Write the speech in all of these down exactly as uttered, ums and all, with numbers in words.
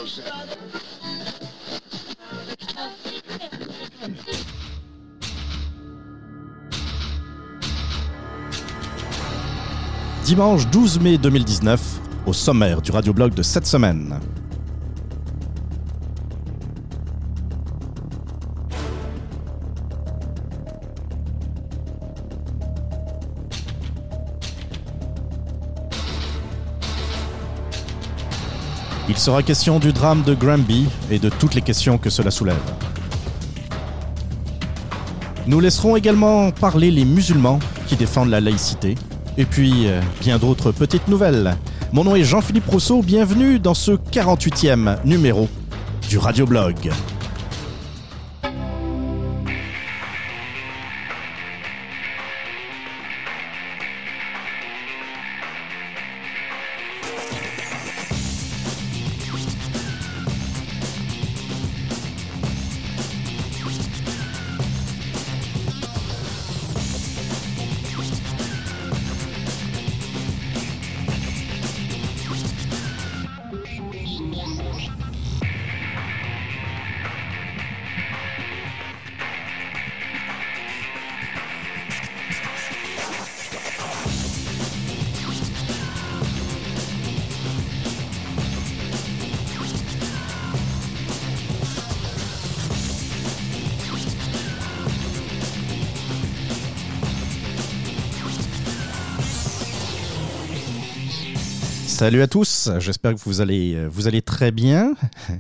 Dimanche douze mai deux mille dix-neuf, au sommaire du radioblog de cette semaine. Il sera question du drame de Granby et de toutes les questions que cela soulève. Nous laisserons également parler les musulmans qui défendent la laïcité, et puis euh, bien d'autres petites nouvelles. Mon nom est Jean-Philippe Rousseau, bienvenue dans ce quarante-huitième numéro du Radioblog. Salut à tous, j'espère que vous allez, vous allez très bien.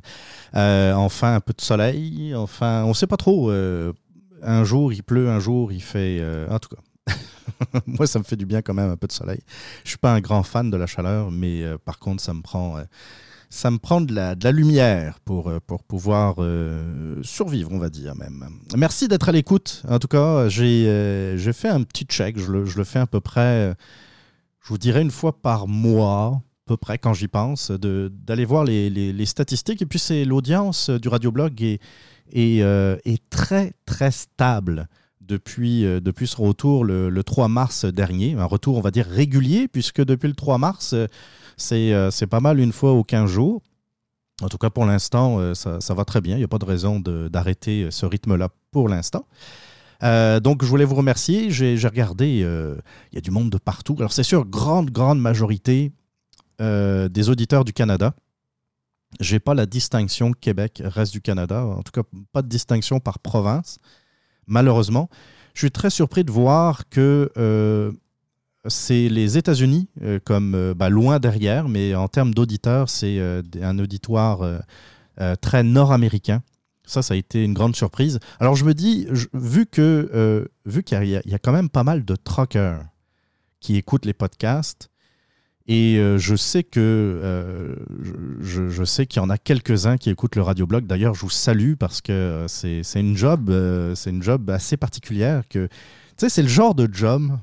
Euh, enfin un peu de soleil, enfin on ne sait pas trop. Euh, un jour il pleut, un jour il fait... Euh, en tout cas, moi ça me fait du bien quand même un peu de soleil. Je ne suis pas un grand fan de la chaleur, mais euh, par contre ça me prend, euh, ça me prend de, la, de la lumière pour, pour pouvoir euh, survivre, on va dire même. Merci d'être à l'écoute. En tout cas, j'ai, euh, j'ai fait un petit check, je le, je le fais à peu près, je vous dirais une fois par mois, à peu près quand j'y pense, de, d'aller voir les, les, les statistiques. Et puis, c'est l'audience du Radioblog est, est, euh, est très, très stable depuis, euh, depuis ce retour le, le trois mars dernier. Un retour, on va dire, régulier, puisque depuis le trois mars, c'est, euh, c'est pas mal une fois aux quinze jours. En tout cas, pour l'instant, euh, ça, ça va très bien. Il n'y a pas de raison de, d'arrêter ce rythme-là pour l'instant. Euh, donc, je voulais vous remercier. J'ai, j'ai regardé, euh, il y a du monde de partout. Alors, c'est sûr, grande, grande majorité Euh, des auditeurs du Canada. Je n'ai pas la distinction Québec, reste du Canada. En tout cas, pas de distinction par province, malheureusement. Je suis très surpris de voir que euh, c'est les États-Unis, euh, comme euh, bah, loin derrière, mais en termes d'auditeurs, c'est euh, un auditoire euh, euh, très nord-américain. Ça, ça a été une grande surprise. Alors, je me dis, je, vu, que, euh, vu qu'il y a, il y a quand même pas mal de truckers qui écoutent les podcasts, et euh, je sais que euh, je, je sais qu'il y en a quelques-uns qui écoutent le Radioblog. D'ailleurs, je vous salue parce que euh, c'est, c'est une job, euh, c'est une job assez particulière. Que, tu sais, c'est le genre de job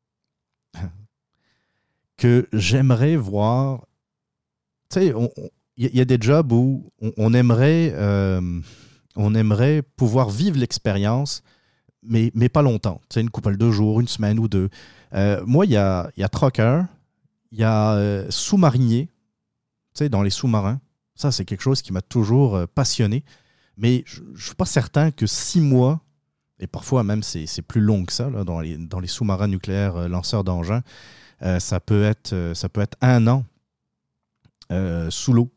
que j'aimerais voir. Tu sais, il y, y a des jobs où on, on aimerait, euh, on aimerait pouvoir vivre l'expérience, mais, mais pas longtemps. Tu sais, une couple de jours, une semaine ou deux. Euh, moi, il y a, y a trucker. Il y a euh, sous-marinier, tu sais, dans les sous-marins. Ça, c'est quelque chose qui m'a toujours euh, passionné. Mais je ne suis pas certain que six mois, et parfois même c'est, c'est plus long que ça, là, dans, les, dans les sous-marins nucléaires euh, lanceurs d'engins, euh, ça, peut être, euh, ça peut être un an euh, sous l'eau.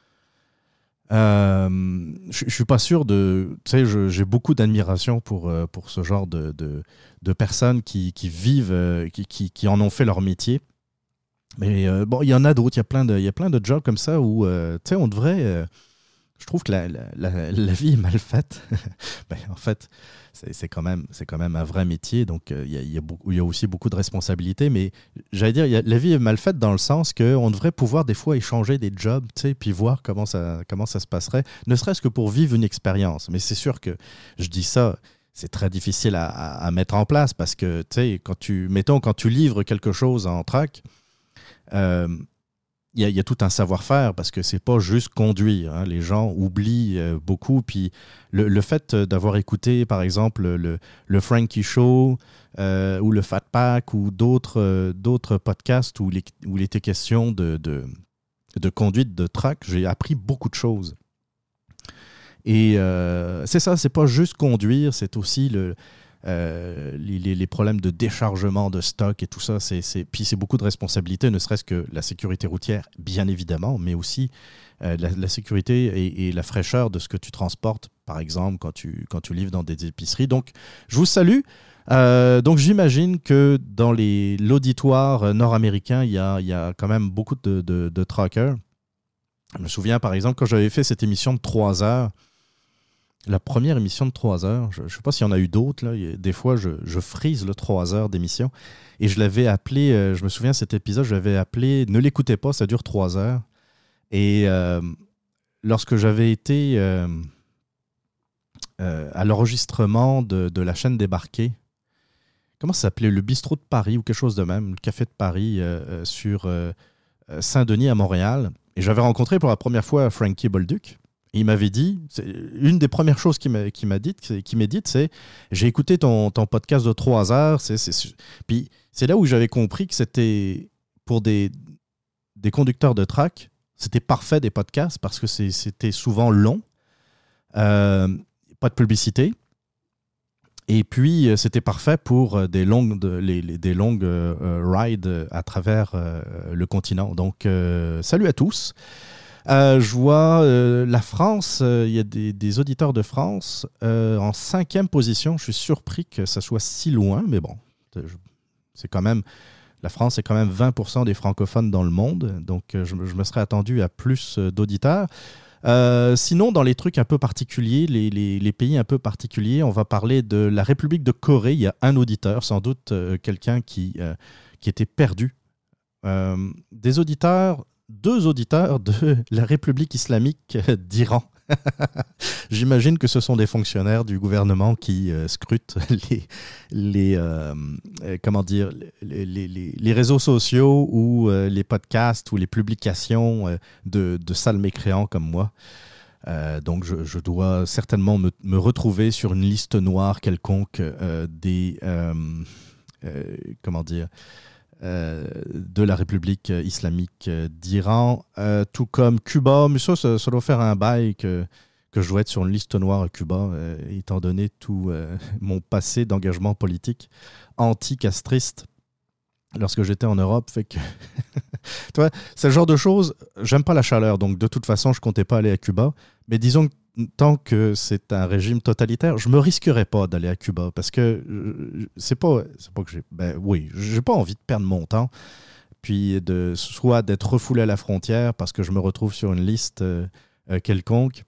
Euh, je ne suis pas sûr de... Tu sais, je, j'ai beaucoup d'admiration pour, euh, pour ce genre de, de, de personnes qui, qui vivent, euh, qui, qui, qui en ont fait leur métier. Mais euh, bon, il y en a d'autres, il y a plein de, il y a plein de jobs comme ça où, euh, tu sais, on devrait... Euh, je trouve que la, la, la, la vie est mal faite. ben, en fait, c'est, c'est, quand même, c'est quand même un vrai métier, donc euh, il, y a, il, y a beaucoup, il y a aussi beaucoup de responsabilités, mais j'allais dire, il y a, la vie est mal faite dans le sens qu'on devrait pouvoir des fois échanger des jobs, tu sais, puis voir comment ça, comment ça se passerait, ne serait-ce que pour vivre une expérience. Mais c'est sûr que je dis ça... C'est très difficile à, à, à mettre en place parce que, tu sais, quand tu, mettons, quand tu livres quelque chose en truck, il euh, y, y a tout un savoir-faire parce que c'est pas juste conduire. Hein. Les gens oublient euh, beaucoup. Puis le, le fait d'avoir écouté, par exemple, le, le Frankie Show euh, ou le Fat Pack ou d'autres, euh, d'autres podcasts où, les, où il était question de, de, de conduite de truck, j'ai appris beaucoup de choses. Et euh, c'est ça, c'est pas juste conduire, c'est aussi le, euh, les, les problèmes de déchargement de stock et tout ça. C'est, c'est, puis c'est beaucoup de responsabilités, ne serait-ce que la sécurité routière, bien évidemment, mais aussi euh, la, la sécurité et, et la fraîcheur de ce que tu transportes, par exemple, quand tu, quand tu livres dans des épiceries. Donc, je vous salue. Euh, donc, j'imagine que dans les, l'auditoire nord-américain, il y a, il y a quand même beaucoup de, de, de truckers. Je me souviens, par exemple, quand j'avais fait cette émission de trois heures, la première émission de trois heures, je ne sais pas s'il y en a eu d'autres, là. Des fois, je, je frise le trois heures d'émission. Et je l'avais appelé, euh, je me souviens, cet épisode, je l'avais appelé « Ne l'écoutez pas, ça dure trois heures ». Et euh, lorsque j'avais été euh, euh, à l'enregistrement de, de la chaîne Débarquée, comment ça s'appelait? Le bistrot de Paris ou quelque chose de même, le café de Paris euh, sur euh, Saint-Denis à Montréal. Et j'avais rencontré pour la première fois Frankie Bolduc. Il m'avait dit, c'est une des premières choses qu'il m'a, qu'il m'a dit, qu'il m'a dit, c'est « J'ai écouté ton, ton podcast de trois heures. » c'est, c'est, Puis c'est là où j'avais compris que c'était, pour des, des conducteurs de truck, c'était parfait des podcasts parce que c'est, c'était souvent long, euh, pas de publicité. Et puis, c'était parfait pour des longues, de, les, les, des longues euh, rides à travers euh, le continent. Donc, euh, salut à tous. Euh, je vois euh, la France, il euh, y a des, des auditeurs de France euh, en cinquième position. Je suis surpris que ça soit si loin, mais bon, c'est quand même, la France est quand même vingt pour cent des francophones dans le monde, donc euh, je, je me serais attendu à plus d'auditeurs. Euh, sinon, dans les trucs un peu particuliers, les, les, les pays un peu particuliers, on va parler de la République de Corée. Il y a un auditeur, sans doute euh, quelqu'un qui, euh, qui était perdu. Euh, des auditeurs... Deux auditeurs de la République islamique d'Iran. J'imagine que ce sont des fonctionnaires du gouvernement qui euh, scrutent les, les, euh, euh, comment dire, les, les, les réseaux sociaux ou euh, les podcasts ou les publications euh, de, de sales mécréants comme moi. Euh, donc, je, je dois certainement me, me retrouver sur une liste noire quelconque euh, des... Euh, euh, comment dire Euh, de la République islamique d'Iran, euh, tout comme Cuba. Mais ça, ça, ça doit faire un bail que, que je dois être sur une liste noire à Cuba, euh, étant donné tout euh, mon passé d'engagement politique anti-castriste lorsque j'étais en Europe. Fait que tu vois, c'est le genre de choses, j'aime pas la chaleur, donc de toute façon, je comptais pas aller à Cuba. Mais disons que tant que c'est un régime totalitaire, je me risquerais pas d'aller à Cuba parce que euh, c'est pas, c'est pas que j'ai, ben oui, j'ai pas envie de perdre mon temps, puis de soit d'être refoulé à la frontière parce que je me retrouve sur une liste euh, euh, quelconque.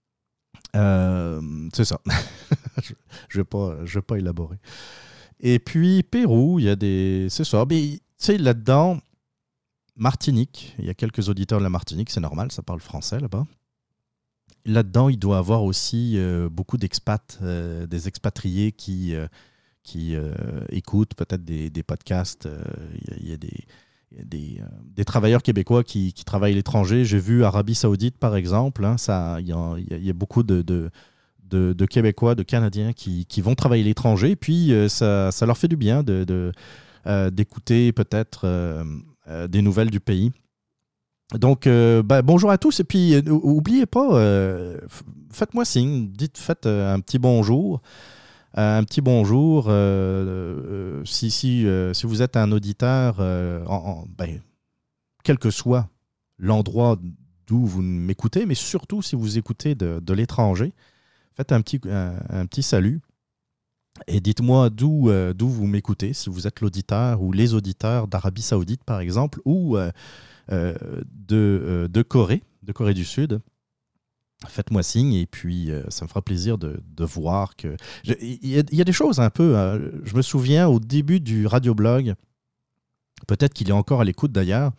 Euh, c'est ça. je, je vais pas, je vais pas élaborer. Et puis Pérou, il y a des, c'est ça. Mais tu sais là-dedans, Martinique, il y a quelques auditeurs de la Martinique, c'est normal, ça parle français là-bas. Là-dedans, il doit y avoir aussi euh, beaucoup d'expats, euh, des expatriés qui, euh, qui euh, écoutent peut-être des, des podcasts. Euh, il y a, il y a des, il y a des, euh, des travailleurs québécois qui, qui travaillent à l'étranger. J'ai vu Arabie Saoudite, par exemple. Hein, ça, il, y a, il y a beaucoup de, de, de, de Québécois, de Canadiens qui, qui vont travailler à l'étranger. Puis, euh, ça, ça leur fait du bien de, de, euh, d'écouter peut-être euh, euh, des nouvelles du pays. Donc, euh, ben, bonjour à tous. Et puis, euh, n'oubliez pas, euh, faites-moi signe. Dites, faites euh, un petit bonjour. Euh, un petit bonjour. Euh, euh, si, si, euh, si vous êtes un auditeur, euh, en, en, ben, quel que soit l'endroit d'où vous m'écoutez, mais surtout si vous écoutez de, de l'étranger, faites un petit, un, un petit salut. Et dites-moi d'où, euh, d'où vous m'écoutez, si vous êtes l'auditeur ou les auditeurs d'Arabie Saoudite, par exemple, ou... Euh, Euh, de, euh, de Corée, de Corée du Sud. Faites-moi signe et puis euh, ça me fera plaisir de, de voir que... Il y, y a des choses un peu... Euh, je me souviens au début du radioblog, peut-être qu'il est encore à l'écoute d'ailleurs,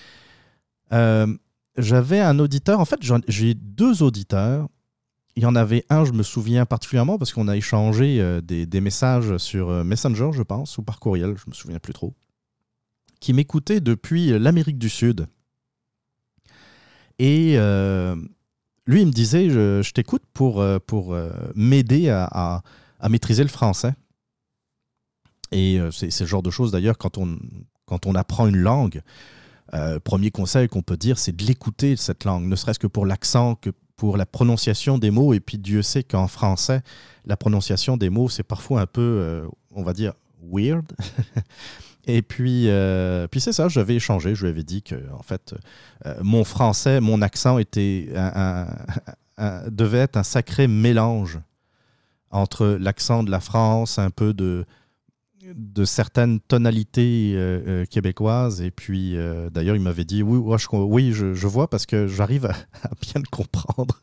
euh, j'avais un auditeur, en fait j'ai deux auditeurs. Il y en avait un, je me souviens particulièrement, parce qu'on a échangé euh, des, des messages sur euh, Messenger, je pense, ou par courriel, je me souviens plus trop, qui m'écoutait depuis l'Amérique du Sud. Et euh, lui, il me disait, je, je t'écoute pour, pour euh, m'aider à, à, à maîtriser le français. Et euh, c'est, c'est le genre de choses, d'ailleurs, quand on, quand on apprend une langue, Euh, premier conseil qu'on peut dire, c'est de l'écouter, cette langue, ne serait-ce que pour l'accent, que pour la prononciation des mots. Et puis Dieu sait qu'en français, la prononciation des mots, c'est parfois un peu, euh, on va dire, weird. Et puis, euh, puis c'est ça, j'avais échangé, je lui avais dit que en fait, euh, mon français, mon accent était un, un, un, devait être un sacré mélange entre l'accent de la France, un peu de, de certaines tonalités euh, euh, québécoises. Et puis, euh, d'ailleurs, il m'avait dit, oui, ouais, je, oui je, je vois parce que j'arrive à, à bien le comprendre.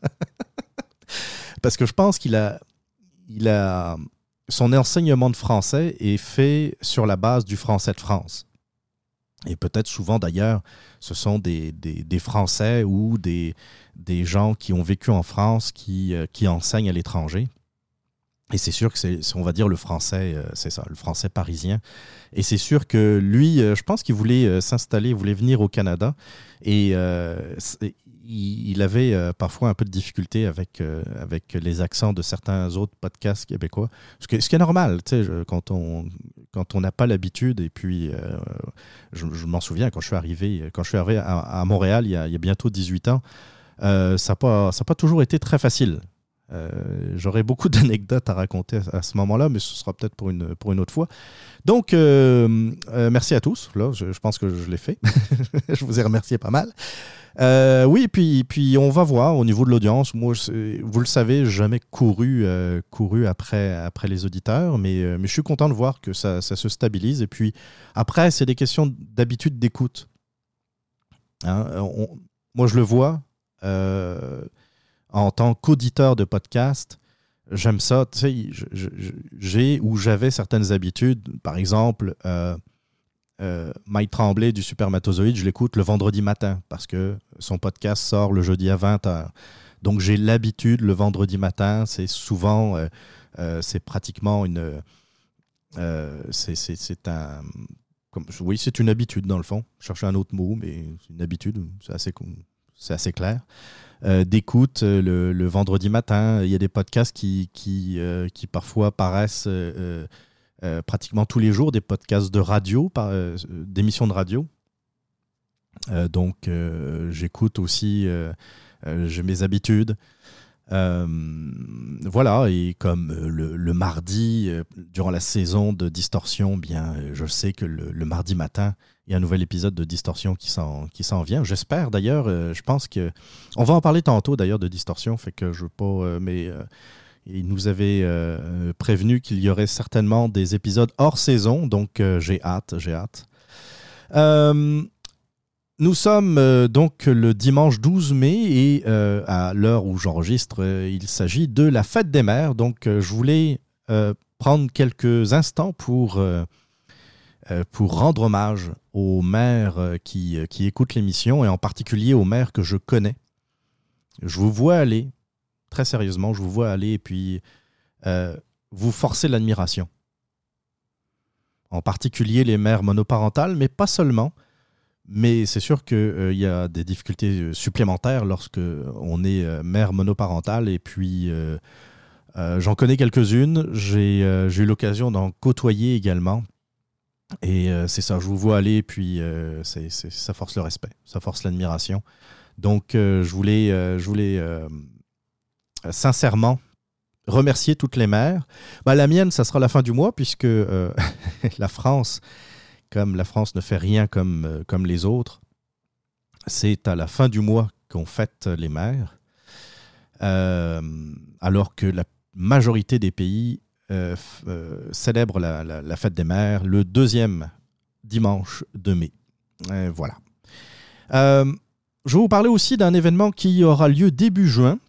Parce que je pense qu'il a... Il a son enseignement de français est fait sur la base du français de France. Et peut-être souvent d'ailleurs, ce sont des, des, des Français ou des, des gens qui ont vécu en France qui, euh, qui enseignent à l'étranger. Et c'est sûr que c'est, on va dire, le français, euh, c'est ça, le français parisien. Et c'est sûr que lui, euh, je pense qu'il voulait euh, s'installer, il voulait venir au Canada. Et euh, il, il avait euh, parfois un peu de difficulté avec, euh, avec les accents de certains autres podcasts québécois. Ce, que, ce qui est normal, tu sais, je, quand on quand on n'a pas l'habitude. Et puis, euh, je, je m'en souviens, quand je suis arrivé, quand je suis arrivé à, à Montréal, il y, a, il y a bientôt dix-huit ans, euh, ça n'a pas, ça n'a pas toujours été très facile. Euh, j'aurais beaucoup d'anecdotes à raconter à, à ce moment-là, mais ce sera peut-être pour une, pour une autre fois. Donc, euh, euh, merci à tous. Là, je, je pense que je l'ai fait. Je vous ai remercié pas mal. Euh, oui, puis, puis on va voir au niveau de l'audience. Moi, vous le savez, j'ai jamais couru, euh, couru après, après les auditeurs, mais, euh, mais je suis content de voir que ça, ça se stabilise. Et puis après, c'est des questions d'habitude d'écoute. Hein, on, moi, je le vois. Euh, En tant qu'auditeur de podcast, j'aime ça. Tu sais, j'ai ou j'avais certaines habitudes. Par exemple, euh, euh, Mike Tremblay du Supermatozoïde, je l'écoute le vendredi matin parce que son podcast sort le jeudi à vingt heures. Donc, j'ai l'habitude le vendredi matin. C'est souvent, euh, euh, c'est pratiquement une... Euh, c'est, c'est, c'est un... Comme, oui, c'est une habitude dans le fond. Je cherchais un autre mot, mais c'est une habitude. C'est assez, c'est assez clair. Euh, d'écoute euh, le, le vendredi matin. Il y a des podcasts qui, qui, euh, qui parfois paraissent euh, euh, pratiquement tous les jours, des podcasts de radio, par, euh, d'émissions de radio. Euh, donc, euh, j'écoute aussi, euh, euh, j'ai mes habitudes. Euh, voilà, et comme le, le mardi, euh, durant la saison de Distorsion, bien, je sais que le, le mardi matin, il y a un nouvel épisode de Distorsion qui s'en, qui s'en vient. J'espère d'ailleurs, euh, je pense que... On va en parler tantôt d'ailleurs de Distorsion, fait que je veux pas... Euh, mais euh, il nous avait euh, prévenu qu'il y aurait certainement des épisodes hors saison, donc euh, j'ai hâte, j'ai hâte. Euh, nous sommes euh, donc le dimanche douze mai et euh, à l'heure où j'enregistre, euh, il s'agit de la fête des mères. Donc euh, je voulais euh, prendre quelques instants pour... Euh, pour rendre hommage aux mères qui, qui écoutent l'émission et en particulier aux mères que je connais. Je vous vois aller, très sérieusement, je vous vois aller et puis euh, vous forcez l'admiration. En particulier les mères monoparentales, mais pas seulement. Mais c'est sûr qu'il euh, y a des difficultés supplémentaires lorsque on est euh, mère monoparentale et puis euh, euh, j'en connais quelques-unes. J'ai, euh, j'ai eu l'occasion d'en côtoyer également. Et euh, c'est ça, je vous vois aller, puis euh, c'est, c'est, ça force le respect, ça force l'admiration. Donc, euh, je voulais, euh, je voulais euh, sincèrement remercier toutes les mères. Bah, la mienne, ça sera la fin du mois, puisque euh, la France, comme la France ne fait rien comme, euh, comme les autres, c'est à la fin du mois qu'on fête les mères, euh, alors que la majorité des pays Euh, euh, célèbre la, la, la fête des mères le deuxième dimanche de mai. Euh, voilà. Euh, je vais vous parler aussi d'un événement qui aura lieu début juin.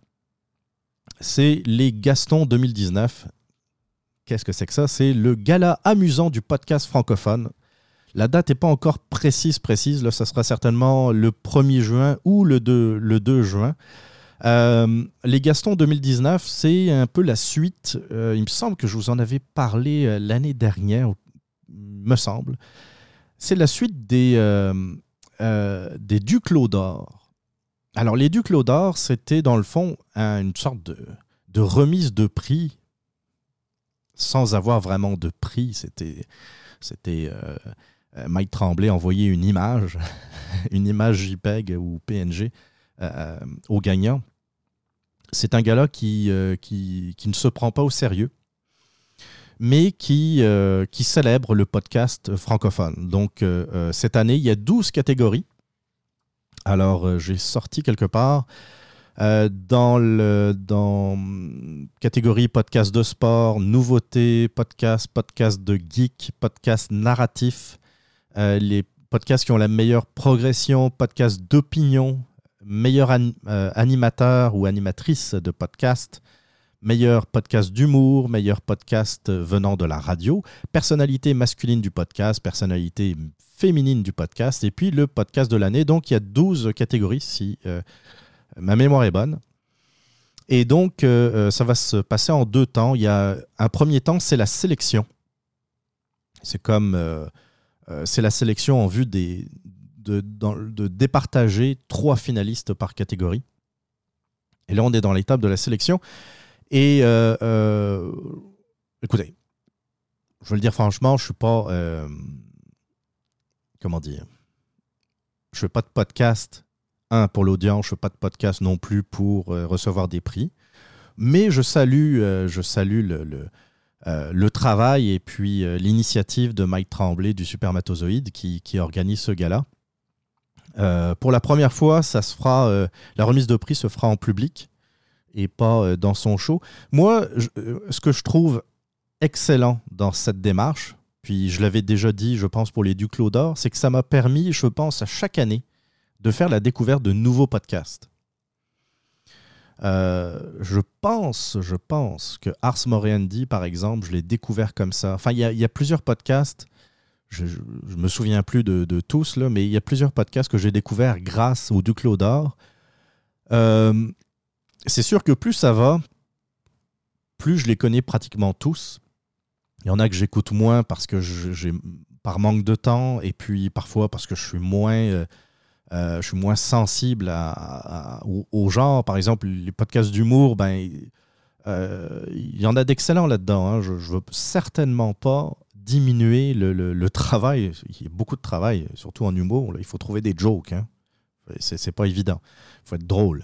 C'est les Gastons deux mille dix-neuf. Qu'est-ce que c'est que ça? C'est le gala amusant du podcast francophone. La date n'est pas encore précise, précise. Là, ça sera certainement le premier juin ou le deux, le deux juin. Euh, les Gastons deux mille dix-neuf, c'est un peu la suite. Euh, il me semble que je vous en avais parlé euh, l'année dernière, me semble. C'est la suite des, euh, euh, des Duclos d'or. Alors, les Duclos d'or, c'était dans le fond un, une sorte de, de remise de prix sans avoir vraiment de prix. C'était, c'était euh, euh, Mike Tremblay envoyer une image, une image JPEG ou P N G euh, au gagnant. C'est un gars-là qui, euh, qui, qui ne se prend pas au sérieux, mais qui, euh, qui célèbre le podcast francophone. Donc, euh, cette année, il y a douze catégories. Alors, euh, j'ai sorti quelque part euh, dans le dans catégorie podcast de sport, nouveautés, podcast, podcast de geek, podcast narratif, euh, les podcasts qui ont la meilleure progression, podcast d'opinion, meilleur an- euh, animateur ou animatrice de podcast, meilleur podcast d'humour, meilleur podcast venant de la radio, personnalité masculine du podcast, personnalité féminine du podcast, et puis le podcast de l'année. Donc, il y a douze catégories, si euh, ma mémoire est bonne. Et donc, euh, ça va se passer en deux temps. Il y a un premier temps, c'est la sélection. C'est comme... Euh, euh, c'est la sélection en vue des, de, dans, de départager trois finalistes par catégorie. Et là, on est dans l'étape de la sélection. Et euh, euh, écoutez, je veux le dire franchement, je ne suis pas... Euh, comment dire? Je ne fais pas de podcast, un, pour l'audience, je ne fais pas de podcast non plus pour euh, recevoir des prix. Mais je salue, euh, je salue le, le, euh, le travail et puis euh, l'initiative de Mike Tremblay du Supermatozoïde qui, qui organise ce gala. Euh, pour la première fois, ça se fera, euh, la remise de prix se fera en public et pas euh, dans son show. Moi, je, euh, ce que je trouve excellent dans cette démarche, puis je l'avais déjà dit, je pense, pour les Duclos d'Or, c'est que ça m'a permis, je pense, à chaque année, de faire la découverte de nouveaux podcasts. Euh, je pense, je pense que Ars Moriendi, par exemple, je l'ai découvert comme ça. Enfin, il y, y a plusieurs podcasts, je ne me souviens plus de, de tous, là, mais il y a plusieurs podcasts que j'ai découverts grâce aux Duclos d'Or. Euh, c'est sûr que plus ça va, plus je les connais pratiquement tous. Il y en a que j'écoute moins parce que je, j'ai, par manque de temps, et puis parfois parce que je suis moins, euh, euh, je suis moins sensible à, à, au, au genre. Par exemple, les podcasts d'humour, ben, euh, il y en a d'excellents là-dedans. Hein. Je ne veux certainement pas diminuer le, le, le travail. Il y a beaucoup de travail, surtout en humour. Là. Il faut trouver des jokes. Hein. C'est, c'est pas évident. Il faut être drôle.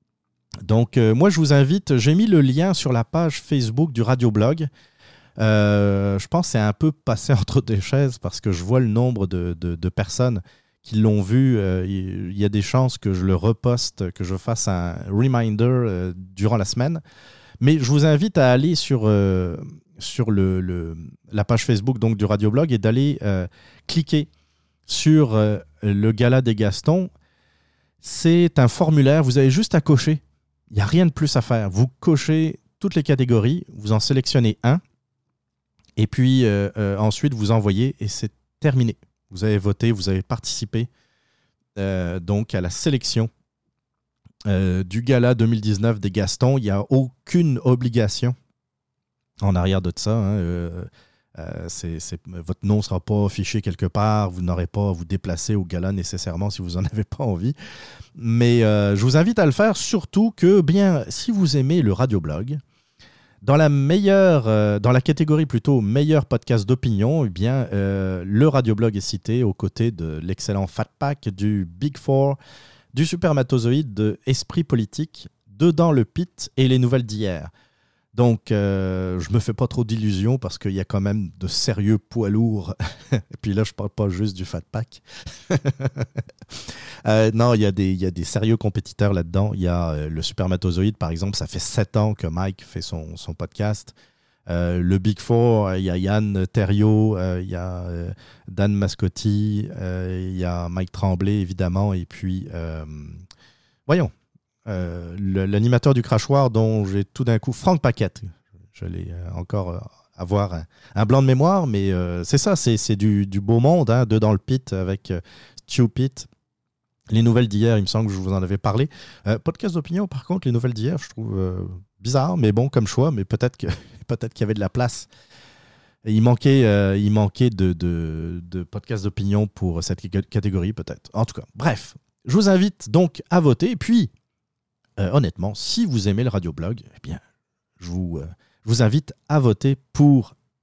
Donc, euh, moi, je vous invite. J'ai mis le lien sur la page Facebook du Radioblog. Euh, je pense que c'est un peu passé entre des chaises parce que je vois le nombre de, de, de personnes qui l'ont vu. Euh, il y a des chances que je le reposte, que je fasse un reminder euh, durant la semaine. Mais je vous invite à aller sur, euh, sur le, le, la page Facebook donc, du Radioblog et d'aller euh, cliquer sur euh, le Gala des Gastons. C'est un formulaire, vous avez juste à cocher. Il n'y a rien de plus à faire. Vous cochez toutes les catégories, vous en sélectionnez un. Et puis euh, euh, ensuite, vous envoyez et c'est terminé. Vous avez voté, vous avez participé euh, donc à la sélection euh, du Gala deux mille dix-neuf des Gastons. Il n'y a aucune obligation en arrière de ça. Hein. Euh, euh, c'est, c'est, votre nom ne sera pas affiché quelque part. Vous n'aurez pas à vous déplacer au Gala nécessairement si vous n'en avez pas envie. Mais euh, je vous invite à le faire, surtout que, bien, si vous aimez le Radioblog, Dans la meilleure, euh, dans la catégorie plutôt meilleur podcast d'opinion, eh bien, euh, le Radioblog est cité aux côtés de l'excellent Fat Pack, du Big Four, du Supermatozoïde, de Esprit Politique, Dedans le Pit et les Nouvelles d'hier. Donc, euh, je me fais pas trop d'illusions parce qu'il y a quand même de sérieux poids lourds. Et puis là, je parle pas juste du Fat Pack. euh, non, il y a des, il y a des sérieux compétiteurs là-dedans. Il y a euh, le Supermatozoïde, par exemple. Ça fait sept ans que Mike fait son, son podcast. Euh, le Big Four, il y a Yann Terriot, euh, il y a euh, Dan Mascotti, euh, il y a Mike Tremblay, évidemment. Et puis, euh, voyons. Euh, le, l'animateur du Crachoir dont j'ai tout d'un coup... Franck Paquette. Je l'ai euh, encore euh, avoir un, un blanc de mémoire, mais euh, c'est ça, c'est, c'est du, du beau monde, hein, Dedans le Pit avec euh, Stupid. Les Nouvelles d'hier, il me semble que je vous en avais parlé. Euh, podcast d'opinion, par contre, les Nouvelles d'hier, je trouve euh, bizarre, mais bon, comme choix, mais peut-être, que, peut-être qu'il y avait de la place. Et il manquait, euh, il manquait de, de, de podcasts d'opinion pour cette catégorie, peut-être. En tout cas, bref, je vous invite donc à voter, et puis... Euh, honnêtement, si vous aimez le Radioblog, eh bien, je vous, euh, je vous invite à voter pour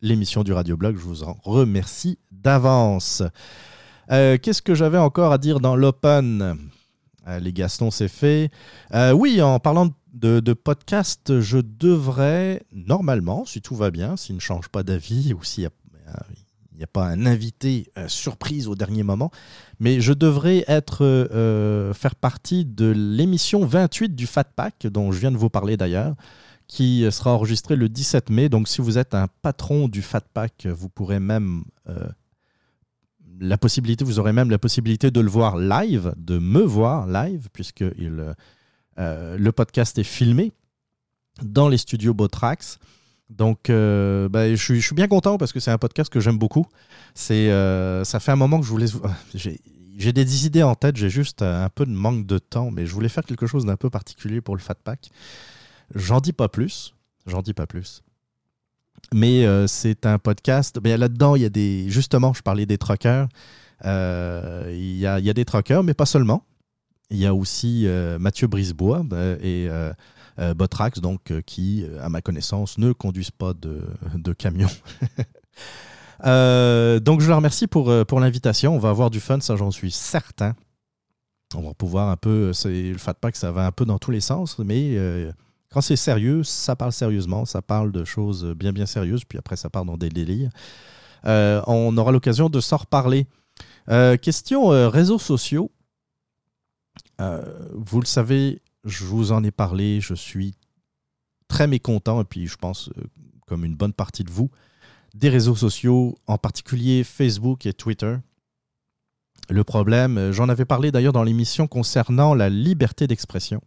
l'émission du Radioblog. Je vous en remercie d'avance. Euh, qu'est-ce que j'avais encore à dire dans l'Open ? euh, Les Gastons, c'est fait. Euh, oui, en parlant de, de podcast, je devrais, normalement, si tout va bien, s'il ne change pas d'avis ou s'il y a... il n'y a pas un invité euh, surprise au dernier moment, mais je devrais être, euh, faire partie de l'émission vingt-huit du Fat Pack, dont je viens de vous parler d'ailleurs, qui sera enregistrée le dix-sept mai. Donc, si vous êtes un patron du Fat Pack, vous pourrez même euh, la possibilité, vous aurez même la possibilité de le voir live, de me voir live, puisque il, euh, le podcast est filmé dans les studios Botrax. Donc, euh, ben, je, suis, je suis bien content parce que c'est un podcast que j'aime beaucoup. C'est, euh, ça fait un moment que je voulais... J'ai, j'ai des idées en tête, j'ai juste un peu de manque de temps, mais je voulais faire quelque chose d'un peu particulier pour le Fat Pack. J'en dis pas plus. J'en dis pas plus. Mais euh, c'est un podcast... Ben, là-dedans, il y a des... Justement, je parlais des truckers. Euh, il, y a, il y a des truckers, mais pas seulement. Il y a aussi euh, Mathieu Brisebois euh, et... Euh, Euh, Botrax, donc, euh, qui, à ma connaissance, ne conduisent pas de, de camion. euh, donc, je le remercie pour, pour l'invitation. On va avoir du fun, ça, j'en suis certain. On va pouvoir un peu... C'est, le Fat Pack, ça va un peu dans tous les sens, mais euh, quand c'est sérieux, ça parle sérieusement, ça parle de choses bien, bien sérieuses, puis après, ça part dans des délires. Euh, on aura l'occasion de s'en reparler. Euh, question euh, réseaux sociaux. Euh, vous le savez... Je vous en ai parlé, je suis très mécontent, et puis je pense, euh, comme une bonne partie de vous, des réseaux sociaux, en particulier Facebook et Twitter. Le problème, j'en avais parlé d'ailleurs dans l'émission concernant la liberté d'expression.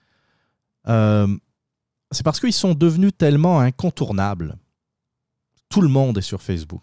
Euh, c'est parce qu'ils sont devenus tellement incontournables. Tout le monde est sur Facebook.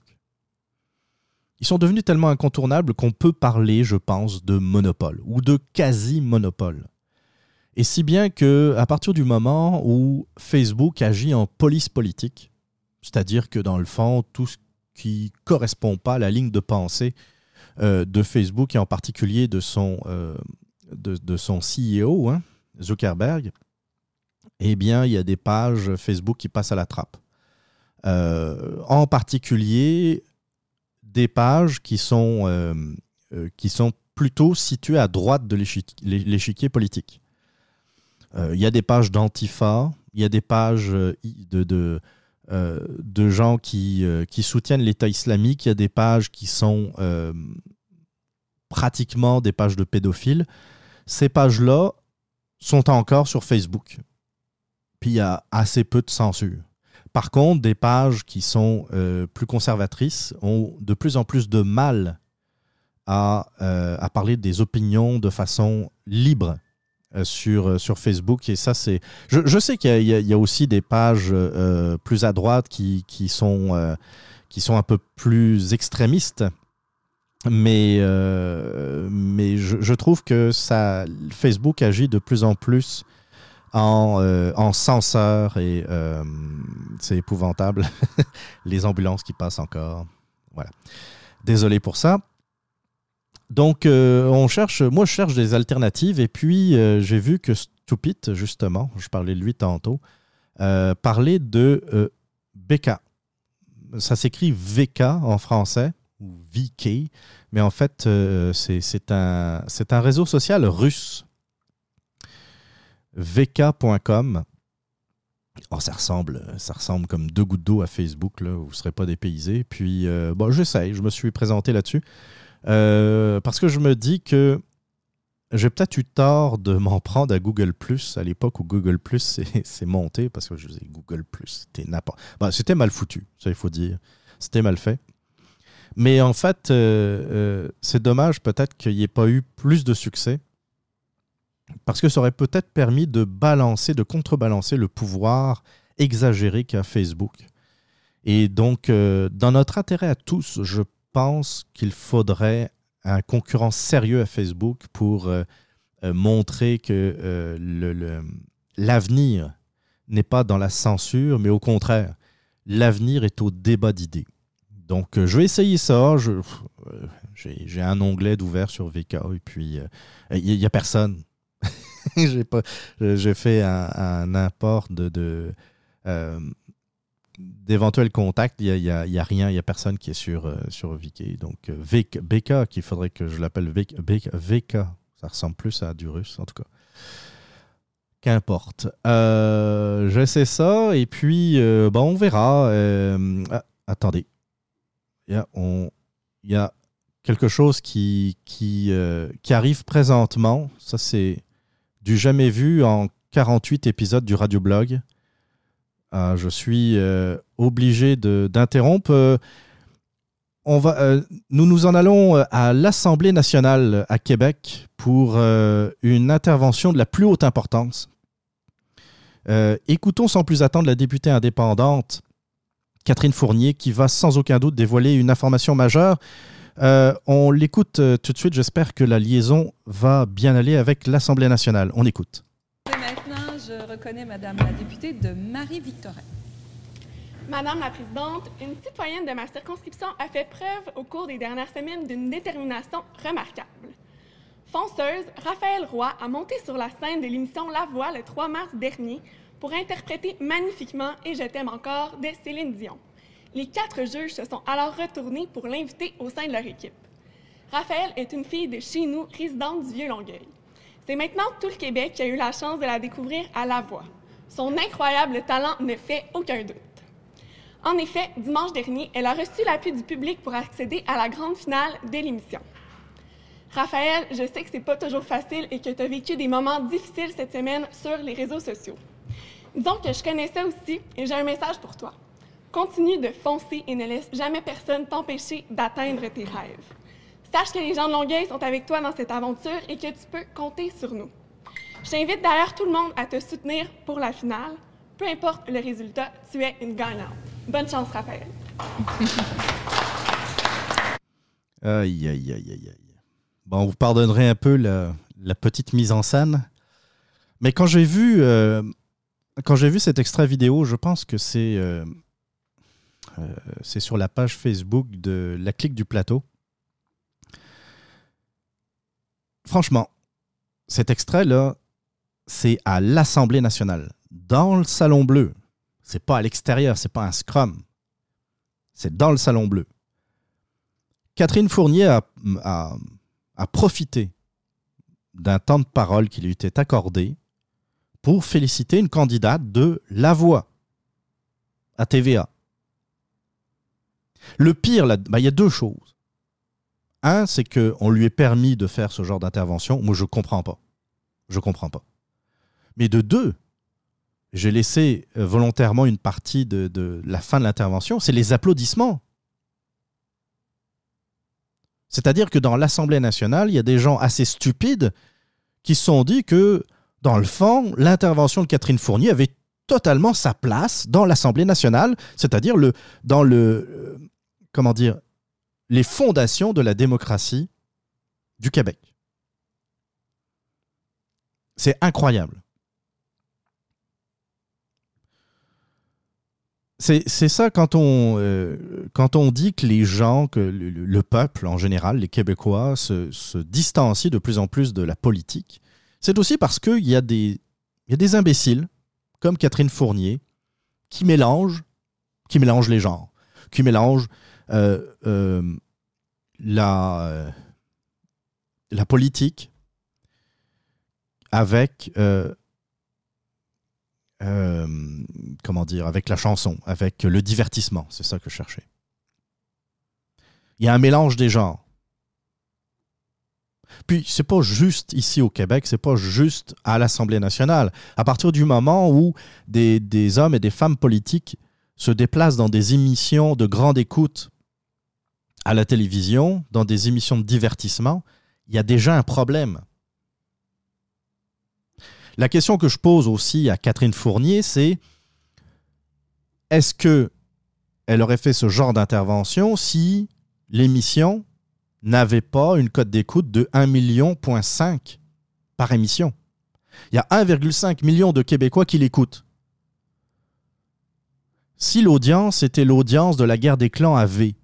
Ils sont devenus tellement incontournables qu'on peut parler, je pense, de monopole ou de quasi-monopole. Et si bien qu'à partir du moment où Facebook agit en police politique, c'est-à-dire que dans le fond, tout ce qui ne correspond pas à la ligne de pensée euh, de Facebook et en particulier de son, euh, de, de son C E O, hein, Zuckerberg, eh bien, il y a des pages Facebook qui passent à la trappe. Euh, en particulier, des pages qui sont, euh, euh, qui sont plutôt situées à droite de l'échiquier, l'échiquier politique. Il euh, y a des pages d'Antifa, il y a des pages de, de, euh, de gens qui, euh, qui soutiennent l'État islamique, il y a des pages qui sont euh, pratiquement des pages de pédophiles. Ces pages-là sont encore sur Facebook. Puis il y a assez peu de censure. Par contre, des pages qui sont euh, plus conservatrices ont de plus en plus de mal à, euh, à parler des opinions de façon libre. Sur, sur Facebook, et ça c'est... Je, je sais qu'il y a, il y a aussi des pages euh, plus à droite qui, qui, sont, euh, qui sont un peu plus extrémistes, mais, euh, mais je, je trouve que ça, Facebook agit de plus en plus en, euh, en censeur, et euh, c'est épouvantable. Les ambulances qui passent encore. Voilà. Désolé pour ça. Donc, euh, on cherche, moi, je cherche des alternatives, et puis euh, j'ai vu que Stupid, justement, je parlais de lui tantôt, euh, parlait de euh, V K. Ça s'écrit V K en français, ou V K, mais en fait, euh, c'est, c'est, un, c'est un réseau social russe. V K point com. Oh, ça ressemble, ça ressemble comme deux gouttes d'eau à Facebook, là, vous ne serez pas dépaysés. Puis, euh, bon, j'essaye, je me suis présenté là-dessus. Euh, parce que je me dis que j'ai peut-être eu tort de m'en prendre à Google plus, à l'époque où Google plus s'est, s'est monté, parce que je disais Google plus, c'était n'importe... Bon, c'était mal foutu, ça il faut dire. C'était mal fait. Mais en fait, euh, euh, c'est dommage peut-être qu'il n'y ait pas eu plus de succès, parce que ça aurait peut-être permis de balancer, de contrebalancer le pouvoir exagéré qu'a Facebook. Et donc, euh, dans notre intérêt à tous, je pense qu'il faudrait un concurrent sérieux à Facebook pour euh, euh, montrer que euh, le, le, l'avenir n'est pas dans la censure, mais au contraire, l'avenir est au débat d'idées. Donc, euh, je vais essayer ça. Je, euh, j'ai, j'ai un onglet d'ouvert sur V K et puis il euh, n'y a personne. j'ai, pas, j'ai fait un, un import de... de euh, d'éventuels contacts, il n'y a, a, a rien, il n'y a personne qui est sur, euh, sur V K. Donc, euh, v K, B K, qu'il faudrait que je l'appelle V K, V K, V K. Ça ressemble plus à du russe, en tout cas. Qu'importe. Euh, je sais ça, et puis, euh, bon, on verra. Euh, ah, attendez. Il y a, on, il y a quelque chose qui, qui, euh, qui arrive présentement. Ça, c'est du jamais vu en quarante-huit épisodes du radioblog. Euh, je suis euh, obligé de, d'interrompre. Euh, on va, euh, nous nous en allons à l'Assemblée nationale à Québec pour euh, une intervention de la plus haute importance. Euh, écoutons sans plus attendre la députée indépendante Catherine Fournier qui va sans aucun doute dévoiler une information majeure. Euh, on l'écoute euh, tout de suite. J'espère que la liaison va bien aller avec l'Assemblée nationale. On écoute. Et maintenant, je reconnais Madame la députée de Marie-Victorin. Madame la Présidente, une citoyenne de ma circonscription a fait preuve au cours des dernières semaines d'une détermination remarquable. Fonceuse, Raphaël Roy a monté sur la scène de l'émission La Voix le trois mars dernier pour interpréter magnifiquement « Et je t'aime encore » de Céline Dion. Les quatre juges se sont alors retournés pour l'inviter au sein de leur équipe. Raphaël est une fille de chez nous, résidente du Vieux-Longueuil. C'est maintenant tout le Québec qui a eu la chance de la découvrir à La Voix. Son incroyable talent ne fait aucun doute. En effet, dimanche dernier, elle a reçu l'appui du public pour accéder à la grande finale de l'émission. Raphaël, je sais que c'est pas toujours facile et que tu as vécu des moments difficiles cette semaine sur les réseaux sociaux. Disons que je connais ça aussi et j'ai un message pour toi. Continue de foncer et ne laisse jamais personne t'empêcher d'atteindre tes rêves. Sache que les gens de Longueuil sont avec toi dans cette aventure et que tu peux compter sur nous. Je t'invite d'ailleurs tout le monde à te soutenir pour la finale. Peu importe le résultat, tu es une gagnante. Bonne chance, Raphaël. Aïe, aïe, aïe, aïe, aïe. Bon, vous pardonnerez un peu la, la petite mise en scène. Mais quand j'ai vu, euh, quand j'ai vu cet extrait vidéo, je pense que c'est, euh, euh, c'est sur la page Facebook de La Clique du Plateau. Franchement, cet extrait-là, c'est à l'Assemblée nationale, dans le Salon Bleu. C'est pas à l'extérieur, c'est pas un scrum. C'est dans le Salon Bleu. Catherine Fournier a, a, a profité d'un temps de parole qui lui était accordé pour féliciter une candidate de La Voix à T V A. Le pire, là, ben, y a deux choses. Un, c'est qu'on lui ait permis de faire ce genre d'intervention. Moi, je ne comprends pas. Je ne comprends pas. Mais de deux, j'ai laissé volontairement une partie de, de la fin de l'intervention, c'est les applaudissements. C'est-à-dire que dans l'Assemblée nationale, il y a des gens assez stupides qui se sont dit que, dans le fond, l'intervention de Catherine Fournier avait totalement sa place dans l'Assemblée nationale, c'est-à-dire le, dans le, euh, comment dire, les fondations de la démocratie du Québec. C'est incroyable. C'est, c'est ça quand on, euh, quand on dit que les gens, que le, le peuple en général, les Québécois, se, se distancient de plus en plus de la politique. C'est aussi parce qu'il y a des, il y a des imbéciles, comme Catherine Fournier, qui mélangent, qui mélangent les genres, qui mélangent euh, euh, la, euh, la politique avec... Euh, Euh, comment dire, avec la chanson, avec le divertissement, c'est ça que je cherchais. Il y a un mélange des genres. Puis, c'est pas juste ici au Québec, c'est pas juste à l'Assemblée nationale. À partir du moment où des, des hommes et des femmes politiques se déplacent dans des émissions de grande écoute à la télévision, dans des émissions de divertissement, il y a déjà un problème. La question que je pose aussi à Catherine Fournier, c'est est-ce qu'elle aurait fait ce genre d'intervention si l'émission n'avait pas une cote d'écoute de un virgule cinq million par émission? Il y a un virgule cinq million de Québécois qui l'écoutent. Si l'audience était l'audience de la guerre des clans à V,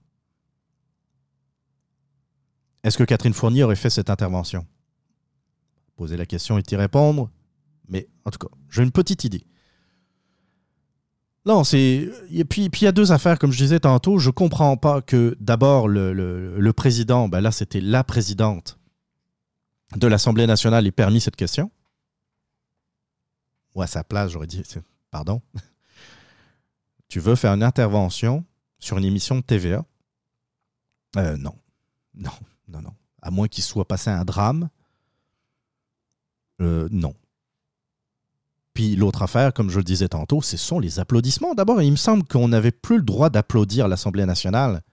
est-ce que Catherine Fournier aurait fait cette intervention? Poser la question et y répondre. Mais en tout cas, j'ai une petite idée. Non, c'est. Et puis, puis il y a deux affaires, comme je disais tantôt. Je comprends pas que d'abord le, le, le président, ben là c'était la présidente de l'Assemblée nationale ait permis cette question. Ou à sa place, j'aurais dit, pardon. Tu veux faire une intervention sur une émission de T V A? Euh, non. Non, non, non. À moins qu'il soit passé un drame. Euh, non. Puis l'autre affaire, comme je le disais tantôt, ce sont les applaudissements. D'abord, il me semble qu'on n'avait plus le droit d'applaudir à l'Assemblée nationale.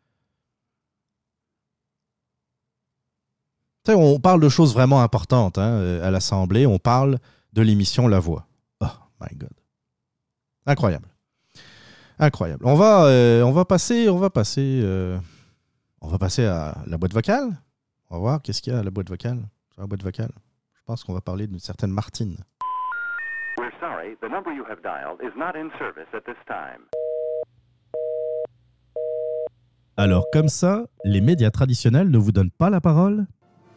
Tu sais, on parle de choses vraiment importantes hein, à l'Assemblée. On parle de l'émission La Voix. Oh my God. Incroyable. Incroyable. On va, euh, on va passer, on va passer, euh, on va passer à la boîte vocale. On va voir qu'est-ce qu'il y a à la boîte vocale. Sur la boîte vocale. Je pense qu'on va parler d'une certaine Martine. We're sorry, the number you have dialed is not in service at this time. Alors comme ça, les médias traditionnels ne vous donnent pas la parole?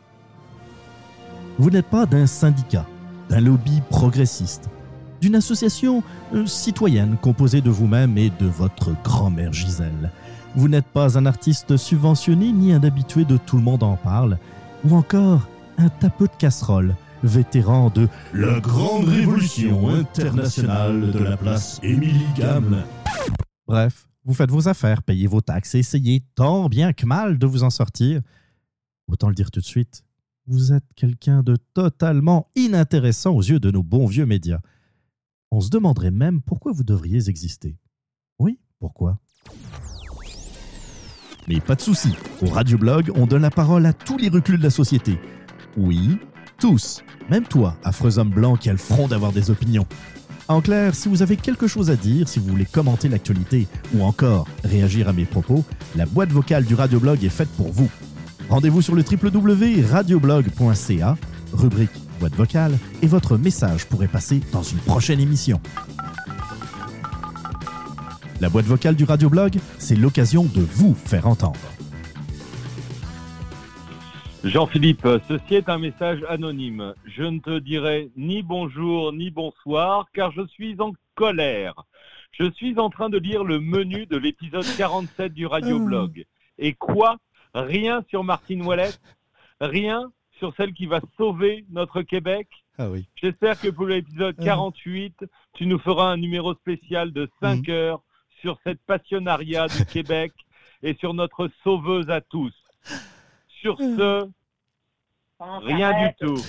Vous n'êtes pas d'un syndicat, d'un lobby progressiste, d'une association euh, citoyenne composée de vous-même et de votre grand-mère Gisèle. Vous n'êtes pas un artiste subventionné ni un habitué de Tout le monde en parle, ou encore un tapeux de casserole, vétéran de la grande révolution internationale de la place Émilie Gamelin. Bref, vous faites vos affaires, payez vos taxes et essayez tant bien que mal de vous en sortir. Autant le dire tout de suite, vous êtes quelqu'un de totalement inintéressant aux yeux de nos bons vieux médias. On se demanderait même pourquoi vous devriez exister. Oui, pourquoi? Mais pas de souci, au Radioblog, on donne la parole à tous les reculs de la société. Oui, tous, même toi, affreux homme blanc qui a le front d'avoir des opinions. En clair, si vous avez quelque chose à dire, si vous voulez commenter l'actualité ou encore réagir à mes propos, la boîte vocale du Radioblog est faite pour vous. Rendez-vous sur le w w w point radioblog point c a, rubrique boîte vocale, et votre message pourrait passer dans une prochaine émission. La boîte vocale du Radioblog, c'est l'occasion de vous faire entendre. Jean-Philippe, ceci est un message anonyme. Je ne te dirai ni bonjour ni bonsoir car je suis en colère. Je suis en train de lire le menu de l'épisode quarante-sept du Radioblog. Et quoi? Rien sur Martine Ouellette? Rien sur celle qui va sauver notre Québec? Ah oui. J'espère que pour l'épisode quarante-huit, tu nous feras un numéro spécial de cinq mmh. heures sur cette passionnariat du Québec et sur notre sauveuse à tous. Sur ce, rien du tout.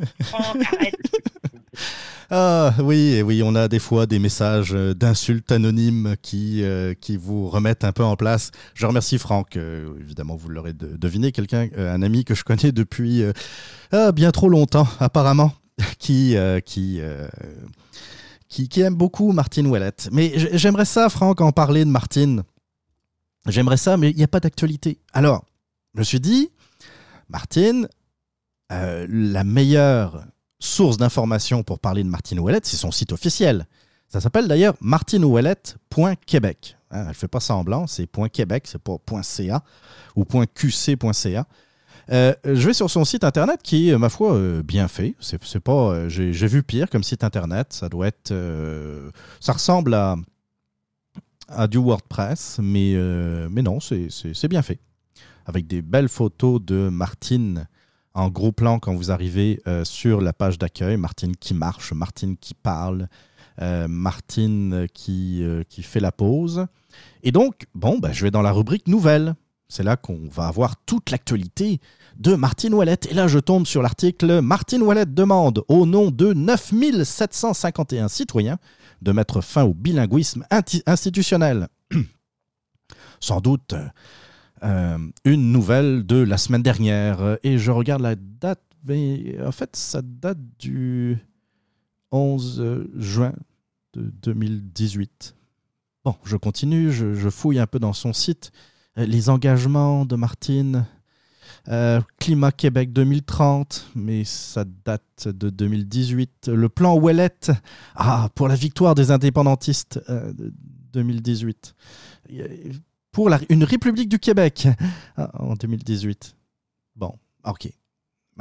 Ah oui, oui, on a des fois des messages d'insultes anonymes qui, euh, qui vous remettent un peu en place. Je remercie Franck, euh, évidemment vous l'aurez de, deviné, quelqu'un, euh, un ami que je connais depuis euh, ah, bien trop longtemps apparemment, qui, euh, qui, euh, qui, qui aime beaucoup Martine Ouellette. Mais j'aimerais ça, Franck, en parler de Martine. J'aimerais ça, mais il n'y a pas d'actualité. Alors, je me suis dit, Martine, euh, la meilleure source d'information pour parler de Martine Ouellette, c'est son site officiel. Ça s'appelle d'ailleurs martine ouellette point québec. Hein, elle ne fait pas semblant, c'est .québec, c'est pas .ca ou .q c point c a. Euh, je vais sur son site internet qui est, ma foi, euh, bien fait. C'est, c'est pas, euh, j'ai, j'ai vu pire comme site internet. Ça doit être, euh, ça ressemble à, à du WordPress, mais, euh, mais non, c'est, c'est, c'est bien fait. Avec des belles photos de Martine en gros plan quand vous arrivez euh, sur la page d'accueil. Martine qui marche, Martine qui parle, euh, Martine qui, euh, qui fait la pause. Et donc, bon, ben, je vais dans la rubrique nouvelles. C'est là qu'on va avoir toute l'actualité de Martine Ouellette. Et là, je tombe sur l'article « Martine Ouellette demande au nom de neuf mille sept cent cinquante et un citoyens de mettre fin au bilinguisme inti- institutionnel. » Sans doute... Euh, une nouvelle de la semaine dernière et je regarde la date, mais en fait ça date du onze juin de deux mille dix-huit. Bon, je continue, je, je fouille un peu dans son site, les engagements de Martine, euh, Climat Québec deux mille trente, mais ça date de deux mille dix-huit. Le plan Ouellette, ah, pour la victoire des indépendantistes euh, de deux mille dix-huit. Pour la, une République du Québec en deux mille dix-huit. Bon, ok.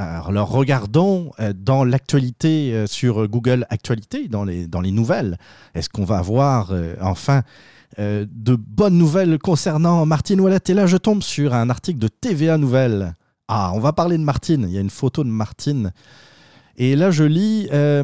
Alors, regardons euh, dans l'actualité euh, sur Google Actualité, dans les, dans les nouvelles. Est-ce qu'on va avoir euh, enfin euh, de bonnes nouvelles concernant Martine Ouellette? Et là, je tombe sur un article de T V A Nouvelles. Ah, on va parler de Martine. Il y a une photo de Martine. Et là, je lis euh,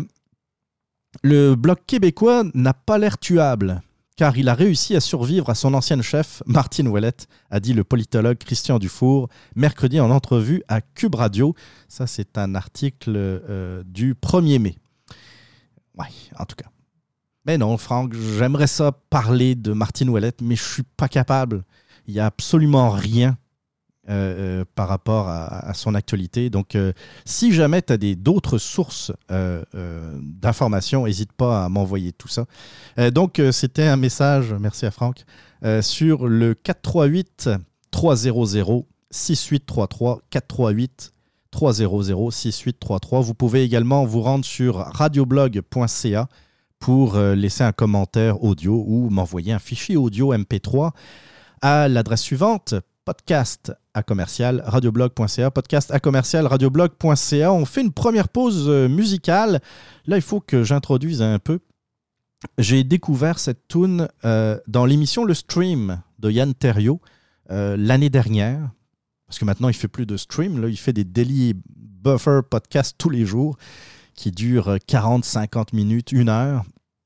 « Le Bloc québécois n'a pas l'air tuable, car il a réussi à survivre à son ancienne chef, Martine Ouellette », a dit le politologue Christian Dufour, mercredi en entrevue à Cube Radio. Ça, c'est un article euh, du premier mai. Ouais, en tout cas. Mais non, Franck, j'aimerais ça parler de Martine Ouellette, mais je ne suis pas capable. Il n'y a absolument rien euh, euh, par rapport à, à son actualité. Donc, euh, si jamais tu as des, d'autres sources euh, euh, d'informations, n'hésite pas à m'envoyer tout ça. Euh, donc, euh, c'était un message, merci à Franck, euh, sur le quatre trois huit trois zéro zéro six huit trois trois, quatre trois huit trois zéro zéro six huit trois trois. Vous pouvez également vous rendre sur radioblog point c a pour euh, laisser un commentaire audio ou m'envoyer un fichier audio M P trois à l'adresse suivante, podcast à commercial radioblog point c a, podcast à commercial radioblog point c a. On fait une première pause musicale. Là, il faut que j'introduise un peu. J'ai découvert cette tune euh, dans l'émission Le Stream de Yann Terriot euh, l'année dernière, parce que maintenant, il ne fait plus de stream. Là, il fait des Daily Buffer podcasts tous les jours qui durent quarante, cinquante minutes, une heure.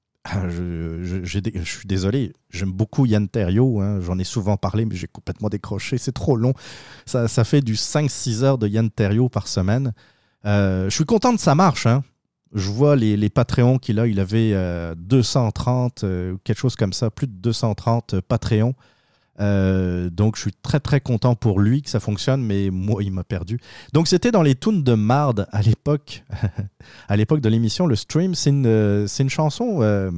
Je, je, je, je suis désolé, j'aime beaucoup Yann Terriot, hein, j'en ai souvent parlé, mais j'ai complètement décroché, c'est trop long. Ça, ça fait du cinq six heures de Yann Terriot par semaine. Euh, je suis content de sa marche. Hein. Je vois les, les Patreons qu'il a, il avait euh, deux cent trente, euh, quelque chose comme ça, plus de deux cent trente Patreons. Euh, donc je suis très très content pour lui que ça fonctionne, mais moi il m'a perdu. Donc c'était dans les tunes de marde à l'époque à l'époque de l'émission Le Stream. C'est une, c'est une chanson euh,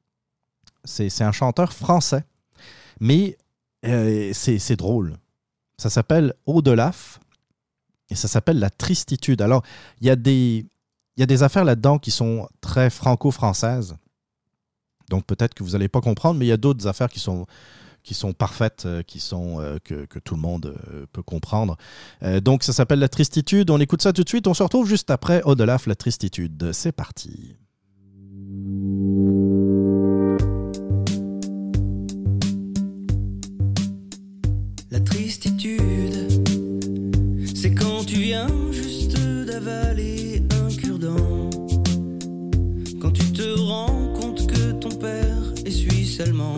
c'est, c'est un chanteur français, mais euh, c'est, c'est drôle. Ça s'appelle Audelaf et ça s'appelle La Tristitude. Alors il y a des il y a des affaires là-dedans qui sont très franco-françaises, donc peut-être que vous n'allez pas comprendre, mais il y a d'autres affaires qui sont qui sont parfaites, qui sont, euh, que, que tout le monde euh, peut comprendre. Euh, donc, ça s'appelle La Tristitude. On écoute ça tout de suite. On se retrouve juste après Audelaf, La Tristitude. C'est parti. La tristitude, c'est quand tu viens juste d'avaler un cure-dent. Quand tu te rends compte que ton père est suisse allemand.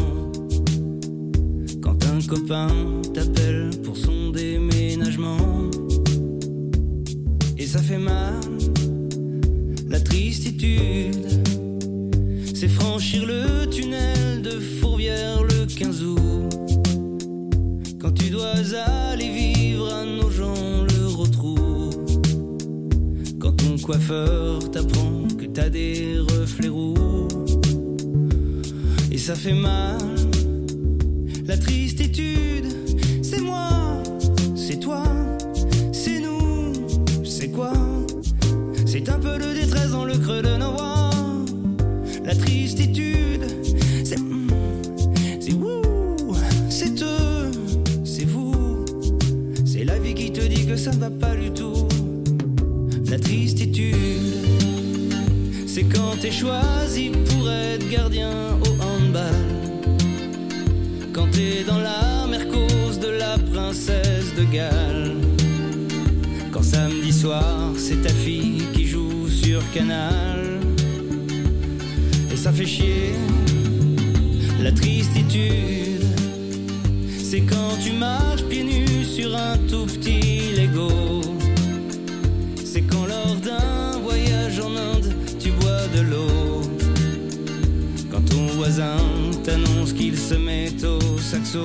Un copain t'appelle pour son déménagement. Et ça fait mal. La tristitude, c'est franchir le tunnel de Fourvière le quinze août. Quand tu dois aller vivre à Nogent le Rotrou. Quand ton coiffeur t'apprend que t'as des reflets roux. Et ça fait mal. La tristitude, c'est moi, c'est toi, c'est nous, c'est quoi? C'est un peu de détresse dans le creux de nos voix. La tristitude, c'est c'est vous, c'est eux, c'est vous. C'est la vie qui te dit que ça ne va pas du tout. La tristitude, c'est quand t'es choisi pour être gardien au handball. Quand t'es dans la mercose de la princesse de Galles. Quand samedi soir, c'est ta fille qui joue sur Canal. Et ça fait chier. La tristitude, c'est quand tu marches pieds nus sur un tout petit Lego. C'est quand lors d'un voyage en Inde, tu bois de l'eau. Quand ton voisin t'annonce qu'il se met au saxo.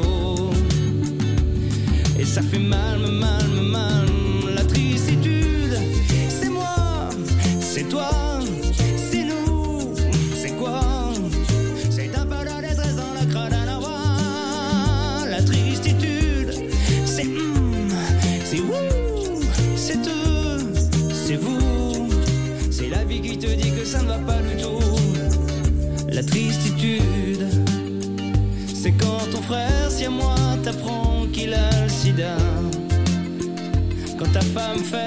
Et ça fait mal, me mal, me mal. La tristitude, c'est moi, c'est toi, c'est nous, c'est quoi? C'est un peu de détresse dans la crâne à la voix. La tristitude, c'est hum, c'est vous, c'est eux, c'est vous. C'est la vie qui te dit que ça ne va pas du tout. La tristitude, c'est quand ton frère, si à moi, t'apprend qu'il a le sida. Quand ta femme fait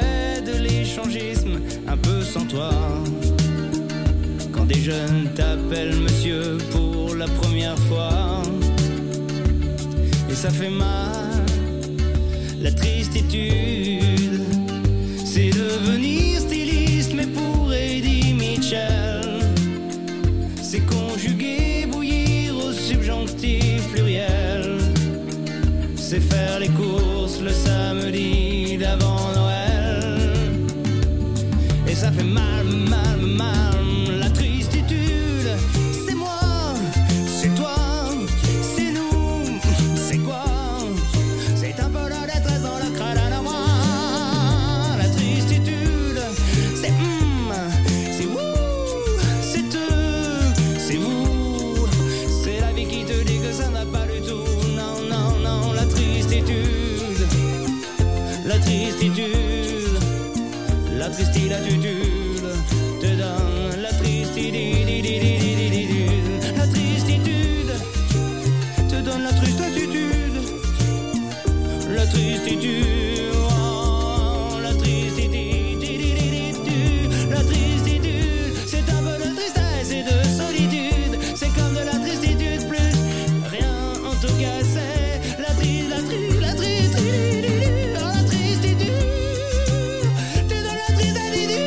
de l'échangisme un peu sans toi. Quand des jeunes t'appellent monsieur pour la première fois, et ça fait mal, la tristitude. C'est devenir styliste, mais pour Eddie Mitchell, c'est conjuguer, bouillir au subjonctif pluriel. C'est faire les courses le samedi d'avant Noël. Et ça fait mal, mal, mal, la tristitude. C'est moi, c'est toi, c'est nous, c'est quoi? C'est un peu la détresse dans la crâne à moi. La tristitude, c'est hum, c'est wouh, c'est eux, c'est vous. C'est la vie qui te dit que ça n'a pas du tout. Non, non, non, la tristitude, la tristitude, la tristitude te donne la tristitude, la tristitude te donne la tristitude, la tristitude, oh, la tristitude, la tristitude, c'est un peu de tristesse et de solitude, c'est comme de la tristitude plus rien, en tout cas c'est la tri, la tri, la tristitude, oh, la tristitude, te donne la tristitude,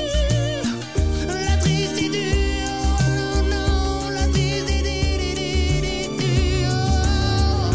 la tristitude, oh non, non, la tristitude, oh.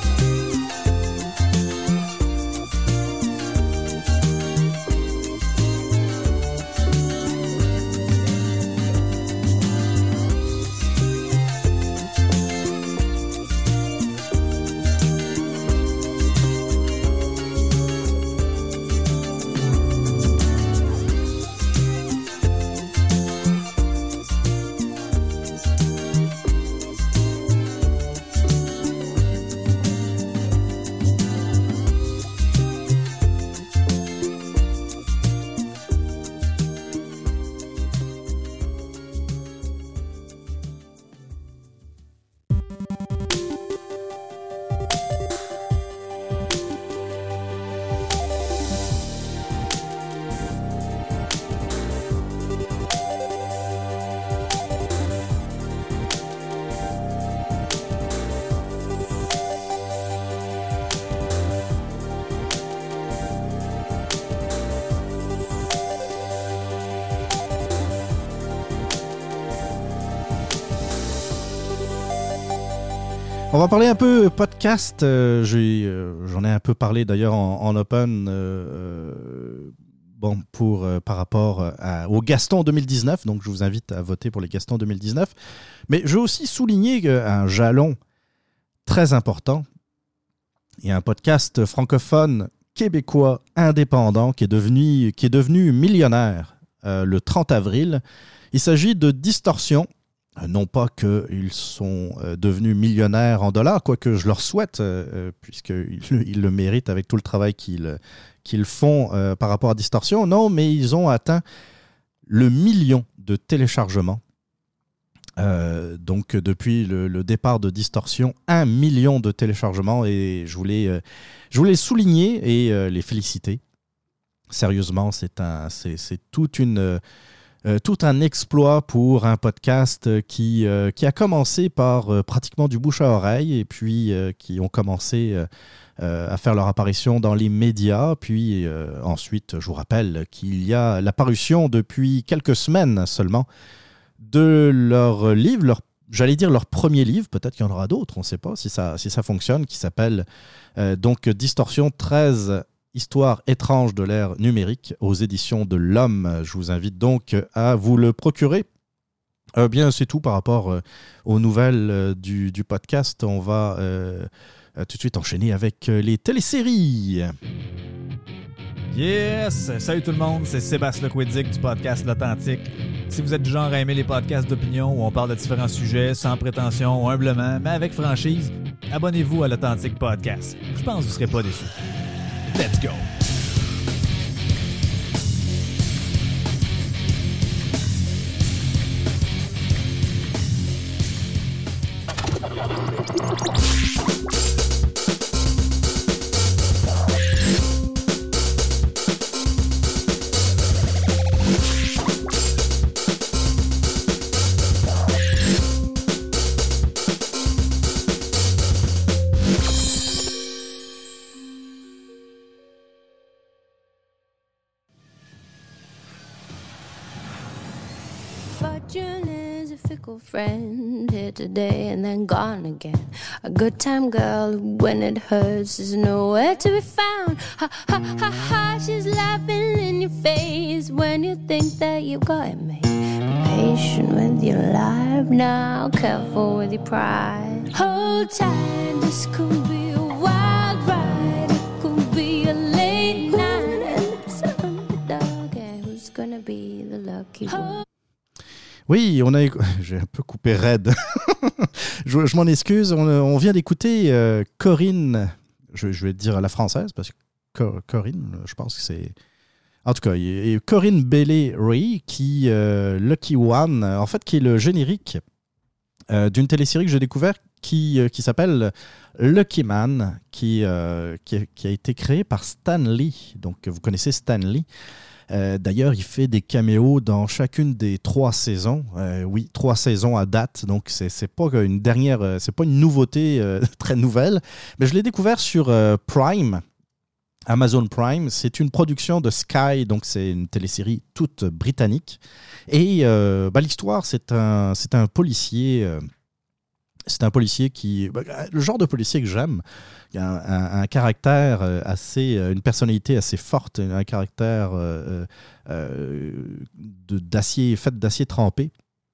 On va parler un peu podcast. Euh, j'ai, euh, j'en ai un peu parlé d'ailleurs en, en open. Euh, bon, pour euh, par rapport à, au Gaston deux mille dix-neuf. Donc, je vous invite à voter pour les Gaston deux mille dix-neuf. Mais je veux aussi souligner un jalon très important. Il y a un podcast francophone québécois indépendant qui est devenu qui est devenu millionnaire euh, le trente avril. Il s'agit de Distorsion. Non pas qu'ils sont devenus millionnaires en dollars, quoique je leur souhaite, euh, puisqu'ils ils le méritent avec tout le travail qu'ils, qu'ils font euh, par rapport à Distorsion. Non, mais ils ont atteint le million de téléchargements. Euh, donc, depuis le, le départ de Distorsion, un million de téléchargements. Et je voulais, euh, je voulais souligner et euh, les féliciter. Sérieusement, c'est, un, c'est, c'est toute une... Euh, Euh, tout un exploit pour un podcast qui, euh, qui a commencé par euh, pratiquement du bouche à oreille et puis euh, qui ont commencé euh, euh, à faire leur apparition dans les médias. Puis euh, ensuite, je vous rappelle qu'il y a la parution depuis quelques semaines seulement de leur livre, leur, j'allais dire leur premier livre, peut-être qu'il y en aura d'autres, on ne sait pas si ça, si ça fonctionne, qui s'appelle euh, donc Distorsion treize Histoire étrange de l'ère numérique aux éditions de l'Homme. Je vous invite donc à vous le procurer. Euh, bien, c'est tout par rapport euh, aux nouvelles euh, du, du podcast. On va euh, euh, tout de suite enchaîner avec euh, les téléséries. Yes! Salut tout le monde, c'est Sébastien Lequidic du podcast L'Authentique. Si vous êtes du genre à aimer les podcasts d'opinion où on parle de différents sujets sans prétention ou humblement, mais avec franchise, abonnez-vous à l'Authentique Podcast. Je pense que vous ne serez pas déçus. Let's go! friend here today and then gone again. A good time girl when it hurts is nowhere to be found. Ha ha ha ha, she's laughing in your face when you think that you've got it made. Be patient with your life now, careful with your pride. Hold tight, this could be a wild ride. It could be a late night and it's an underdog. And who's gonna be the lucky one? Oui, on a, j'ai un peu coupé raide. je, je m'en excuse. On, on vient d'écouter euh, Corinne, je, je vais dire à la française parce que Co- Corinne, je pense que c'est. En tout cas, il y a Corinne Bailey-Rae qui euh, Lucky One, en fait, qui est le générique euh, d'une télésérie que j'ai découverte qui euh, qui s'appelle Lucky Man, qui euh, qui a, qui a été créée par Stan Lee. Donc, vous connaissez Stan Lee. Euh, d'ailleurs, il fait des caméos dans chacune des trois saisons. Euh, oui, trois saisons à date, donc c'est, c'est pas une dernière, euh, c'est pas une nouveauté euh, très nouvelle. Mais je l'ai découvert sur euh, Prime, Amazon Prime. C'est une production de Sky, donc c'est une télésérie toute britannique. Et euh, bah, l'histoire, c'est un, c'est un policier. Euh, c'est un policier qui, bah, le genre de policier que j'aime. Il a un, un, un caractère assez, une personnalité assez forte, un caractère euh, euh, de, d'acier, fait d'acier trempé.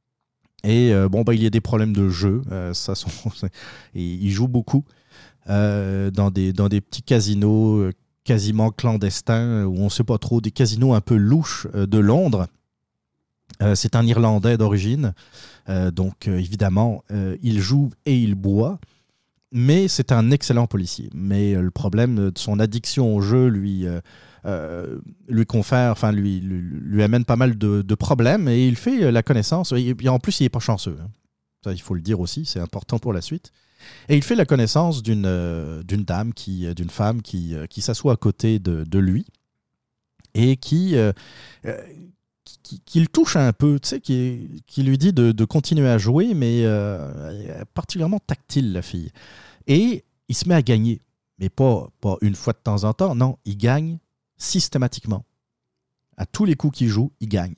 Et euh, bon, bah, il y a des problèmes de jeu. Euh, ça sont, et il joue beaucoup euh, dans, des, dans des petits casinos quasiment clandestins où on ne sait pas trop, des casinos un peu louches euh, de Londres. Euh, c'est un Irlandais d'origine. Euh, donc, euh, évidemment, euh, il joue et il boit. Mais c'est un excellent policier. Mais euh, le problème de son addiction au jeu lui, euh, euh, lui confère, enfin lui, lui, lui amène pas mal de, de problèmes et il fait la connaissance. Et, et en plus, il n'est pas chanceux. Hein. Ça, il faut le dire aussi, c'est important pour la suite. Et il fait la connaissance d'une, euh, d'une dame, qui, d'une femme qui, euh, qui s'assoit à côté de, de lui et qui, euh, euh, qui, qui le touche un peu, tu sais, qui, qui lui dit de, de continuer à jouer, mais euh, particulièrement tactile, la fille. Et il se met à gagner, mais pas, pas une fois de temps en temps, non, il gagne systématiquement. À tous les coups qu'il joue, il gagne.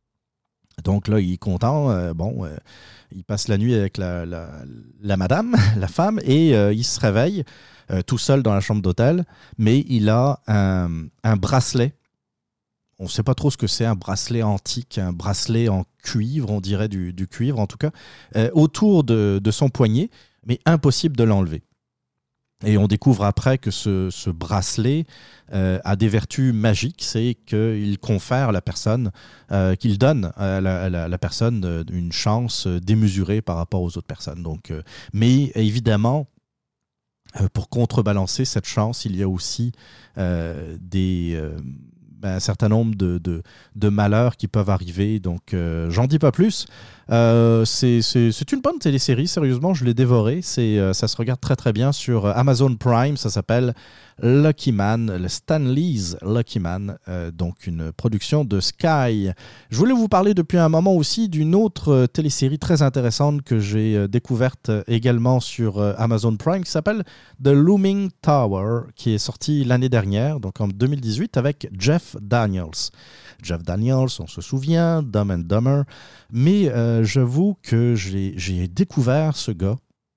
Donc là, il est content, euh, bon, euh, il passe la nuit avec la, la, la madame, la femme, et euh, il se réveille euh, tout seul dans la chambre d'hôtel, mais il a un, un bracelet. On ne sait pas trop ce que c'est, un bracelet antique, un bracelet en cuivre, on dirait du, du cuivre en tout cas, euh, autour de, de son poignet, mais impossible de l'enlever. Et on découvre après que ce, ce bracelet euh, a des vertus magiques, c'est qu'il confère à la personne, euh, qu'il donne à la, à la, à la personne une chance démesurée par rapport aux autres personnes. Donc, euh, mais évidemment, euh, pour contrebalancer cette chance, il y a aussi euh, des... Euh, Ben, un certain nombre de, de, de malheurs qui peuvent arriver. Donc, euh, j'en dis pas plus. Euh, c'est, c'est, c'est une bonne télésérie, sérieusement, je l'ai dévorée. C'est, euh, ça se regarde très très bien sur Amazon Prime. Ça s'appelle Lucky Man, le Stan Lee's Lucky Man, euh, donc une production de Sky. Je voulais vous parler depuis un moment aussi d'une autre télésérie très intéressante que j'ai euh, découverte également sur euh, Amazon Prime, qui s'appelle The Looming Tower, qui est sortie l'année dernière, donc en deux mille dix-huit, avec Jeff Daniels. Jeff Daniels, on se souvient, Dumb and Dumber, mais euh, j'avoue que j'ai, j'ai découvert ce gars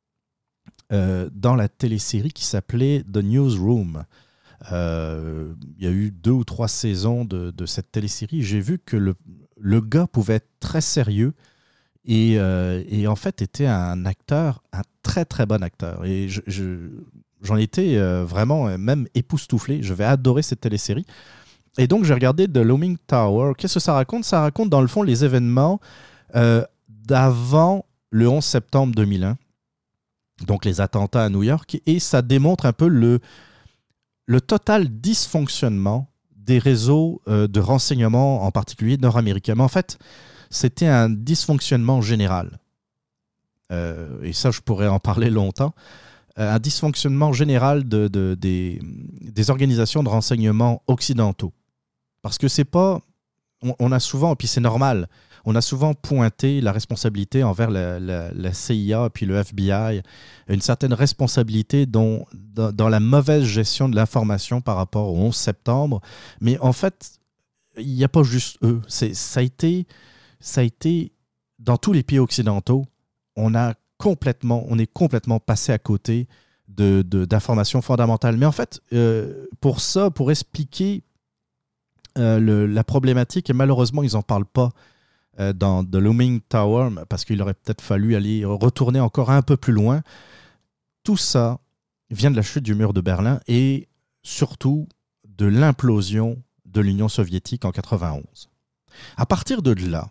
euh, dans la télésérie qui s'appelait The Newsroom. Euh, il y a eu deux ou trois saisons de, de cette télésérie. J'ai vu que le, le gars pouvait être très sérieux et, euh, et en fait était un acteur, un très très bon acteur. Et je, je, j'en étais euh, vraiment même époustouflé. J'avais adoré cette télésérie. Et donc, j'ai regardé The Looming Tower. Qu'est-ce que ça raconte? Ça raconte, dans le fond, les événements euh, d'avant le onze septembre deux mille un, donc les attentats à New York, et ça démontre un peu le, le total dysfonctionnement des réseaux euh, de renseignement, en particulier nord-américains. Mais en fait, c'était un dysfonctionnement général. Euh, et ça, je pourrais en parler longtemps. Un dysfonctionnement général de, de, des, des organisations de renseignement occidentaux. Parce que c'est pas... On, on a souvent, et puis c'est normal, on a souvent pointé la responsabilité envers la, la, la C I A et puis le F B I, une certaine responsabilité dont, dans, dans la mauvaise gestion de l'information par rapport au onze septembre. Mais en fait, il n'y a pas juste eux. C'est, ça a été... Ça a été dans tous les pays occidentaux, on, a complètement, on est complètement passé à côté de, de, d'informations fondamentales. Mais en fait, euh, pour ça, pour expliquer euh, le, la problématique, et malheureusement, ils n'en parlent pas euh, dans The Looming Tower, parce qu'il aurait peut-être fallu aller retourner encore un peu plus loin. Tout ça vient de la chute du mur de Berlin et surtout de l'implosion de l'Union soviétique en quatre-vingt-onze. À partir de là,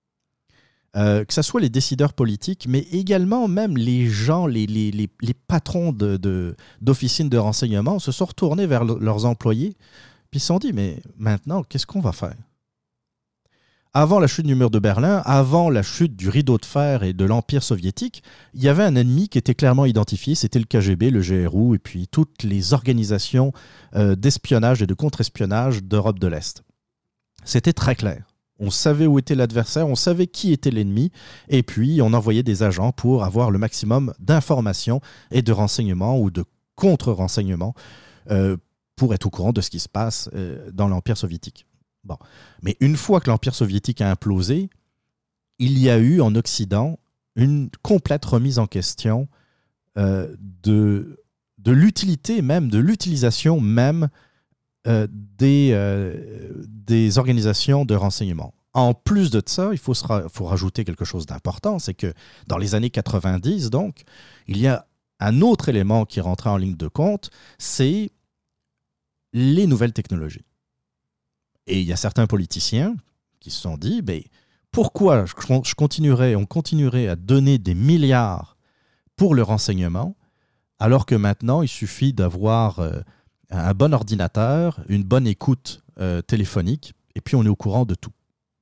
euh, que ce soit les décideurs politiques, mais également même les gens, les, les, les, les patrons de, de, d'officines de renseignement se sont retournés vers le, leurs employés puis se sont dit, mais maintenant, qu'est-ce qu'on va faire? Avant la chute du mur de Berlin, avant la chute du rideau de fer et de l'Empire soviétique, il y avait un ennemi qui était clairement identifié, c'était le K G B, le G R U et puis toutes les organisations euh, d'espionnage et de contre-espionnage d'Europe de l'Est. C'était très clair. On savait où était l'adversaire, on savait qui était l'ennemi, et puis on envoyait des agents pour avoir le maximum d'informations et de renseignements ou de contre-renseignements euh, pour être au courant de ce qui se passe euh, dans l'Empire soviétique. Bon. Mais une fois que l'Empire soviétique a implosé, il y a eu en Occident une complète remise en question euh, de, de l'utilité même, de l'utilisation même euh, des, euh, des organisations de renseignement. En plus de ça, il faut, se ra- faut rajouter quelque chose d'important, c'est que dans les années quatre-vingt-dix, donc, il y a un autre élément qui est rentré en ligne de compte, c'est les nouvelles technologies. Et il y a certains politiciens qui se sont dit, ben, pourquoi je continuerai, on continuerait à donner des milliards pour le renseignement, alors que maintenant, il suffit d'avoir euh, un bon ordinateur, une bonne écoute euh, téléphonique, et puis on est au courant de tout.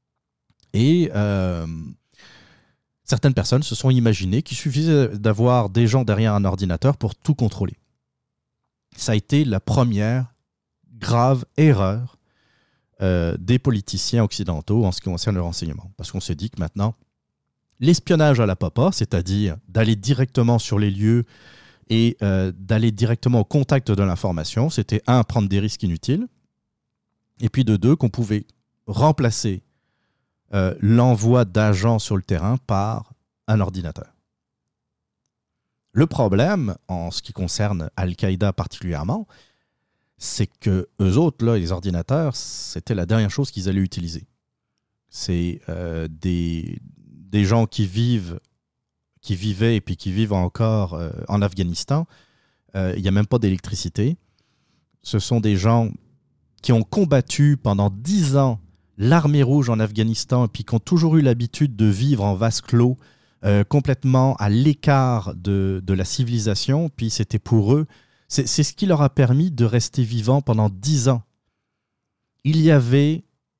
Et euh, certaines personnes se sont imaginées qu'il suffisait d'avoir des gens derrière un ordinateur pour tout contrôler. Ça a été la première grave erreur Euh, des politiciens occidentaux en ce qui concerne le renseignement. Parce qu'on s'est dit que maintenant, l'espionnage à la papa, c'est-à-dire d'aller directement sur les lieux et euh, d'aller directement au contact de l'information, c'était un, prendre des risques inutiles, et puis de deux, qu'on pouvait remplacer euh, l'envoi d'agents sur le terrain par un ordinateur. Le problème, en ce qui concerne Al-Qaïda particulièrement, c'est que eux autres, là, les ordinateurs, c'était la dernière chose qu'ils allaient utiliser. C'est euh, des, des gens qui vivent, qui vivaient et puis qui vivent encore euh, en Afghanistan. Euh, il n'y a même pas d'électricité. Ce sont des gens qui ont combattu pendant dix ans l'armée rouge en Afghanistan et puis qui ont toujours eu l'habitude de vivre en vase clos, euh, complètement à l'écart de, de la civilisation. Puis c'était pour eux, C'est, c'est ce qui leur a permis de rester vivants pendant dix ans. Il y avait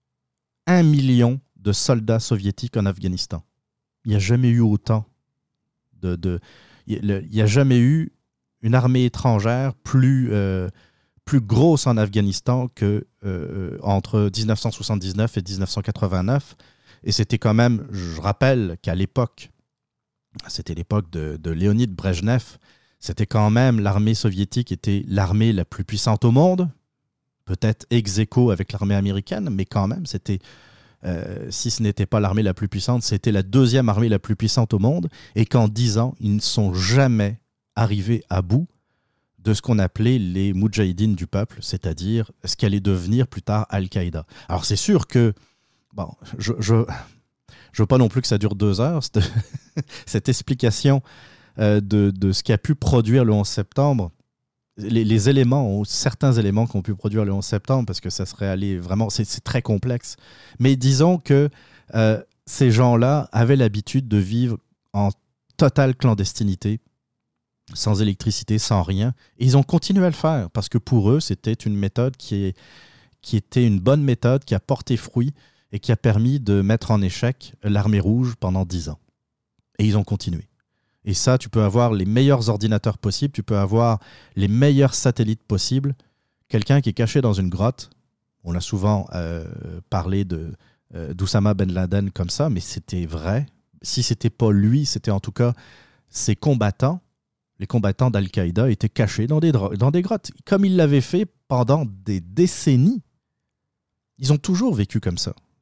un million de soldats soviétiques en Afghanistan. Il n'y a jamais eu autant. De, de, il n'y a jamais eu une armée étrangère plus, euh, plus grosse en Afghanistan que euh, entre dix-neuf cent soixante-dix-neuf et dix-neuf cent quatre-vingt-neuf. Et c'était quand même, je rappelle qu'à l'époque, c'était l'époque de, de Léonid Brejnev, c'était quand même l'armée soviétique était l'armée la plus puissante au monde, peut-être ex aequo avec l'armée américaine, mais quand même, c'était, euh, si ce n'était pas l'armée la plus puissante, c'était la deuxième armée la plus puissante au monde, et qu'en dix ans, ils ne sont jamais arrivés à bout de ce qu'on appelait les Moudjahidines du peuple, c'est-à-dire ce qu'allait devenir plus tard Al-Qaïda. Alors c'est sûr que, bon, je je, je veux pas non plus que ça dure deux heures, cette, cette explication Euh, de, de ce qu'a pu produire le onze septembre, les, les éléments, certains éléments qu'ont pu produire le onze septembre, parce que ça serait allé vraiment, c'est, c'est très complexe. Mais disons que euh, ces gens-là avaient l'habitude de vivre en totale clandestinité, sans électricité, sans rien. Et ils ont continué à le faire, parce que pour eux, c'était une méthode qui, est, qui était une bonne méthode, qui a porté fruit et qui a permis de mettre en échec l'armée rouge pendant dix ans. Et ils ont continué. Et ça, tu peux avoir les meilleurs ordinateurs possibles, tu peux avoir les meilleurs satellites possibles. Quelqu'un qui est caché dans une grotte, on a souvent euh, parlé de, euh, d'Oussama Ben Laden comme ça, mais c'était vrai. Si ce n'était pas lui, c'était en tout cas ses combattants. Les combattants d'Al-Qaïda étaient cachés dans des, dans des grottes, comme ils l'avaient fait pendant des décennies. Ils ont toujours vécu comme ça.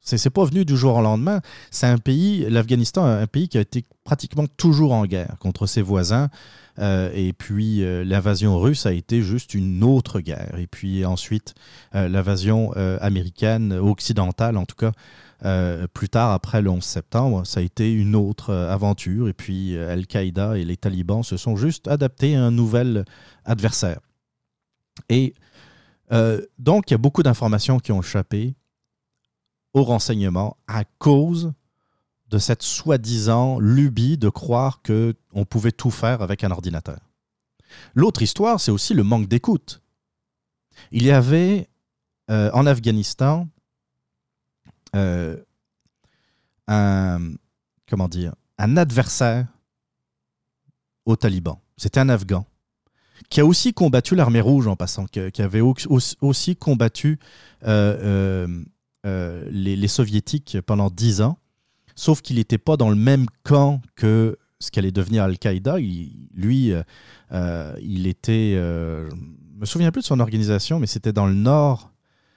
C'est, c'est pas venu du jour au lendemain. C'est un pays, l'Afghanistan, un pays qui a été pratiquement toujours en guerre contre ses voisins. Euh, et puis euh, l'invasion russe a été juste une autre guerre. Et puis ensuite, euh, l'invasion euh, américaine, occidentale en tout cas, euh, plus tard, après le onze septembre, ça a été une autre euh, aventure. Et puis euh, Al-Qaïda et les talibans se sont juste adaptés à un nouvel adversaire. Et euh, donc, il y a beaucoup d'informations qui ont échappé au renseignement à cause de cette soi-disant lubie de croire qu'on pouvait tout faire avec un ordinateur. L'autre histoire, c'est aussi le manque d'écoute. Il y avait euh, en Afghanistan euh, un, comment dire, un adversaire aux talibans. C'était un Afghan qui a aussi combattu l'armée rouge en passant, qui, qui avait aussi, aussi combattu euh, euh, euh, les, les soviétiques pendant dix ans. Sauf qu'il n'était pas dans le même camp que ce qu'allait devenir Al-Qaïda. Il, lui, euh, il était... Euh, je ne me souviens plus de son organisation, mais c'était dans le nord.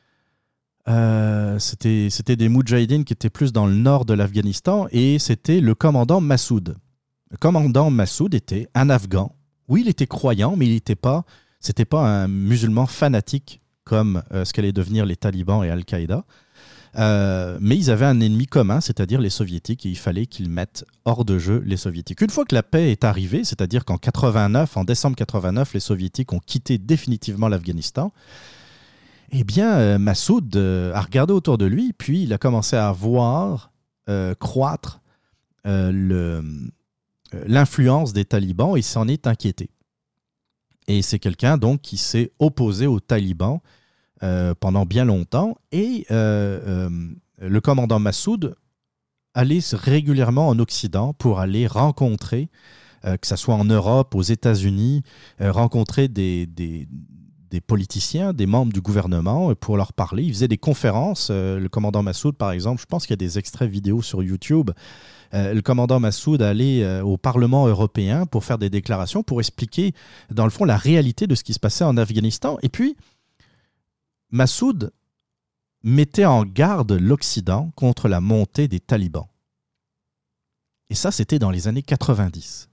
Euh, c'était, c'était des Moudjahidines qui étaient plus dans le nord de l'Afghanistan, et c'était le commandant Massoud. Le commandant Massoud était un Afghan. Oui, il était croyant, mais il n'était pas... C'était pas un musulman fanatique comme euh, ce qu'allaient devenir les talibans et Al-Qaïda. Euh, mais ils avaient un ennemi commun, c'est-à-dire les soviétiques, et il fallait qu'ils mettent hors de jeu les soviétiques. Une fois que la paix est arrivée, c'est-à-dire qu'en quatre-vingt-neuf, en décembre quatre-vingt-neuf, les soviétiques ont quitté définitivement l'Afghanistan, eh bien, euh, Massoud euh, a regardé autour de lui, puis il a commencé à voir euh, croître euh, le, euh, l'influence des talibans, et il s'en est inquiété. Et c'est quelqu'un donc qui s'est opposé aux talibans Euh, pendant bien longtemps, et euh, euh, le commandant Massoud allait régulièrement en Occident pour aller rencontrer, euh, que ce soit en Europe, aux États-Unis, euh, rencontrer des, des, des politiciens, des membres du gouvernement, pour leur parler. Il faisait des conférences. Euh, le commandant Massoud, par exemple, je pense qu'il y a des extraits vidéo sur YouTube. Euh, le commandant Massoud allait euh, au Parlement européen pour faire des déclarations, pour expliquer, dans le fond, la réalité de ce qui se passait en Afghanistan. Et puis, Massoud mettait en garde l'Occident contre la montée des talibans. Et ça, c'était dans les années quatre-vingt-dix.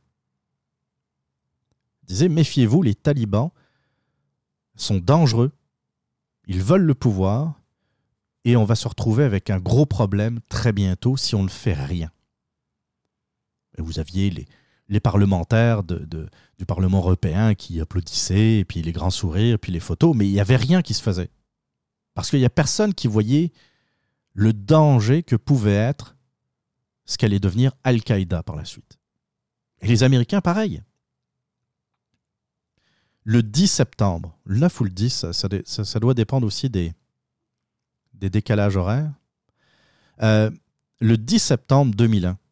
Il disait, méfiez-vous, les talibans sont dangereux, ils veulent le pouvoir, et on va se retrouver avec un gros problème très bientôt si on ne fait rien. Et vous aviez les, les parlementaires de, de, du Parlement européen qui applaudissaient, et puis les grands sourires, et puis les photos, mais il n'y avait rien qui se faisait. Parce qu'il n'y a personne qui voyait le danger que pouvait être ce qu'allait devenir Al-Qaïda par la suite. Et les Américains, pareil. Le dix septembre, le neuf ou le dix, ça, ça, ça, ça doit dépendre aussi des, des décalages horaires. Euh, le dix septembre deux mille un,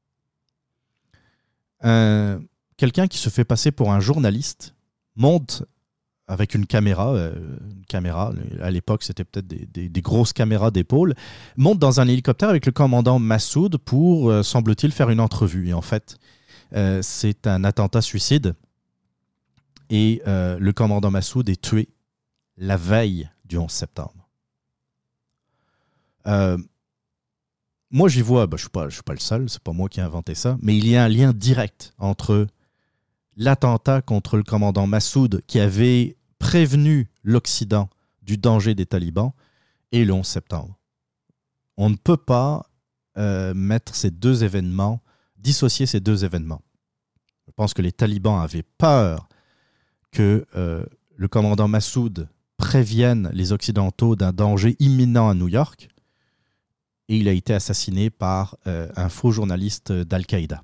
euh, quelqu'un qui se fait passer pour un journaliste monte avec une caméra, euh, une caméra, à l'époque c'était peut-être des, des, des grosses caméras d'épaule, monte dans un hélicoptère avec le commandant Massoud pour, euh, semble-t-il, faire une entrevue. Et en fait, euh, c'est un attentat suicide, et euh, le commandant Massoud est tué la veille du onze septembre. Euh, moi j'y vois, bah, je ne suis pas le seul, c'est pas moi qui ai inventé ça, mais il y a un lien direct entre l'attentat contre le commandant Massoud, qui avait prévenu l'Occident du danger des talibans, et le onze septembre. On ne peut pas euh, mettre ces deux événements, dissocier ces deux événements. Je pense que les talibans avaient peur que euh, le commandant Massoud prévienne les Occidentaux d'un danger imminent à New York, et il a été assassiné par euh, un faux journaliste d'Al-Qaïda.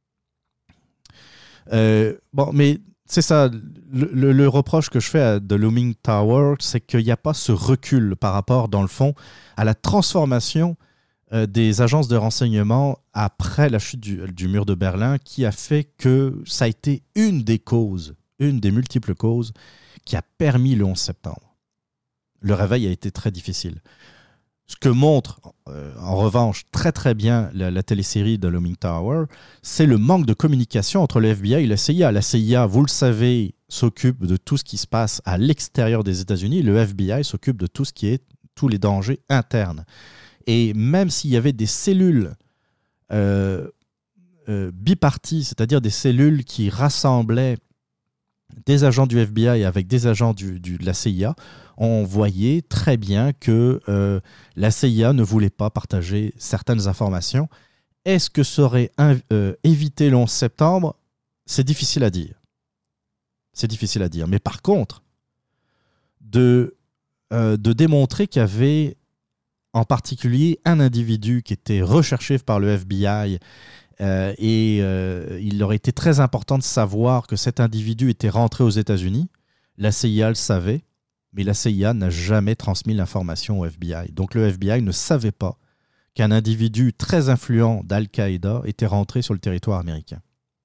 Euh, bon, mais c'est ça, le, le, le reproche que je fais à The Looming Tower, c'est qu'il n'y a pas ce recul par rapport, dans le fond, à la transformation euh, des agences de renseignement après la chute du, du mur de Berlin, qui a fait que ça a été une des causes, une des multiples causes qui a permis le onze septembre. Le réveil a été très difficile. Ce que montre, euh, en revanche, très très bien la, la télésérie de Looming Tower, c'est le manque de communication entre le F B I et la C I A. La C I A, vous le savez, s'occupe de tout ce qui se passe à l'extérieur des États-Unis. Le F B I s'occupe de tout ce qui est tous les dangers internes. Et même s'il y avait des cellules euh, euh, biparties, c'est-à-dire des cellules qui rassemblaient des agents du F B I avec des agents du, du, de la C I A, on voyait très bien que euh, la C I A ne voulait pas partager certaines informations. Est-ce que ça aurait inv- euh, évité le onze septembre? C'est difficile à dire. C'est difficile à dire. Mais par contre, de, euh, de démontrer qu'il y avait en particulier un individu qui était recherché par le F B I euh, et euh, il aurait été très important de savoir que cet individu était rentré aux États-Unis. La C I A le savait, mais la C I A n'a jamais transmis l'information au F B I. Donc le F B I ne savait pas qu'un individu très influent d'Al-Qaïda était rentré sur le territoire américain.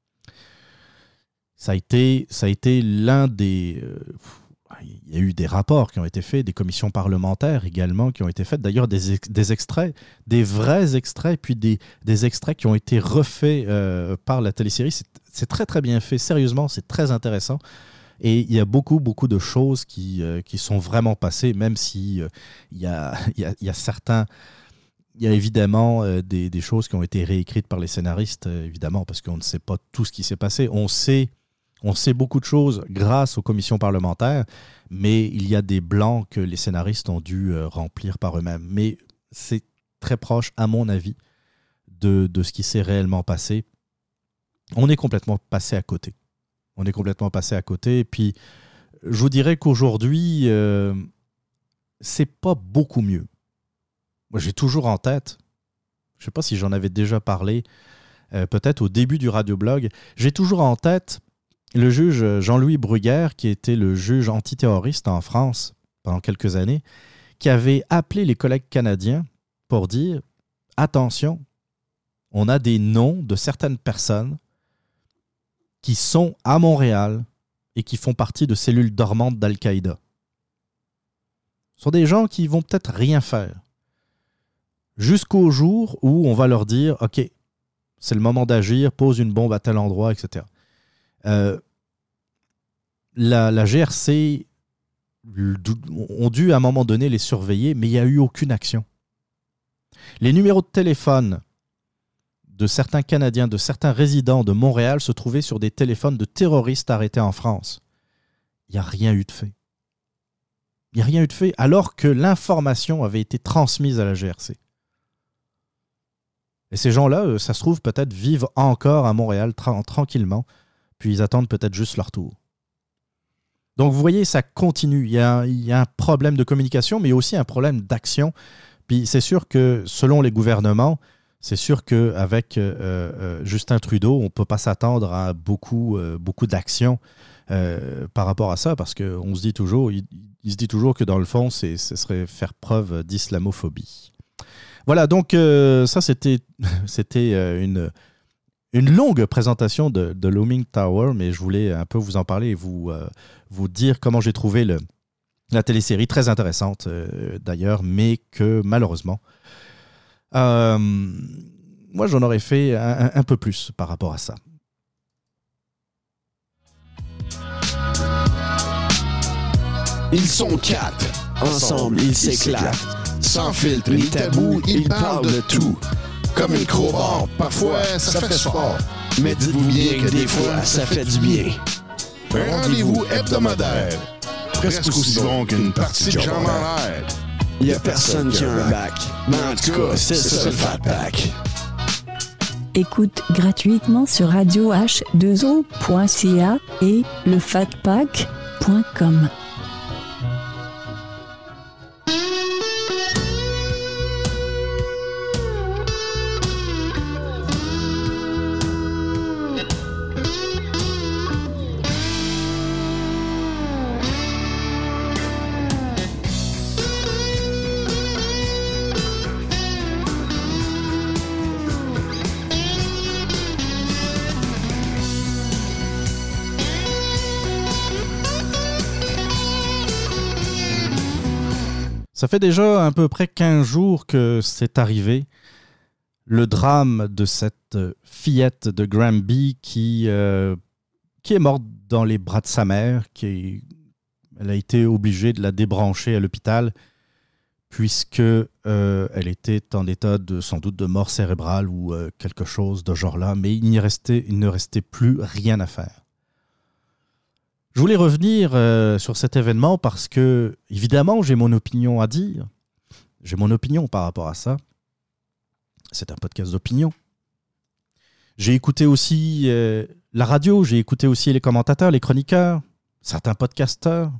Ça a été, ça a été l'un des... Euh, il y a eu des rapports qui ont été faits, des commissions parlementaires également qui ont été faites, d'ailleurs des, ex- des extraits, des vrais extraits, puis des, des extraits qui ont été refaits euh, par la télésérie. C'est, c'est très très bien fait, sérieusement, c'est très intéressant. Et il y a beaucoup, beaucoup de choses qui, euh, qui sont vraiment passées, même si euh, il y a, il y a, il y a certains... Il y a évidemment euh, des, des choses qui ont été réécrites par les scénaristes, euh, évidemment, parce qu'on ne sait pas tout ce qui s'est passé. On sait... On sait beaucoup de choses grâce aux commissions parlementaires, mais il y a des blancs que les scénaristes ont dû euh, remplir par eux-mêmes. Mais c'est très proche, à mon avis, de, de ce qui s'est réellement passé. On est complètement passé à côté. On est complètement passé à côté. Et puis, je vous dirais qu'aujourd'hui, euh, c'est pas beaucoup mieux. Moi, j'ai toujours en tête, je ne sais pas si j'en avais déjà parlé, euh, peut-être au début du radioblog, j'ai toujours en tête le juge Jean-Louis Bruguère, qui était le juge antiterroriste en France pendant quelques années, qui avait appelé les collègues canadiens pour dire « Attention, on a des noms de certaines personnes qui sont à Montréal et qui font partie de cellules dormantes d'Al-Qaïda. Ce sont des gens qui vont peut-être rien faire. Jusqu'au jour où on va leur dire « OK, c'est le moment d'agir, pose une bombe à tel endroit, et cetera » Euh, la, la G R C ont dû à un moment donné les surveiller, mais il n'y a eu aucune action. Les numéros de téléphone de certains Canadiens, de certains résidents de Montréal se trouvaient sur des téléphones de terroristes arrêtés en France. Il n'y a rien eu de fait. Il n'y a rien eu de fait alors que l'information avait été transmise à la G R C. Et ces gens-là, ça se trouve, peut-être vivent encore à Montréal tra- tranquillement, puis ils attendent peut-être juste leur tour. Donc vous voyez, ça continue. Il y a, il y a un problème de communication, mais aussi un problème d'action. Puis c'est sûr que selon les gouvernements, c'est sûr qu'avec euh, euh, Justin Trudeau, on ne peut pas s'attendre à beaucoup, euh, beaucoup d'actions euh, par rapport à ça, parce qu'on se dit toujours, il, il se dit toujours que dans le fond, c'est, ce serait faire preuve d'islamophobie. Voilà, donc euh, ça c'était, c'était euh, une... Une longue présentation de, de Looming Tower, mais je voulais un peu vous en parler et vous, euh, vous dire comment j'ai trouvé le, la télésérie, très intéressante euh, d'ailleurs, mais que malheureusement, euh, moi j'en aurais fait un, un peu plus par rapport à ça. Ils sont quatre, ensemble ils s'éclatent, sans filtre ni tabou, ils parlent de tout. Comme une crowbar, parfois ça fait sport. Mais dites-vous bien que des fois ça fait du bien. Un rendez-vous hebdomadaire, presque aussi long qu'une partie de jambes en l'air. Y'a personne qui a un bac, mais en tout cas c'est ça le Fat Pack. Écoute gratuitement sur radio h deux o point c a et le fat pack point com. Ça fait déjà à peu près quinze jours que c'est arrivé, le drame de cette fillette de Granby qui, euh, qui est morte dans les bras de sa mère, qui est, elle a été obligée de la débrancher à l'hôpital puisque euh, elle était en état de sans doute de mort cérébrale ou euh, quelque chose de genre-là, mais il, n'y restait, il ne restait plus rien à faire. Je voulais revenir euh, sur cet événement parce que, évidemment, j'ai mon opinion à dire. J'ai mon opinion par rapport à ça. C'est un podcast d'opinion. J'ai écouté aussi euh, la radio, j'ai écouté aussi les commentateurs, les chroniqueurs, certains podcasteurs.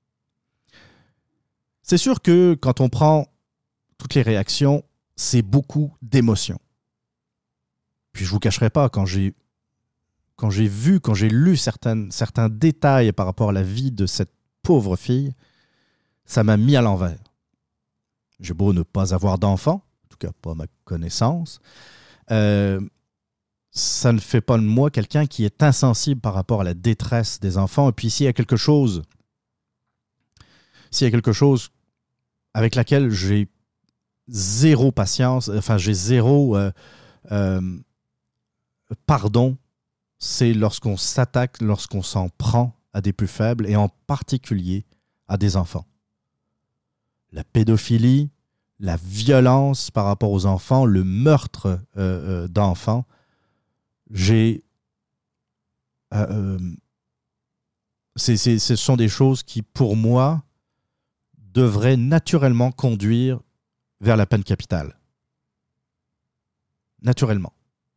C'est sûr que quand on prend toutes les réactions, c'est beaucoup d'émotions. Puis je ne vous cacherai pas, quand j'ai, quand j'ai vu, quand j'ai lu certaines, certains détails par rapport à la vie de cette pauvre fille, ça m'a mis à l'envers. J'ai beau ne pas avoir d'enfant, en tout cas pas à ma connaissance, euh, ça ne fait pas de moi quelqu'un qui est insensible par rapport à la détresse des enfants. Et puis s'il y a quelque chose, s'il y a quelque chose avec laquelle j'ai zéro patience, enfin j'ai zéro euh, euh, pardon, c'est lorsqu'on s'attaque, lorsqu'on s'en prend à des plus faibles et en particulier à des enfants. La pédophilie, la violence par rapport aux enfants, le meurtre euh, euh, d'enfants, j'ai... Euh, euh, c'est, c'est, ce sont des choses qui, pour moi, devraient naturellement conduire vers la peine capitale. Naturellement.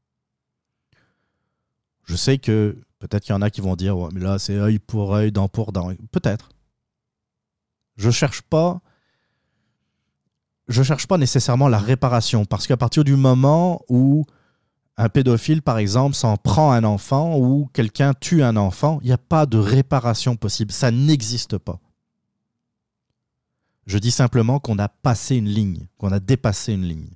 Je sais que peut-être qu'il y en a qui vont dire ouais, mais là, c'est œil pour œil, dent pour dent. Peut-être. Je cherche pas... Je cherche pas nécessairement la réparation, parce qu'à partir du moment où un pédophile, par exemple, s'en prend un enfant ou quelqu'un tue un enfant, il n'y a pas de réparation possible. Ça n'existe pas. Je dis simplement qu'on a passé une ligne, qu'on a dépassé une ligne.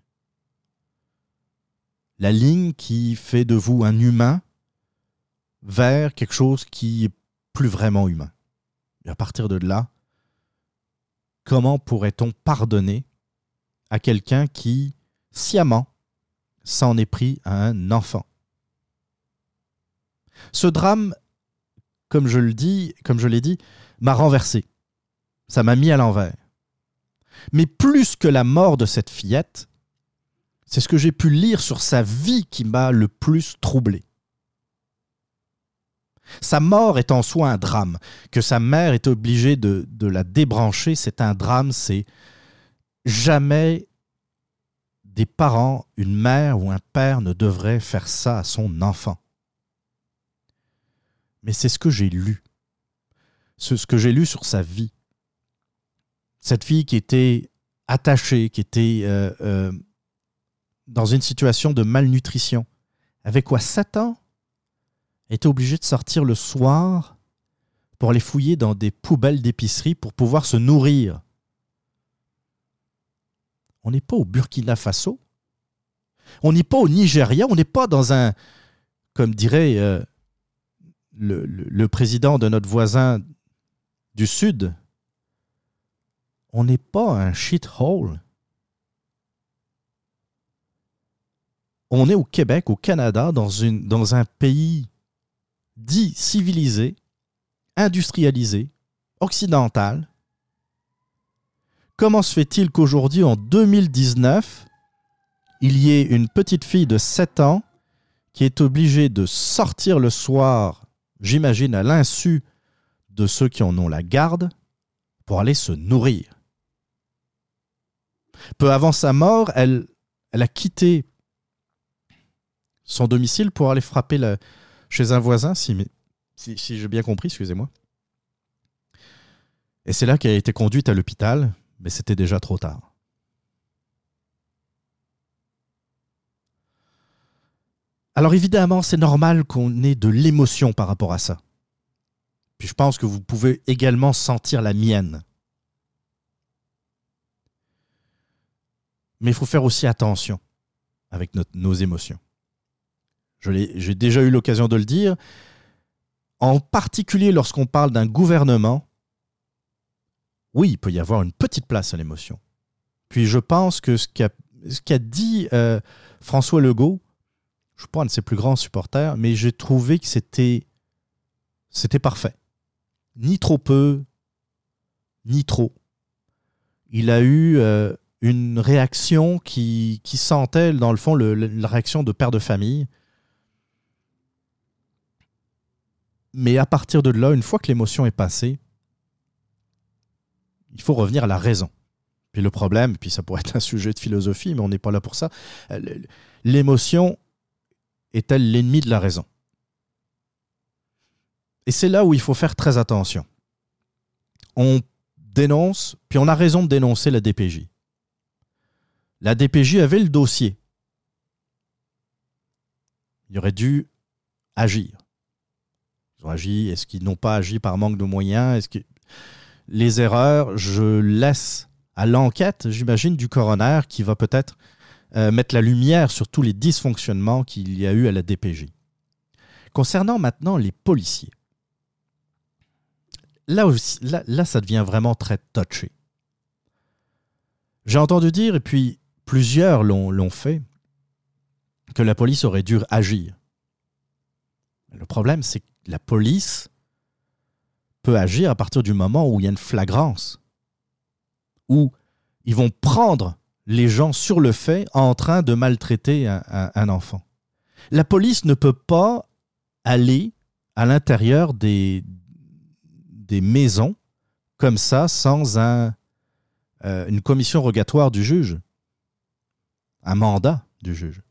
La ligne qui fait de vous un humain vers quelque chose qui est plus vraiment humain. Et à partir de là, comment pourrait-on pardonner à quelqu'un qui, sciemment, s'en est pris à un enfant? Ce drame, comme je le dis, comme je l'ai dit, m'a renversé. Ça m'a mis à l'envers. Mais plus que la mort de cette fillette, c'est ce que j'ai pu lire sur sa vie qui m'a le plus troublé. Sa mort est en soi un drame. Que sa mère est obligée de, de la débrancher, c'est un drame, c'est... Jamais des parents, une mère ou un père ne devrait faire ça à son enfant. Mais c'est ce que j'ai lu. Ce, ce que j'ai lu sur sa vie. Cette fille qui était attachée, qui était euh, euh, dans une situation de malnutrition. Avec quoi, sept ans? Elle était obligée de sortir le soir pour aller fouiller dans des poubelles d'épicerie pour pouvoir se nourrir. On n'est pas au Burkina Faso. On n'est pas au Nigeria. On n'est pas dans un, comme dirait euh, le, le, le président de notre voisin du Sud, on n'est pas un shithole. On est au Québec, au Canada, dans, une, dans un pays dit civilisé, industrialisé, occidental. Comment se fait-il qu'aujourd'hui, en deux mille dix-neuf, il y ait une petite fille de sept ans qui est obligée de sortir le soir, j'imagine à l'insu de ceux qui en ont la garde, pour aller se nourrir? Peu avant sa mort, elle, elle a quitté son domicile pour aller frapper la, chez un voisin, si, si, si j'ai bien compris, excusez-moi. Et c'est là qu'elle a été conduite à l'hôpital, mais c'était déjà trop tard. Alors évidemment, c'est normal qu'on ait de l'émotion par rapport à ça. Puis je pense que vous pouvez également sentir la mienne. Mais il faut faire aussi attention avec notre, nos émotions. Je l'ai, j'ai déjà eu l'occasion de le dire. En particulier lorsqu'on parle d'un gouvernement, oui, il peut y avoir une petite place à l'émotion. Puis je pense que ce qu'a, ce qu'a dit euh, François Legault, je ne suis pas un de ses plus grands supporters, mais j'ai trouvé que c'était, c'était parfait. Ni trop peu, ni trop. Il a eu euh, une réaction qui, qui sentait, dans le fond, le, le, la réaction de père de famille. Mais à partir de là, une fois que l'émotion est passée, il faut revenir à la raison. Puis le problème, puis ça pourrait être un sujet de philosophie, mais on n'est pas là pour ça. L'émotion est-elle l'ennemi de la raison? Et c'est là où il faut faire très attention. On dénonce, puis on a raison de dénoncer la D P J. La D P J avait le dossier. Il aurait dû agir. Ils ont agi. Est-ce qu'ils n'ont pas agi par manque de moyens? Est-ce que... Les erreurs, je laisse à l'enquête, j'imagine, du coroner qui va peut-être euh, mettre la lumière sur tous les dysfonctionnements qu'il y a eu à la D P J. Concernant maintenant les policiers, là, aussi, là, là ça devient vraiment très touché. J'ai entendu dire, et puis plusieurs l'ont, l'ont fait, que la police aurait dû agir. Le problème, c'est que la police peut agir à partir du moment où il y a une flagrance, où ils vont prendre les gens sur le fait en train de maltraiter un, un, un enfant. La police ne peut pas aller à l'intérieur des, des maisons comme ça sans un, euh, une commission rogatoire du juge, un mandat du juge.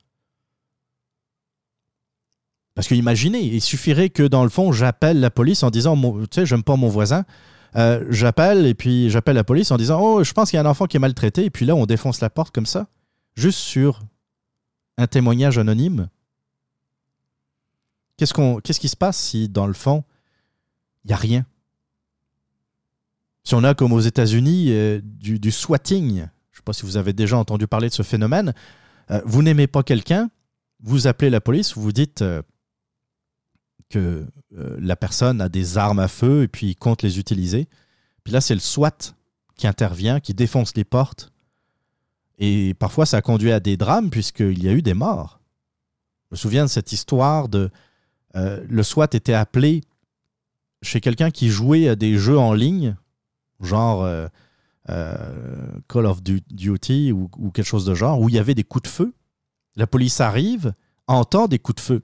Parce que imaginez, il suffirait que dans le fond, j'appelle la police en disant, tu sais, j'aime pas mon voisin, euh, j'appelle et puis j'appelle la police en disant, oh, je pense qu'il y a un enfant qui est maltraité, et puis là, on défonce la porte comme ça, juste sur un témoignage anonyme. Qu'est-ce, qu'on, qu'est-ce qui se passe si, dans le fond, il n'y a rien? Si on a, comme aux États-Unis, euh, du, du swatting, je ne sais pas si vous avez déjà entendu parler de ce phénomène, euh, vous n'aimez pas quelqu'un, vous appelez la police, vous vous dites euh, que euh, la personne a des armes à feu et puis compte les utiliser. Puis là, c'est le SWAT qui intervient, qui défonce les portes. Et parfois, ça a conduit à des drames puisqu'il y a eu des morts. Je me souviens de cette histoire de... Euh, le SWAT était appelé chez quelqu'un qui jouait à des jeux en ligne, genre euh, euh, Call of Duty ou, ou quelque chose de genre, où il y avait des coups de feu. La police arrive, entend des coups de feu.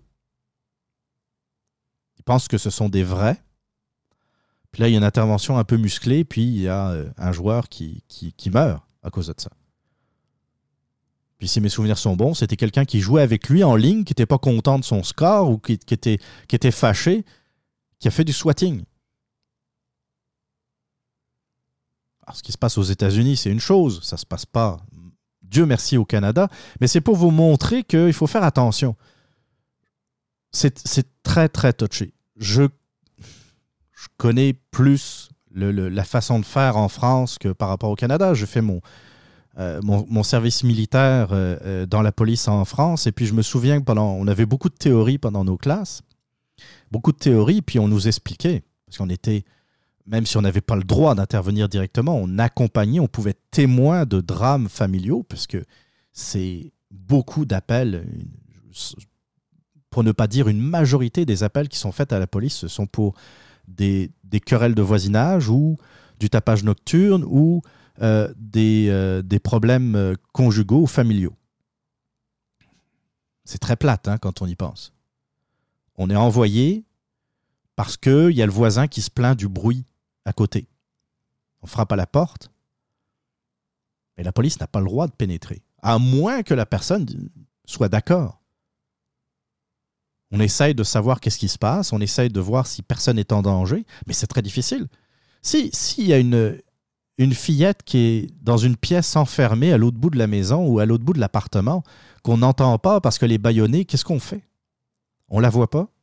Ils pensent que ce sont des vrais. Puis là, il y a une intervention un peu musclée, puis il y a un joueur qui, qui, qui meurt à cause de ça. Puis si mes souvenirs sont bons, c'était quelqu'un qui jouait avec lui en ligne, qui n'était pas content de son score ou qui, qui, était, qui était fâché, qui a fait du swatting. Alors, ce qui se passe aux États-Unis, c'est une chose. Ça ne se passe pas, Dieu merci, au Canada. Mais c'est pour vous montrer qu'il faut faire attention. C'est, c'est très, très touché. Je, je connais plus le, le, la façon de faire en France que par rapport au Canada. Je fais mon... Euh, mon, mon service militaire euh, euh, dans la police en France, et puis je me souviens que pendant, on avait beaucoup de théories pendant nos classes, beaucoup de théories, puis on nous expliquait, parce qu'on était, même si on n'avait pas le droit d'intervenir directement, on accompagnait, on pouvait être témoin de drames familiaux, parce que c'est beaucoup d'appels, pour ne pas dire une majorité des appels qui sont faits à la police, ce sont pour des, des querelles de voisinage, ou du tapage nocturne, ou Euh, des, euh, des problèmes euh, conjugaux ou familiaux. C'est très plate hein, quand on y pense. On est envoyé parce qu'il y a le voisin qui se plaint du bruit à côté. On frappe à la porte, mais la police n'a pas le droit de pénétrer, à moins que la personne soit d'accord. On essaye de savoir qu'est-ce qui se passe, on essaye de voir si personne est en danger, mais c'est très difficile. Si, s'il y a une... une fillette qui est dans une pièce enfermée à l'autre bout de la maison ou à l'autre bout de l'appartement, qu'on n'entend pas parce qu'elle est bâillonnée, qu'est-ce qu'on fait? On la voit pas?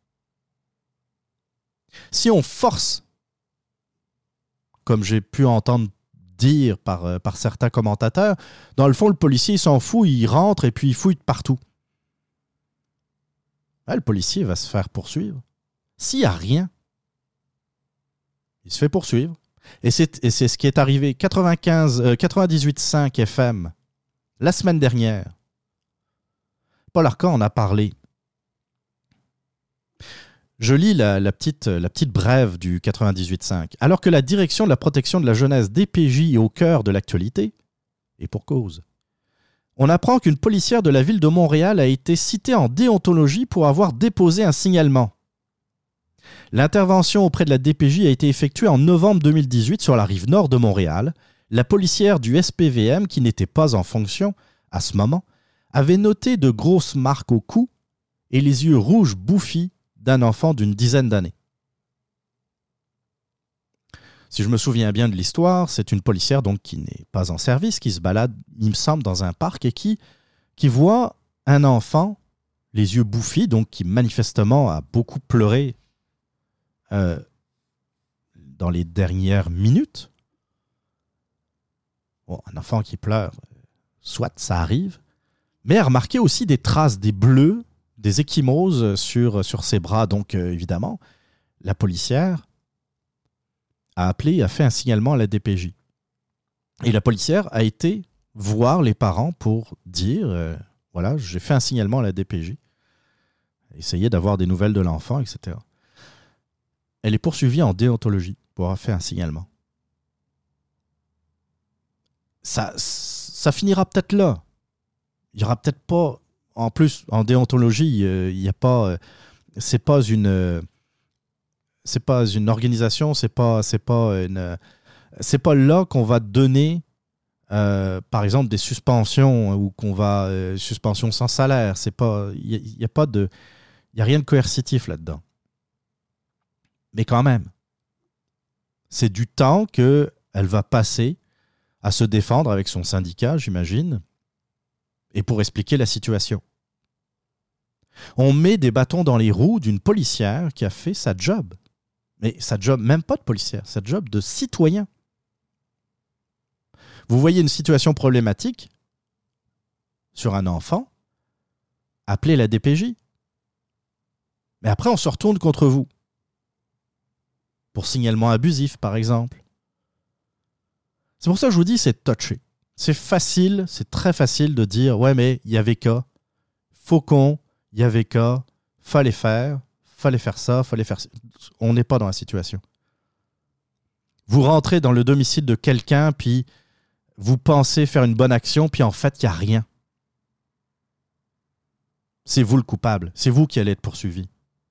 Si on force, comme j'ai pu entendre dire par, euh, par certains commentateurs, dans le fond, le policier il s'en fout, il rentre et puis il fouille de partout. Ah, le policier va se faire poursuivre. S'il n'y a rien, il se fait poursuivre. Et c'est, et c'est ce qui est arrivé. quatre-vingt-quinze, euh, quatre-vingt-dix-huit virgule cinq F M, la semaine dernière. Paul Arcand en a parlé. Je lis la, la, petite, la petite brève du quatre-vingt-dix-huit virgule cinq. Alors que la direction de la protection de la jeunesse D P J est au cœur de l'actualité, Et pour cause. On apprend qu'une policière de la ville de Montréal a été citée en déontologie pour avoir déposé un signalement. L'intervention auprès de la D P J a été effectuée en novembre deux mille dix-huit sur la rive nord de Montréal. La policière du S P V M, qui n'était pas en fonction à ce moment, avait noté de grosses marques au cou et les yeux rouges bouffis d'un enfant d'une dizaine d'années. Si je me souviens bien de l'histoire, c'est une policière donc qui n'est pas en service, qui se balade, il me semble, dans un parc et qui, qui voit un enfant, les yeux bouffis, donc qui manifestement a beaucoup pleuré euh, dans les dernières minutes. Bon, un enfant qui pleure, soit ça arrive, mais a remarqué aussi des traces, des bleus, des ecchymoses sur, sur ses bras. Donc euh, évidemment, la policière a appelé, a fait un signalement à la D P J. Et la policière a été voir les parents pour dire, euh, voilà, j'ai fait un signalement à la D P J, essayer d'avoir des nouvelles de l'enfant, et cetera. Elle est poursuivie en déontologie pour avoir fait un signalement. Ça, ça finira peut-être là. Il n'y aura peut-être pas, en plus, en déontologie, euh, il n'y a pas, euh, c'est pas une... Euh, c'est pas une organisation, c'est pas, c'est pas une, c'est pas là qu'on va donner, euh, par exemple, des suspensions ou qu'on va euh, suspension sans salaire. C'est pas, il y, y a pas de, il y a rien de coercitif là-dedans. Mais quand même, c'est du temps que elle va passer à se défendre avec son syndicat, j'imagine, et pour expliquer la situation. On met des bâtons dans les roues d'une policière qui a fait sa job. Mais sa job, même pas de policière, sa job de citoyen. Vous voyez une situation problématique sur un enfant, appelez la D P J. Mais après, on se retourne contre vous. Pour signalement abusif, par exemple. C'est pour ça que je vous dis, c'est touché. C'est facile, c'est très facile de dire « Ouais, mais il y avait qu'à, faucon, il y avait qu'à, fallait faire. » Fallait faire ça, fallait faire ça. On n'est pas dans la situation. Vous rentrez dans le domicile de quelqu'un, puis vous pensez faire une bonne action, puis en fait, il n'y a rien. C'est vous le coupable. C'est vous qui allez être poursuivi.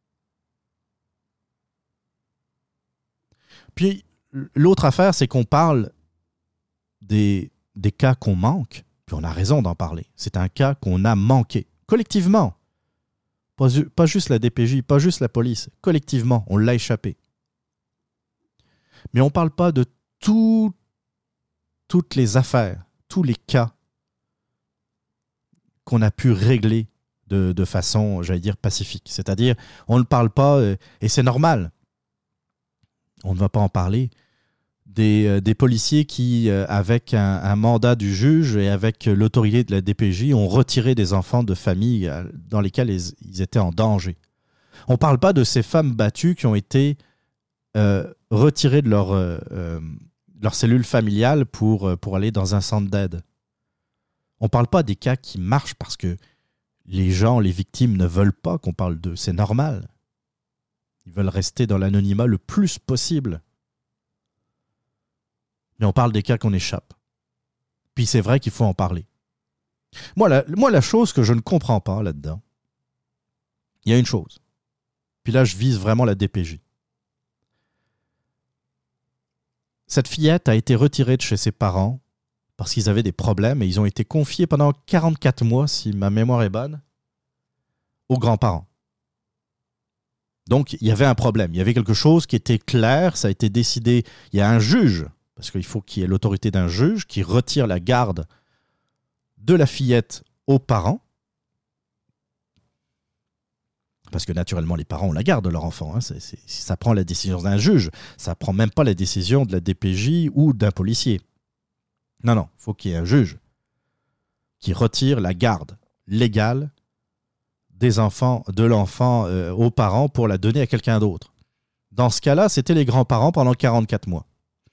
Puis, l'autre affaire, c'est qu'on parle des, des cas qu'on manque, puis on a raison d'en parler. C'est un cas qu'on a manqué, collectivement. Pas, pas juste la D P J, pas juste la police. Collectivement, on l'a échappé. Mais on ne parle pas de tout, toutes les affaires, tous les cas qu'on a pu régler de, de façon, j'allais dire, pacifique. C'est-à-dire, on ne parle pas, euh, et c'est normal, on ne va pas en parler, des, euh, des policiers qui, euh, avec un, un mandat du juge et avec l'autorité de la D P J, ont retiré des enfants de familles euh, dans lesquelles ils, ils étaient en danger. On ne parle pas de ces femmes battues qui ont été euh, retirées de leur, euh, euh, leur cellule familiale pour, euh, pour aller dans un centre d'aide. On ne parle pas des cas qui marchent parce que les gens, les victimes ne veulent pas qu'on parle d'eux. C'est normal. Ils veulent rester dans l'anonymat le plus possible. Mais on parle des cas qu'on échappe. Puis c'est vrai qu'il faut en parler. Moi la, moi, la chose que je ne comprends pas là-dedans, il y a une chose. Puis là, je vise vraiment la D P J. Cette fillette a été retirée de chez ses parents parce qu'ils avaient des problèmes et ils ont été confiés pendant quarante-quatre mois, si ma mémoire est bonne, aux grands-parents. Donc, il y avait un problème. Il y avait quelque chose qui était clair, ça a été décidé. Il y a un juge, parce qu'il faut qu'il y ait l'autorité d'un juge qui retire la garde de la fillette aux parents. Parce que naturellement, les parents ont la garde de leur enfant. Hein. C'est, c'est, ça prend la décision d'un juge. Ça ne prend même pas la décision de la D P J ou d'un policier. Non, non, il faut qu'il y ait un juge qui retire la garde légale des enfants, de l'enfant euh, aux parents pour la donner à quelqu'un d'autre. Dans ce cas-là, c'était les grands-parents pendant quarante-quatre mois.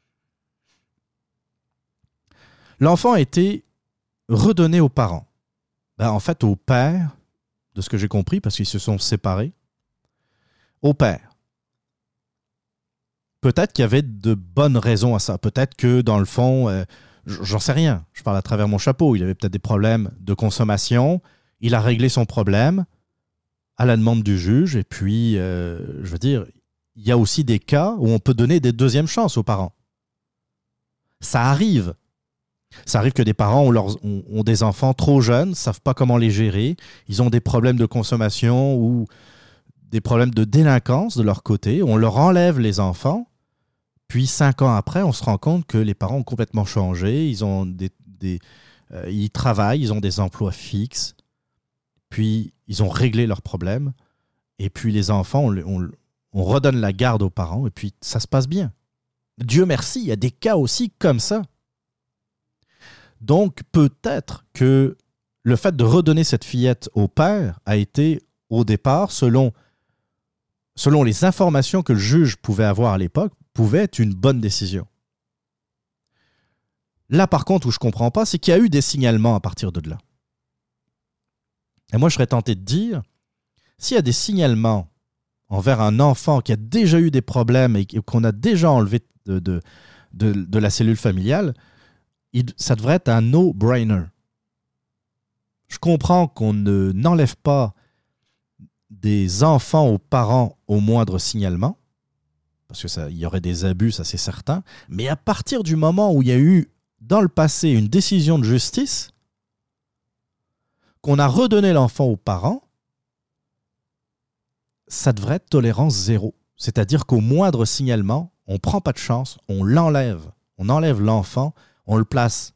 L'enfant a été redonné aux parents. Ben, en fait, au père, de ce que j'ai compris, parce qu'ils se sont séparés, au père. Peut-être qu'il y avait de bonnes raisons à ça. Peut-être que, dans le fond, euh, J'en sais rien. Je parle à travers mon chapeau. Il avait peut-être des problèmes de consommation. Il a réglé son problème à la demande du juge. Et puis, euh, je veux dire, il y a aussi des cas où on peut donner des deuxièmes chances aux parents. Ça arrive. Ça arrive que des parents ont, leurs, ont, ont des enfants trop jeunes, ne savent pas comment les gérer. Ils ont des problèmes de consommation ou des problèmes de délinquance de leur côté. On leur enlève les enfants. Puis, cinq ans après, on se rend compte que les parents ont complètement changé. Ils, ont des, des, euh, ils travaillent, ils ont des emplois fixes. Puis, ils ont réglé leurs problèmes. Et puis, les enfants, on, on, on redonne la garde aux parents. Et puis, ça se passe bien. Dieu merci, il y a des cas aussi comme ça. Donc, peut-être que le fait de redonner cette fillette au père a été, au départ, selon, selon les informations que le juge pouvait avoir à l'époque, pouvait être une bonne décision. Là, par contre, où je ne comprends pas, c'est qu'il y a eu des signalements à partir de là. Et moi, je serais tenté de dire, s'il y a des signalements envers un enfant qui a déjà eu des problèmes et qu'on a déjà enlevé de, de, de, de la cellule familiale, il, ça devrait être un no-brainer. Je comprends qu'on ne, n'enlève pas des enfants aux parents au moindre signalement, parce que ça, il y aurait des abus, ça c'est certain, mais à partir du moment où il y a eu, dans le passé, une décision de justice, qu'on a redonné l'enfant aux parents, ça devrait être tolérance zéro. C'est-à-dire qu'au moindre signalement, on ne prend pas de chance, on l'enlève. On enlève l'enfant, on le place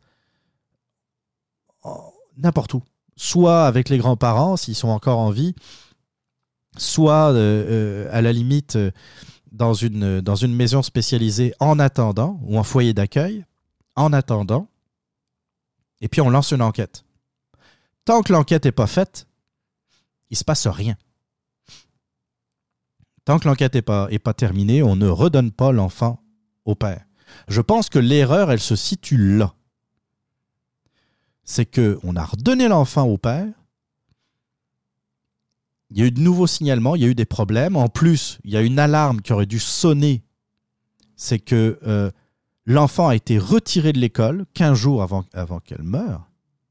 n'importe où. Soit avec les grands-parents, s'ils sont encore en vie, soit euh, euh, à la limite euh, dans, une, dans une maison spécialisée en attendant, ou un foyer d'accueil, en attendant, et puis on lance une enquête. Tant que l'enquête n'est pas faite, il ne se passe rien. Tant que l'enquête n'est pas, est pas terminée, on ne redonne pas l'enfant au père. Je pense que l'erreur, elle se situe là. C'est qu'on a redonné l'enfant au père, il y a eu de nouveaux signalements, il y a eu des problèmes. En plus, il y a une alarme qui aurait dû sonner. C'est que euh, l'enfant a été retiré de l'école quinze jours avant, avant qu'elle meure.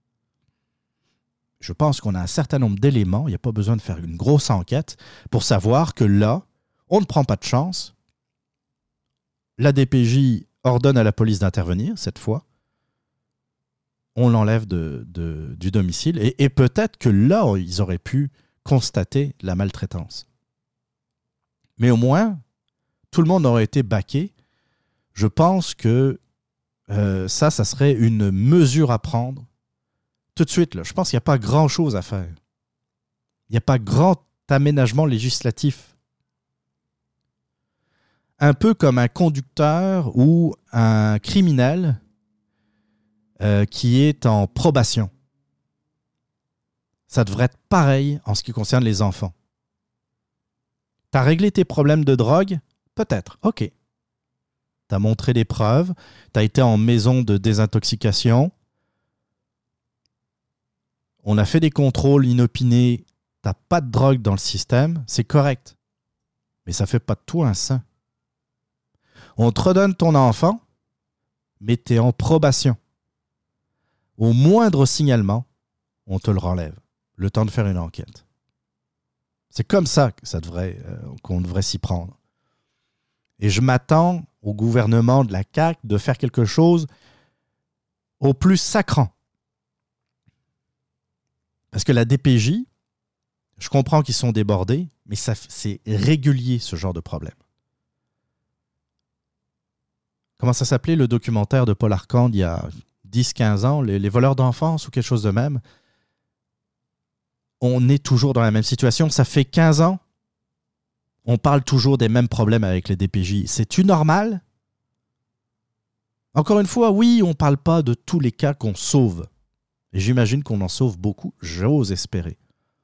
Je pense qu'on a un certain nombre d'éléments, il n'y a pas besoin de faire une grosse enquête pour savoir que là, on ne prend pas de chance. La D P J ordonne à la police d'intervenir, cette fois. On l'enlève de, de, du domicile. Et, et peut-être que là, ils auraient pu constater la maltraitance. Mais au moins, tout le monde aurait été baqué. Je pense que euh, ça, ça serait une mesure à prendre. Tout de suite, là, je pense qu'il n'y a pas grand-chose à faire. Il n'y a pas grand aménagement législatif. Un peu comme un conducteur ou un criminel euh, qui est en probation. Ça devrait être pareil en ce qui concerne les enfants. Tu as réglé tes problèmes de drogue? Peut-être, ok. Tu as montré des preuves, tu as été en maison de désintoxication, on a fait des contrôles inopinés, tu n'as pas de drogue dans le système, c'est correct. Mais ça ne fait pas de toi un saint. On te redonne ton enfant, mais tu es en probation. Au moindre signalement, on te le relève. Le temps de faire une enquête. C'est comme ça que ça devrait, euh, qu'on devrait s'y prendre. Et je m'attends au gouvernement de la C A Q de faire quelque chose au plus sacrant. Parce que la D P J, je comprends qu'ils sont débordés, mais ça, c'est régulier ce genre de problème. Comment ça s'appelait le documentaire de Paul Arcand il y a dix quinze ans, les, les voleurs d'enfance ou quelque chose de même? On est toujours dans la même situation. Ça fait quinze ans, on parle toujours des mêmes problèmes avec les D P J. C'est-tu normal? Encore une fois, oui, on ne parle pas de tous les cas qu'on sauve. Et j'imagine qu'on en sauve beaucoup, j'ose espérer.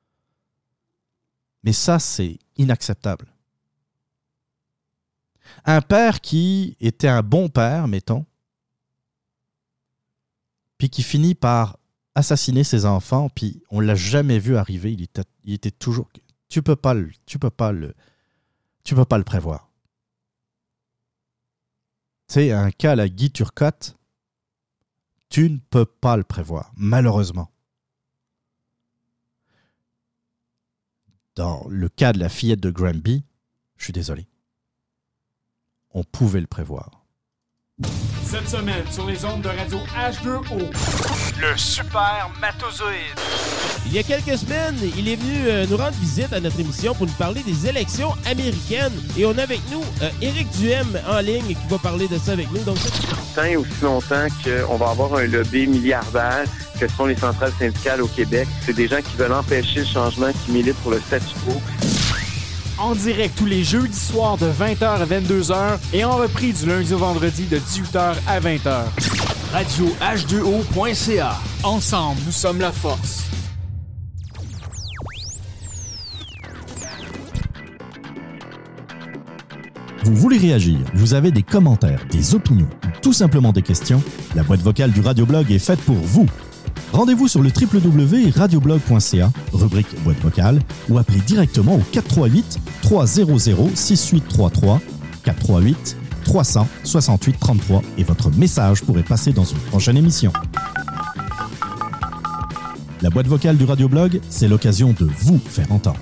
Mais ça, c'est inacceptable. Un père qui était un bon père, mettons, puis qui finit par assassiner ses enfants, puis on ne l'a jamais vu arriver, il était, il était toujours... Tu ne peux pas le, tu peux pas le, tu peux pas le prévoir. Tu sais, un cas à la Guy Turcotte, Tu ne peux pas le prévoir, malheureusement. Dans le cas de la fillette de Granby, je suis désolé. On pouvait le prévoir. Cette semaine, sur les ondes de radio H deux O, le super matozoïde. Il y a quelques semaines, il est venu euh, nous rendre visite à notre émission pour nous parler des élections américaines. Et on a avec nous euh, Éric Duhem en ligne qui va parler de ça avec nous. Donc, tant et aussi longtemps qu'on va avoir un lobby milliardaire que sont les centrales syndicales au Québec. C'est des gens qui veulent empêcher le changement, qui militent pour le statu quo. En direct tous les jeudis soirs de vingt heures à vingt-deux heures et en repris du lundi au vendredi de dix-huit heures à vingt heures. radio H deux O point C A. Ensemble, nous sommes la force. Vous voulez réagir, vous avez des commentaires, des opinions ou tout simplement des questions? La boîte vocale du Radioblog est faite pour vous. Rendez-vous sur le w w w point radioblog point c a, rubrique boîte vocale, ou appelez directement au quatre trois huit, trois zéro zéro, six huit trois trois, quatre trois huit, trois zéro zéro, six huit trois trois, et votre message pourrait passer dans une prochaine émission. La boîte vocale du Radioblog, c'est l'occasion de vous faire entendre.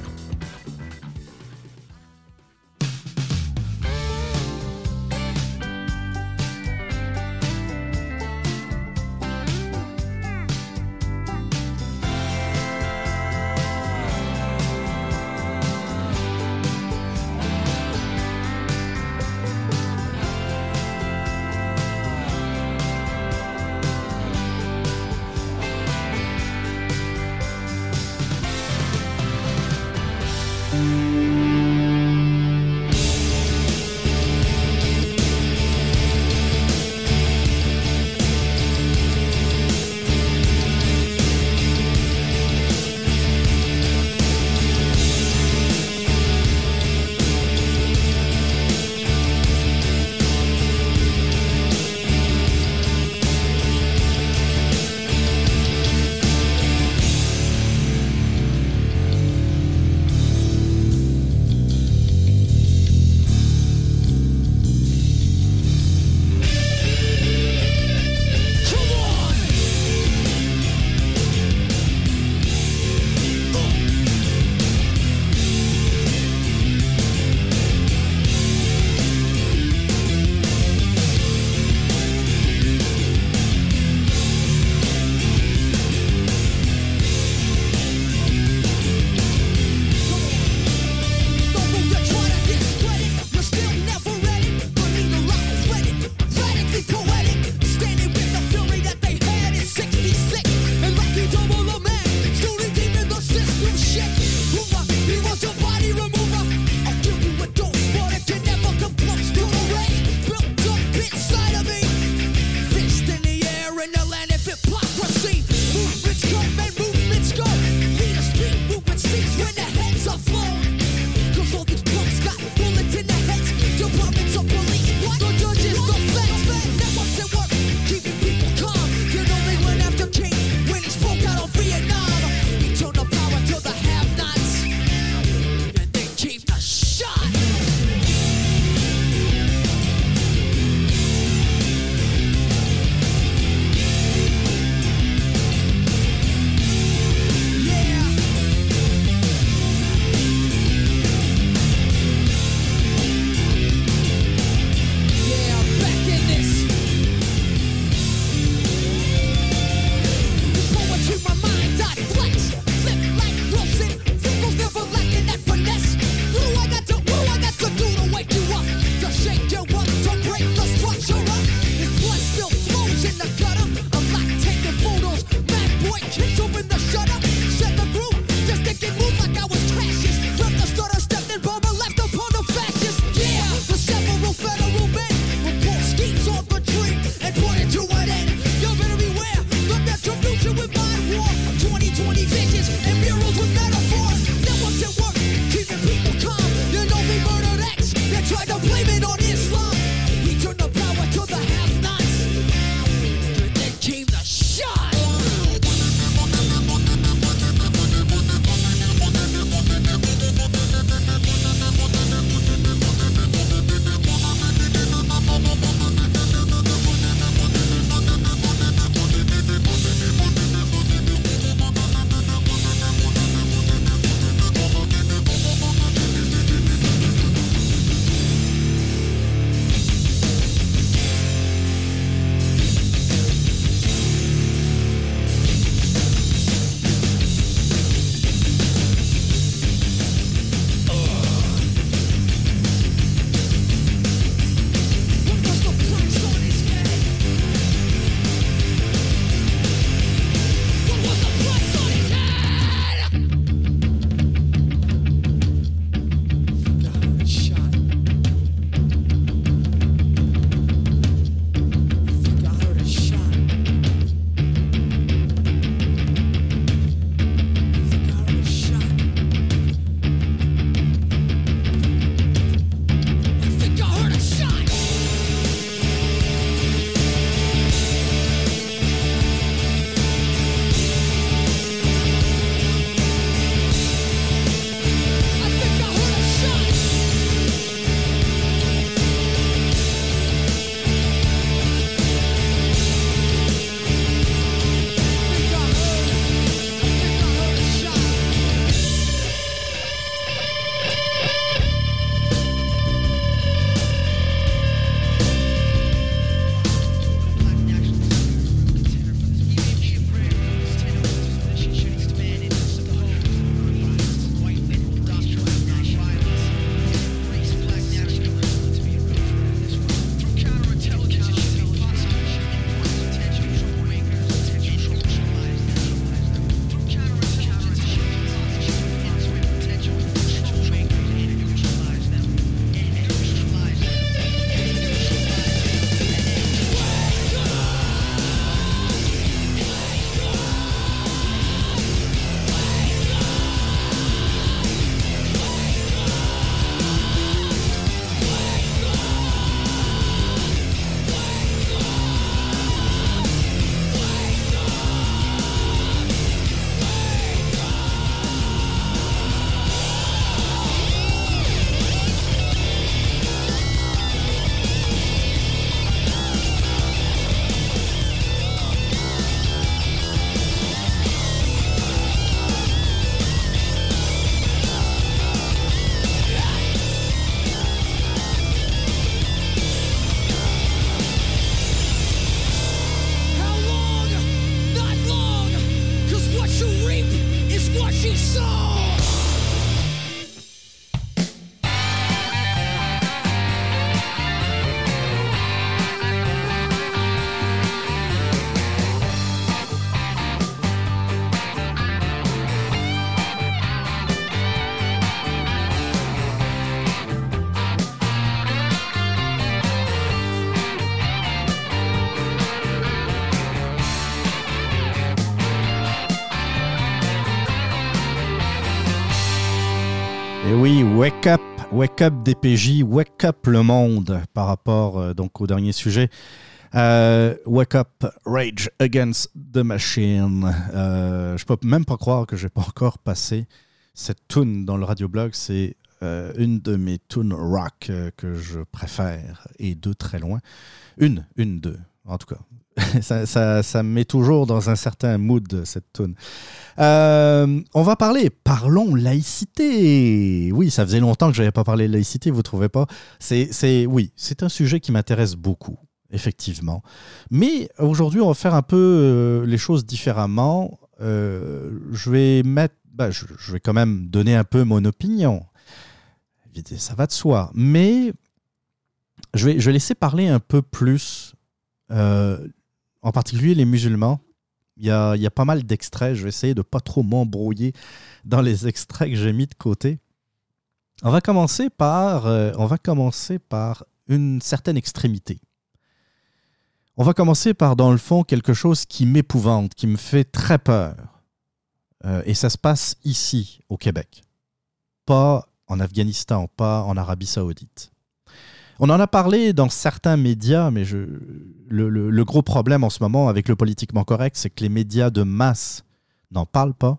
Wake up, wake up D P J, wake up le monde par rapport euh, donc au dernier sujet. Euh, wake up, Rage Against the Machine. Euh, je peux même pas croire que j'ai pas encore passé cette tune dans le radioblog. C'est euh, une de mes tunes rock euh, que je préfère et de très loin. Une, une, deux, en tout cas. ça, ça, ça me met toujours dans un certain mood, cette tune. Euh, on va parler, parlons laïcité. Oui, ça faisait longtemps que je n'avais pas parlé de laïcité, vous ne trouvez pas? c'est, c'est, Oui, c'est un sujet qui m'intéresse beaucoup, effectivement. Mais aujourd'hui, on va faire un peu euh, les choses différemment. Euh, je vais mettre, ben, je, je vais quand même donner un peu mon opinion. Ça va de soi. Mais je vais, je vais laisser parler un peu plus, euh, en particulier les musulmans. Il y a, il y a pas mal d'extraits. Je vais essayer de ne pas trop m'embrouiller dans les extraits que j'ai mis de côté. On va commencer par, euh, on va commencer par une certaine extrémité. On va commencer par, dans le fond, quelque chose qui m'épouvante, qui me fait très peur. Euh, et ça se passe ici, au Québec. Pas en Afghanistan, pas en Arabie Saoudite. On en a parlé dans certains médias, mais je, le, le, le gros problème en ce moment avec le politiquement correct, c'est que les médias de masse n'en parlent pas.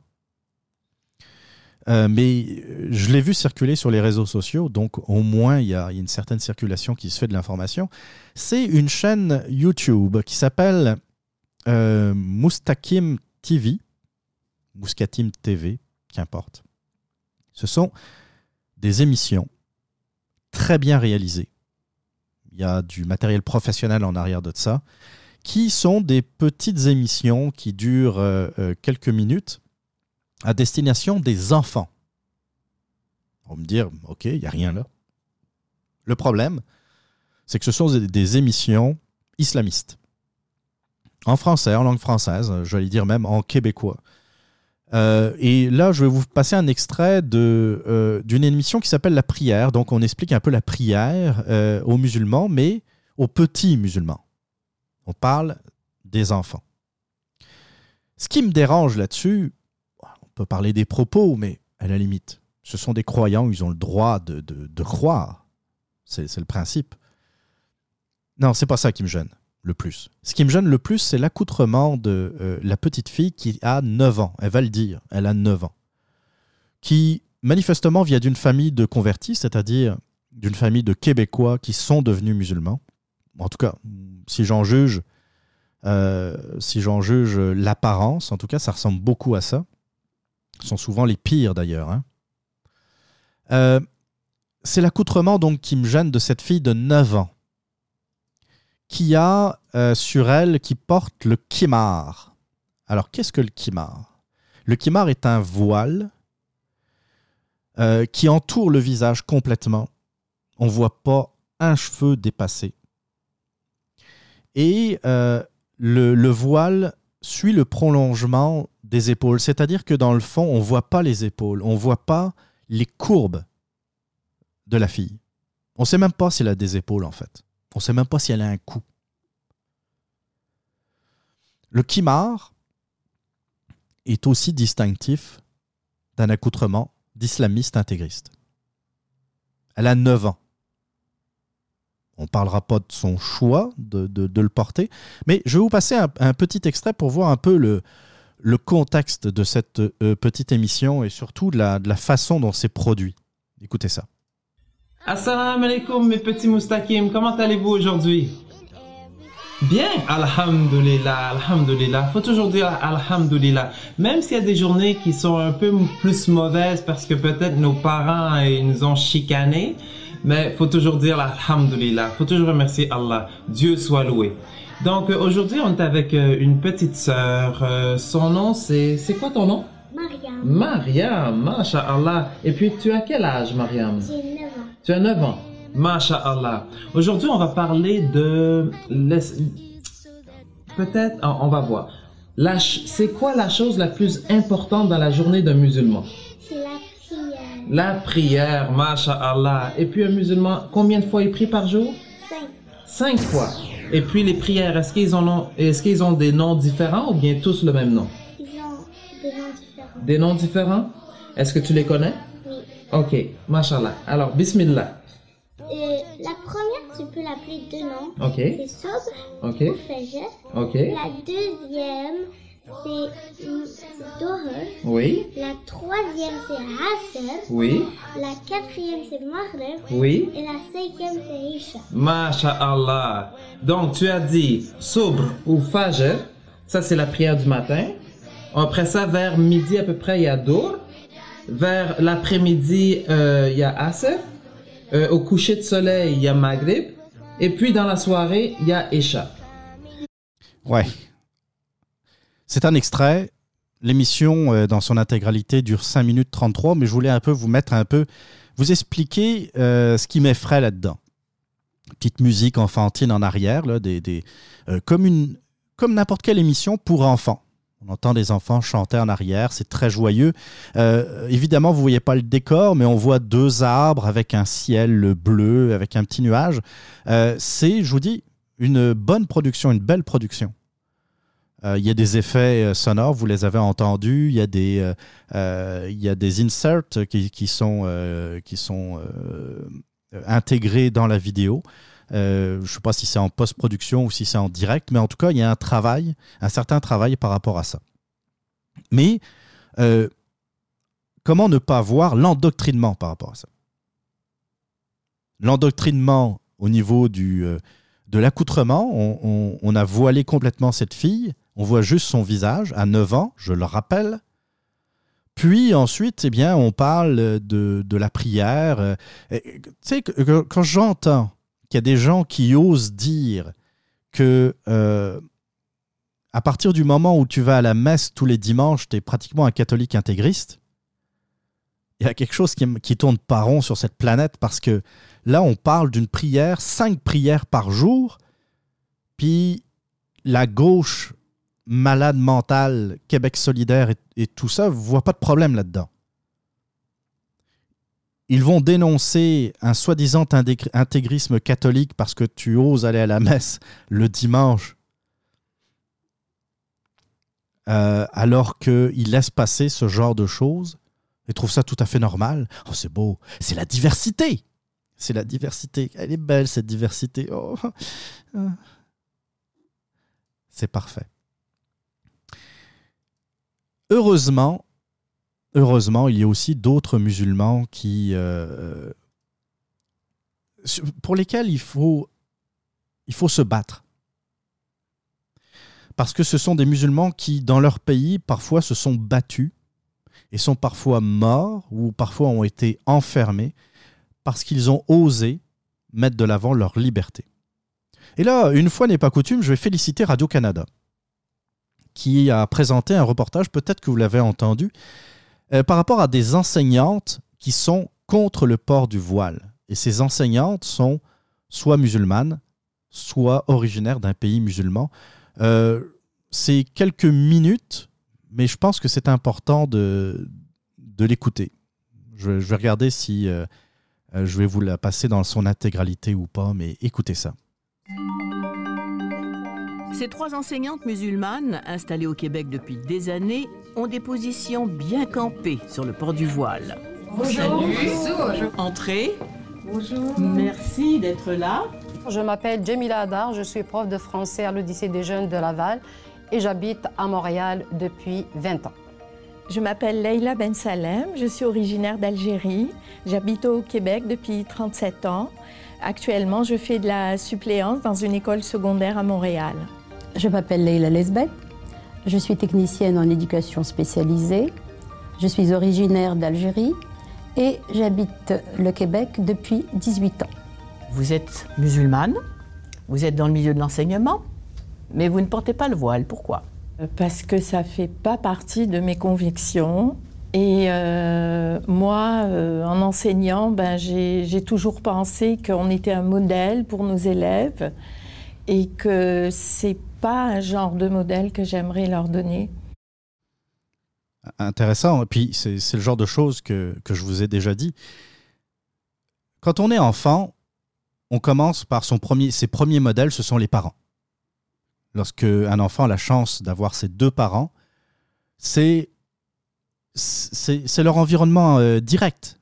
Euh, mais je l'ai vu circuler sur les réseaux sociaux, donc au moins il y a, il y a une certaine circulation qui se fait de l'information. C'est une chaîne YouTube qui s'appelle euh, Moustakim T V, Moustakim T V, qu'importe. Ce sont des émissions très bien réalisées. Il y a du matériel professionnel en arrière de ça, qui sont des petites émissions qui durent euh, euh, quelques minutes à destination des enfants. On va me dire, OK, il n'y a rien là. Le problème, c'est que ce sont des, des émissions islamistes. En français, en langue française, j'allais dire même en québécois. Euh, et là, je vais vous passer un extrait de, euh, d'une émission qui s'appelle La Prière. Donc, on explique un peu la prière euh, aux musulmans, mais aux petits musulmans. On parle des enfants. Ce qui me dérange là-dessus, on peut parler des propos, mais à la limite, ce sont des croyants, ils ont le droit de, de, de croire. C'est, c'est le principe. Non, c'est pas ça qui me gêne le plus. Ce qui me gêne le plus, c'est l'accoutrement de euh, la petite fille qui a neuf ans. Elle va le dire, elle a neuf ans. Qui, manifestement, vient d'une famille de convertis, c'est-à-dire d'une famille de Québécois qui sont devenus musulmans. En tout cas, si j'en juge, euh, si j'en juge l'apparence, en tout cas, ça ressemble beaucoup à ça. Ce sont souvent les pires, d'ailleurs. Hein. Euh, c'est l'accoutrement donc qui me gêne de cette fille de neuf ans. Qui a euh, sur elle, qui porte le khimar. Alors, qu'est-ce que le khimar? Le khimar est un voile euh, qui entoure le visage complètement. On ne voit pas un cheveu dépassé. Et euh, le, le voile suit le prolongement des épaules. C'est-à-dire que dans le fond, on ne voit pas les épaules. On ne voit pas les courbes de la fille. On ne sait même pas si elle a des épaules, en fait. On ne sait même pas si elle a un cou. Le khimar est aussi distinctif d'un accoutrement d'islamiste intégriste. Elle a neuf ans. On ne parlera pas de son choix de, de, de le porter, mais je vais vous passer un, un petit extrait pour voir un peu le, le contexte de cette euh, petite émission et surtout de la, de la façon dont c'est produit. Écoutez ça. Assalamu alaikum mes petits moustakim, comment allez-vous aujourd'hui? Bien, alhamdoulilah, alhamdoulilah. Faut toujours dire alhamdoulilah. Même s'il y a des journées qui sont un peu plus mauvaises parce que peut-être nos parents ils nous ont chicanés, mais faut toujours dire alhamdoulilah. Faut toujours remercier Allah. Dieu soit loué. Donc aujourd'hui, on est avec une petite sœur. Euh, son nom, c'est... C'est quoi ton nom? Mariam. Mariam, masha'Allah. Et puis, tu as quel âge, Mariam? J'ai neuf ans. Tu as neuf ans. Masha'Allah. Aujourd'hui, on va parler de... Peut-être... On va voir. La... C'est quoi la chose la plus importante dans la journée d'un musulman? C'est la prière. La prière, masha'Allah. Et puis, un musulman, combien de fois il prie par jour? Cinq. Cinq fois. Et puis, les prières, est-ce qu'ils ont, est-ce qu'ils ont des noms différents ou bien tous le même nom? Ils ont des noms différents. Des noms différents? Est-ce que tu les connais? Oui. Ok, mashallah. Alors, bismillah. Et la première, tu peux l'appeler deux noms. Ok. C'est sobre Ok. ou fajr. Ok. La deuxième, c'est mm, dohar. Oui. La troisième, c'est asr. Oui. La quatrième, c'est maghrib. Oui. Et la cinquième, c'est isha. Masha'Allah. Donc, tu as dit Subr ou Fajr. Ça, c'est la prière du matin. Après ça, vers midi à peu près, il y a Dour. Vers l'après-midi, euh, il y a Asr. Euh, au coucher de soleil, il y a Maghrib. Et puis, dans la soirée, il y a Isha. Ouais. C'est un extrait. L'émission, euh, dans son intégralité, dure cinq minutes trente-trois, mais je voulais un peu vous mettre un peu, vous expliquer euh, ce qui m'effraie là-dedans. Petite musique enfantine en arrière, là, des, des, euh, comme, une, comme n'importe quelle émission pour enfants. On entend des enfants chanter en arrière, c'est très joyeux. Euh, évidemment, vous ne voyez pas le décor, mais on voit deux arbres avec un ciel bleu, avec un petit nuage. Euh, c'est, je vous dis, une bonne production, une belle production. Euh, il y a des effets sonores, vous les avez entendus. Il y a des, euh, euh, il y a des inserts qui, qui sont, euh, qui sont euh, intégrés dans la vidéo. Euh, je ne sais pas si c'est en post-production ou si c'est en direct, mais en tout cas, il y a un travail, un certain travail par rapport à ça. Mais euh, comment ne pas voir l'endoctrinement par rapport à ça? L'endoctrinement au niveau du, euh, de l'accoutrement, on, on, on a voilé complètement cette fille, on voit juste son visage à neuf ans, je le rappelle. Puis ensuite, eh bien, on parle de, de la prière. Tu sais, quand j'entends qu'il y a des gens qui osent dire que euh, à partir du moment où tu vas à la messe tous les dimanches, tu es pratiquement un catholique intégriste, il y a quelque chose qui, qui tourne pas rond sur cette planète, parce que là, on parle d'une prière, cinq prières par jour, puis la gauche malade mentale, Québec solidaire et, et tout ça, ne voit pas de problème là-dedans. Ils vont dénoncer un soi-disant intégrisme catholique parce que tu oses aller à la messe le dimanche, euh, alors qu'ils laissent passer ce genre de choses et trouvent ça tout à fait normal. Oh, c'est beau, c'est la diversité. C'est la diversité. Elle est belle, cette diversité. Oh. C'est parfait. Heureusement, Heureusement, il y a aussi d'autres musulmans qui, euh, pour lesquels il faut, il faut se battre. Parce que ce sont des musulmans qui, dans leur pays, parfois se sont battus et sont parfois morts ou parfois ont été enfermés parce qu'ils ont osé mettre de l'avant leur liberté. Et là, une fois n'est pas coutume, je vais féliciter Radio-Canada qui a présenté un reportage, peut-être que vous l'avez entendu, Euh, par rapport à des enseignantes qui sont contre le port du voile. Et ces enseignantes sont soit musulmanes, soit originaires d'un pays musulman. Euh, c'est quelques minutes, mais je pense que c'est important de, de l'écouter. Je, je vais regarder si euh, je vais vous la passer dans son intégralité ou pas, mais écoutez ça. Ces trois enseignantes musulmanes, installées au Québec depuis des années, ont des positions bien campées sur le port du voile. Bonjour. Salut. Entrez. Bonjour. Merci d'être là. Je m'appelle Jamila Hadar, je suis prof de français à l'Odyssée des jeunes de Laval et j'habite à Montréal depuis vingt ans. Je m'appelle Leila Ben Salem, je suis originaire d'Algérie. J'habite au Québec depuis trente-sept ans. Actuellement, je fais de la suppléance dans une école secondaire à Montréal. Je m'appelle Leila Lesbet, je suis technicienne en éducation spécialisée, je suis originaire d'Algérie et j'habite le Québec depuis dix-huit ans. Vous êtes musulmane, vous êtes dans le milieu de l'enseignement, mais vous ne portez pas le voile. Pourquoi? Parce que ça ne fait pas partie de mes convictions. Et euh, moi, euh, en enseignant, ben, j'ai, j'ai toujours pensé qu'on était un modèle pour nos élèves et que c'est pas un genre de modèle que j'aimerais leur donner. Intéressant. Et puis, c'est, c'est le genre de choses que, que je vous ai déjà dit. Quand on est enfant, on commence par son premier, ses premiers modèles, ce sont les parents. Lorsque un enfant a la chance d'avoir ses deux parents, c'est, c'est, c'est leur environnement euh, direct.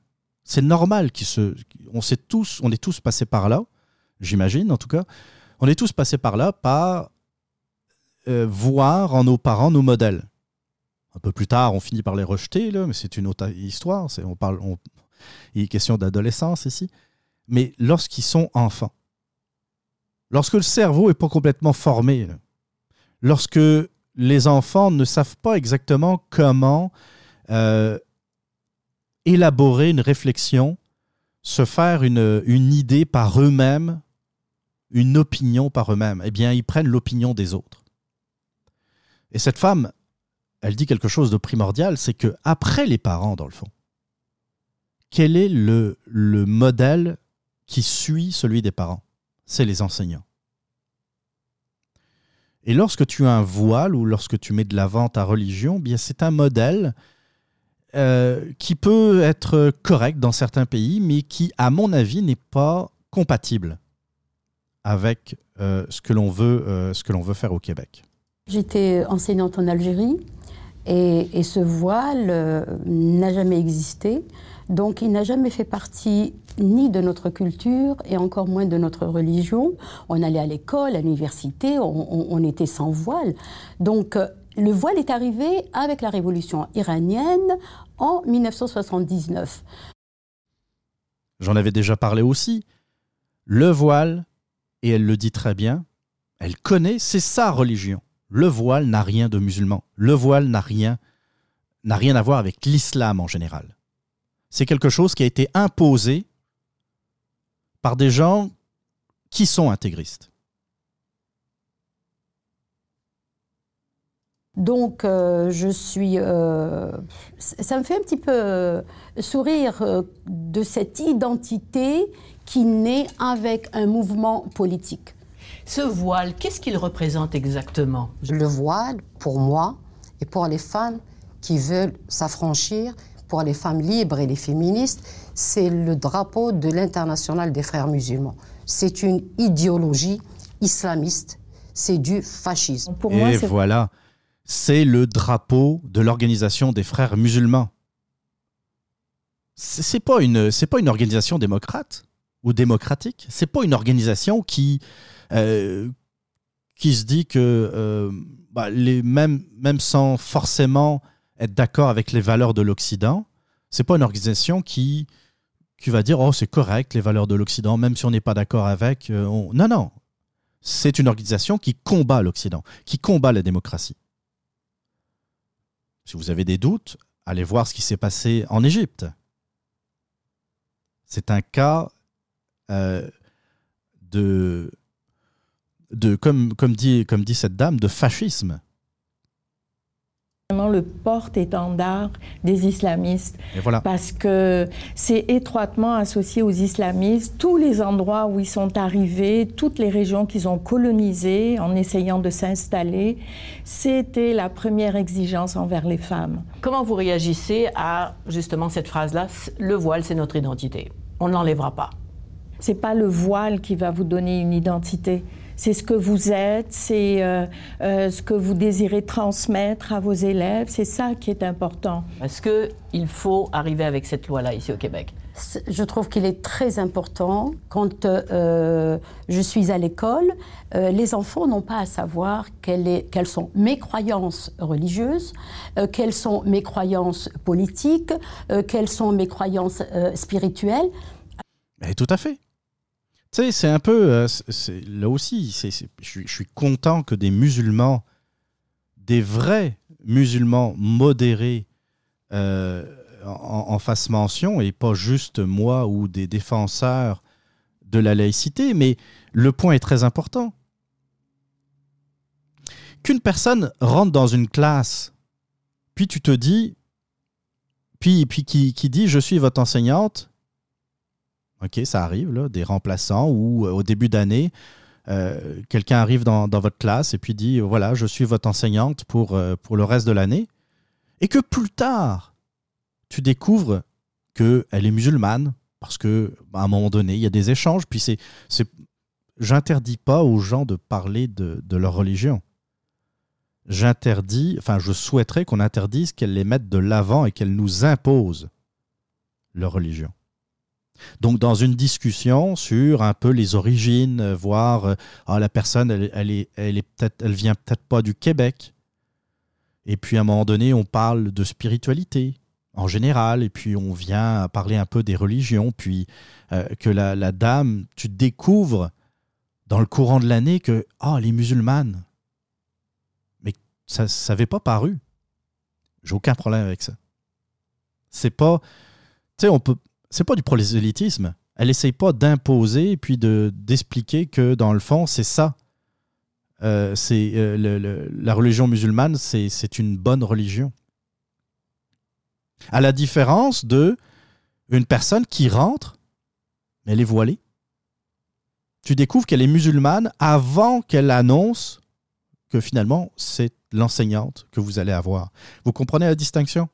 C'est normal qu'ils se... On, sait tous, on est tous passés par là, j'imagine en tout cas. On est tous passés par là par euh, voir en nos parents nos modèles. Un peu plus tard, on finit par les rejeter, là, mais c'est une autre histoire. C'est, on parle, on, il est question d'adolescence ici. Mais lorsqu'ils sont enfants, lorsque le cerveau n'est pas complètement formé, là, lorsque les enfants ne savent pas exactement comment euh, élaborer une réflexion, se faire une, une idée par eux-mêmes, une opinion par eux-mêmes, eh bien, ils prennent l'opinion des autres. Et cette femme, elle dit quelque chose de primordial, c'est qu'après les parents, dans le fond, quel est le, le modèle qui suit celui des parents? C'est les enseignants. Et lorsque tu as un voile ou lorsque tu mets de l'avant ta religion, bien c'est un modèle euh, qui peut être correct dans certains pays, mais qui, à mon avis, n'est pas compatible avec euh, ce que l'on veut, euh, ce que l'on veut faire au Québec. J'étais enseignante en Algérie et, et ce voile euh, n'a jamais existé. Donc il n'a jamais fait partie ni de notre culture et encore moins de notre religion. On allait à l'école, à l'université, on, on, on était sans voile. Donc euh, le voile est arrivé avec la révolution iranienne en dix-neuf cent soixante-dix-neuf. J'en avais déjà parlé aussi. Le voile, et elle le dit très bien, elle connaît, c'est sa religion. Le voile n'a rien de musulman. Le voile n'a rien, n'a rien à voir avec l'islam en général. C'est quelque chose qui a été imposé par des gens qui sont intégristes. Donc, euh, je suis... Euh, ça me fait un petit peu euh, sourire euh, de cette identité qui naît avec un mouvement politique. Ce voile, qu'est-ce qu'il représente exactement? Le voile, pour moi, et pour les femmes qui veulent s'affranchir, pour les femmes libres et les féministes, c'est le drapeau de l'Internationale des frères musulmans. C'est une idéologie islamiste, c'est du fascisme. Pour et moi, c'est... voilà, c'est le drapeau de l'Organisation des frères musulmans. C'est, c'est pas une, c'est pas une organisation démocrate ou démocratique. C'est pas une organisation qui, euh, qui se dit que euh, bah, les, même, même sans forcément être d'accord avec les valeurs de l'Occident, c'est pas une organisation qui, qui va dire « Oh, c'est correct, les valeurs de l'Occident, même si on n'est pas d'accord avec... Euh, » on... Non, non. C'est une organisation qui combat l'Occident, qui combat la démocratie. Si vous avez des doutes, allez voir ce qui s'est passé en Égypte. C'est un cas euh, de, de comme, comme, dit, comme dit cette dame, de fascisme. Le porte-étendard des islamistes, et voilà. Parce que c'est étroitement associé aux islamistes. Tous les endroits où ils sont arrivés, toutes les régions qu'ils ont colonisées en essayant de s'installer, c'était la première exigence envers les femmes. Comment vous réagissez à justement cette phrase-là, le voile c'est notre identité, on ne l'enlèvera pas? C'est pas le voile qui va vous donner une identité. C'est ce que vous êtes, c'est euh, euh, ce que vous désirez transmettre à vos élèves. C'est ça qui est important. Est-ce qu'il faut arriver avec cette loi-là ici au Québec? Je trouve qu'il est très important. Quand euh, je suis à l'école, euh, les enfants n'ont pas à savoir quelle est, quelles sont mes croyances religieuses, euh, quelles sont mes croyances politiques, euh, quelles sont mes croyances euh, spirituelles. Et tout à fait. Tu sais, c'est un peu... Euh, c'est, là aussi, c'est, c'est, je, suis, je suis content que des musulmans, des vrais musulmans modérés euh, en, en fassent mention, et pas juste moi ou des défenseurs de la laïcité, mais le point est très important. Qu'une personne rentre dans une classe, puis tu te dis... Puis, puis qui, qui dit « Je suis votre enseignante », OK, ça arrive, là, des remplaçants ou euh, au début d'année, euh, quelqu'un arrive dans, dans votre classe et puis dit « Voilà, je suis votre enseignante pour, euh, pour le reste de l'année. » Et que plus tard, tu découvres qu'elle est musulmane parce qu'à un moment donné, il y a des échanges. Puis c'est, c'est... j'interdis pas aux gens de parler de, de leur religion. J'interdis, enfin, je souhaiterais qu'on interdise qu'elles les mettent de l'avant et qu'elles nous imposent leur religion. Donc, dans une discussion sur un peu les origines, euh, voir euh, ah, la personne, elle, elle, est, elle, est peut-être, elle vient peut-être pas du Québec. Et puis, à un moment donné, on parle de spiritualité en général. Et puis, on vient à parler un peu des religions. Puis, euh, que la, la dame, tu découvres dans le courant de l'année que ah, elle est musulmane. Mais ça ne s'avait pas paru. J'ai aucun problème avec ça. C'est pas... Tu sais, on peut... C'est pas du prosélytisme. Elle essaye pas d'imposer et puis de, d'expliquer que, dans le fond, c'est ça. Euh, c'est, euh, le, le, la religion musulmane, c'est, c'est une bonne religion. À la différence de une personne qui rentre, mais elle est voilée. Tu découvres qu'elle est musulmane avant qu'elle annonce que, finalement, c'est l'enseignante que vous allez avoir. Vous comprenez la distinction?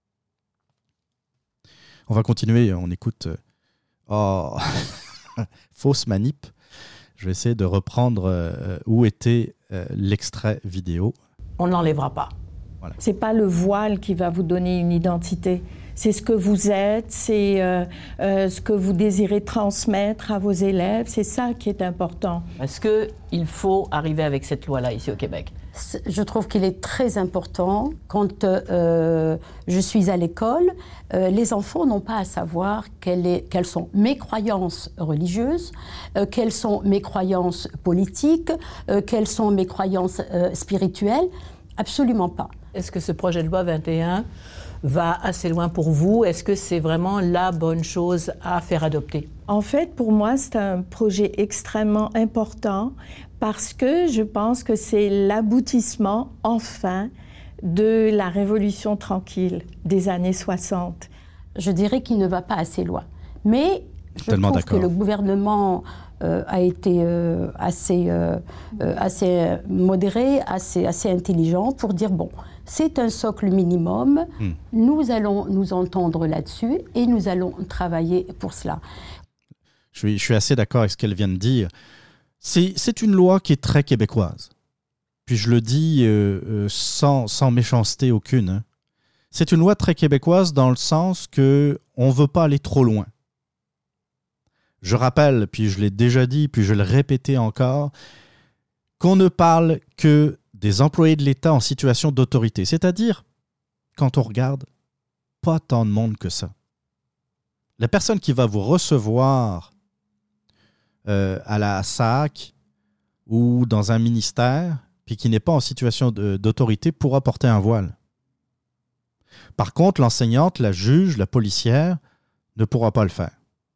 On va continuer, on écoute oh, fausse manip. Je vais essayer de reprendre euh, où était euh, l'extrait vidéo. On ne l'enlèvera pas. Voilà. Ce n'est pas le voile qui va vous donner une identité. C'est ce que vous êtes, c'est euh, euh, ce que vous désirez transmettre à vos élèves. C'est ça qui est important. Est-ce qu'il faut arriver avec cette loi-là ici au Québec? Je trouve qu'il est très important. Quand euh, je suis à l'école, euh, les enfants n'ont pas à savoir quelle est, quelles sont mes croyances religieuses, euh, quelles sont mes croyances politiques, euh, quelles sont mes croyances euh, spirituelles. Absolument pas. Est-ce que ce projet de loi vingt et un va assez loin pour vous? Est-ce que c'est vraiment la bonne chose à faire adopter? En fait, pour moi, c'est un projet extrêmement important parce que je pense que c'est l'aboutissement, enfin, de la révolution tranquille des années soixante. Je dirais qu'il ne va pas assez loin. Mais je Tellement trouve d'accord. que le gouvernement euh, a été euh, assez, euh, euh, assez modéré, assez, assez intelligent pour dire, bon, c'est un socle minimum, hmm. nous allons nous entendre là-dessus et nous allons travailler pour cela. Je suis, je suis assez d'accord avec ce qu'elle vient de dire. C'est, c'est une loi qui est très québécoise. Puis je le dis euh, euh, sans, sans méchanceté aucune. Hein. C'est une loi très québécoise dans le sens qu'on ne veut pas aller trop loin. Je rappelle, puis je l'ai déjà dit, puis je vais le répéter encore, qu'on ne parle que des employés de l'État en situation d'autorité. C'est-à-dire, quand on regarde, pas tant de monde que ça. La personne qui va vous recevoir euh, à la S A C ou dans un ministère, puis qui n'est pas en situation de, d'autorité, pourra porter un voile. Par contre, l'enseignante, la juge, la policière ne pourra pas le faire.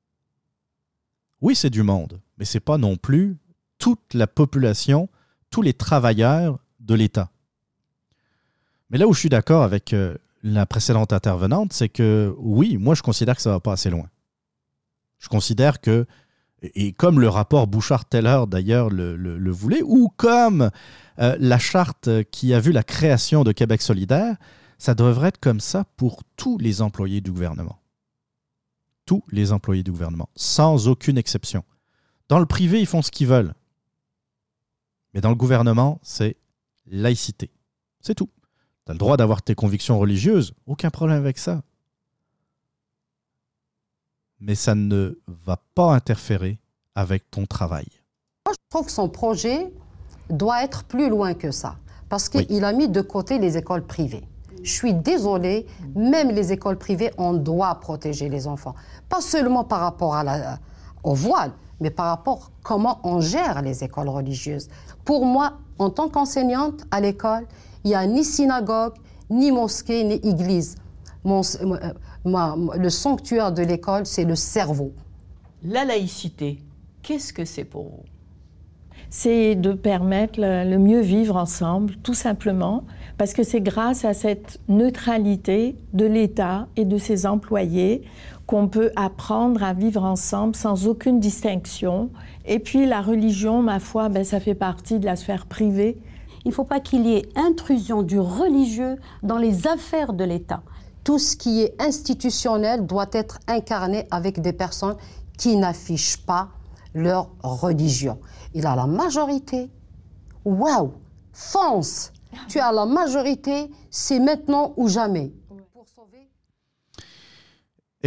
Oui, c'est du monde, mais ce n'est pas non plus toute la population, tous les travailleurs de l'État. Mais là où je suis d'accord avec euh, la précédente intervenante, c'est que oui, moi je considère que ça ne va pas assez loin. Je considère que, et comme le rapport Bouchard-Taylor d'ailleurs le, le, le voulait, ou comme euh, la charte qui a vu la création de Québec solidaire, ça devrait être comme ça pour tous les employés du gouvernement. Tous les employés du gouvernement, sans aucune exception. Dans le privé, ils font ce qu'ils veulent. Mais dans le gouvernement, c'est laïcité. C'est tout. Tu as le droit d'avoir tes convictions religieuses, aucun problème avec ça. Mais ça ne va pas interférer avec ton travail. Moi, je trouve que son projet doit être plus loin que ça, parce qu'il oui. a mis de côté les écoles privées. Je suis désolée, même les écoles privées, on doit protéger les enfants. Pas seulement par rapport à la, au voile, mais par rapport à comment on gère les écoles religieuses. Pour moi, en tant qu'enseignante à l'école, il n'y a ni synagogue, ni mosquée, ni église. Mon, ma, le sanctuaire de l'école, c'est le cerveau. La laïcité, qu'est-ce que c'est pour vous? C'est de permettre le, le mieux vivre ensemble, tout simplement, parce que c'est grâce à cette neutralité de l'État et de ses employés qu'on peut apprendre à vivre ensemble sans aucune distinction. Et puis la religion, ma foi, ben, ça fait partie de la sphère privée. Il ne faut pas qu'il y ait intrusion du religieux dans les affaires de l'État. Tout ce qui est institutionnel doit être incarné avec des personnes qui n'affichent pas leur religion. Il a la majorité. Waouh! Fonce! Tu as la majorité, c'est maintenant ou jamais.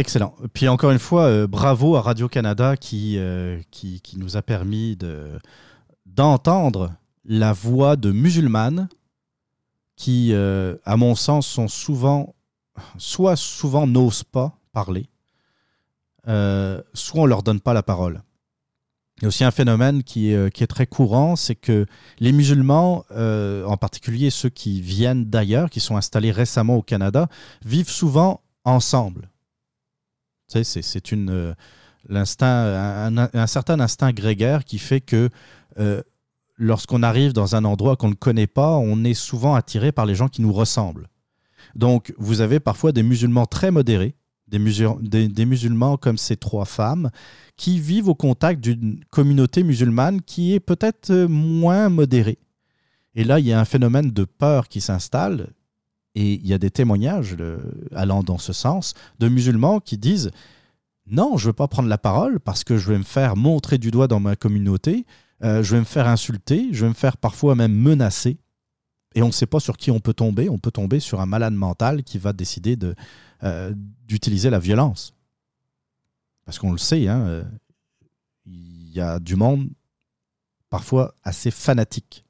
Excellent. Puis encore une fois, euh, bravo à Radio-Canada qui, euh, qui, qui nous a permis de, d'entendre la voix de musulmanes qui, euh, à mon sens, sont souvent, soit souvent n'osent pas parler, euh, soit on ne leur donne pas la parole. Il y a aussi un phénomène qui est, qui est très courant, c'est que les musulmans, euh, en particulier ceux qui viennent d'ailleurs, qui sont installés récemment au Canada, vivent souvent ensemble. Tu sais, c'est, c'est une, euh, l'instinct, un, un, un certain instinct grégaire qui fait que euh, lorsqu'on arrive dans un endroit qu'on ne connaît pas, on est souvent attiré par les gens qui nous ressemblent. Donc, vous avez parfois des musulmans très modérés, des, musul- des, des musulmans comme ces trois femmes, qui vivent au contact d'une communauté musulmane qui est peut-être moins modérée. Et là, il y a un phénomène de peur qui s'installe, et il y a des témoignages le, allant dans ce sens, de musulmans qui disent « Non, je ne veux pas prendre la parole parce que je vais me faire montrer du doigt dans ma communauté, euh, je vais me faire insulter, je vais me faire parfois même menacer. » Et on ne sait pas sur qui on peut tomber. On peut tomber sur un malade mental qui va décider de, euh, d'utiliser la violence. Parce qu'on le sait, hein, euh, il y a du monde parfois assez fanatique.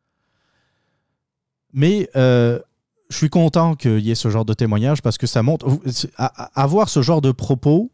Mais euh, je suis content qu'il y ait ce genre de témoignage parce que ça montre... Avoir ce genre de propos,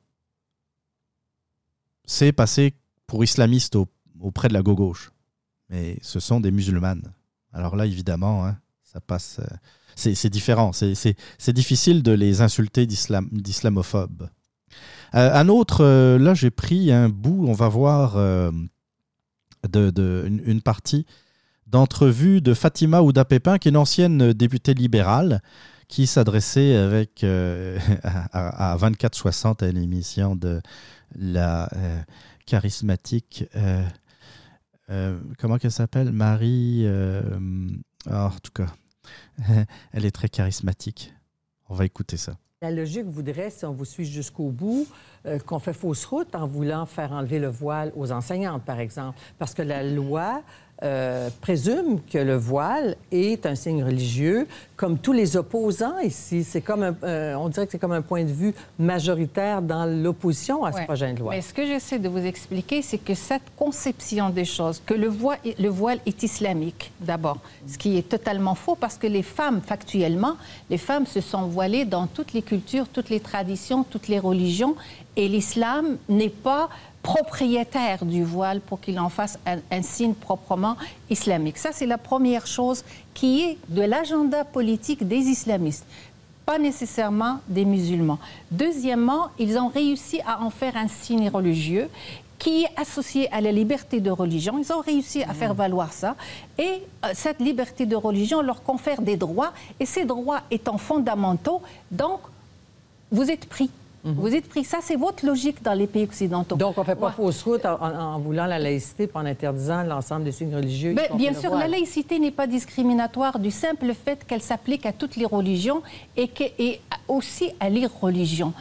c'est passer pour islamiste au, auprès de la gauche. Mais ce sont des musulmanes. Alors là, évidemment, hein, ça passe... Euh, c'est, c'est différent. C'est, c'est, c'est difficile de les insulter d'islam, d'islamophobes. Euh, un autre, euh, là, j'ai pris un bout, on va voir euh, de, de, une, une partie d'entrevue de Fatima Ouda-Pépin, qui est une ancienne députée libérale, qui s'adressait avec euh, à, à vingt-quatre soixante à l'émission de la euh, charismatique... Euh, Euh, comment qu'elle s'appelle? Marie... Euh, oh, en tout cas, elle est très charismatique. On va écouter ça. La logique voudrait, si on vous suit jusqu'au bout, euh, qu'on fait fausse route en voulant faire enlever le voile aux enseignantes, par exemple. Parce que la loi euh, présume que le voile est un signe religieux, comme tous les opposants ici. C'est comme un, euh, on dirait que c'est comme un point de vue majoritaire dans l'opposition à ce ouais. projet de loi. Mais ce que j'essaie de vous expliquer, c'est que cette conception des choses, que le voile, le voile est islamique, d'abord, ce qui est totalement faux, parce que les femmes, factuellement, les femmes se sont voilées dans toutes les cultures, toutes les traditions, toutes les religions, et l'islam n'est pas propriétaire du voile pour qu'il en fasse un, un signe proprement islamique. Ça, c'est la première chose qui est de l'agenda politique des islamistes, pas nécessairement des musulmans. Deuxièmement, ils ont réussi à en faire un signe religieux qui est associé à la liberté de religion. Ils ont réussi à faire valoir ça. Et euh, cette liberté de religion leur confère des droits, et ces droits étant fondamentaux, donc, vous êtes pris. Mm-hmm. Vous êtes pris. Ça, c'est votre logique dans les pays occidentaux. Donc, on ne fait pas ouais. fausse route en, en, en voulant la laïcité et en interdisant l'ensemble des signes religieux. Ben, bien sûr, la laïcité n'est pas discriminatoire du simple fait qu'elle s'applique à toutes les religions et, que, et aussi à l'irreligion.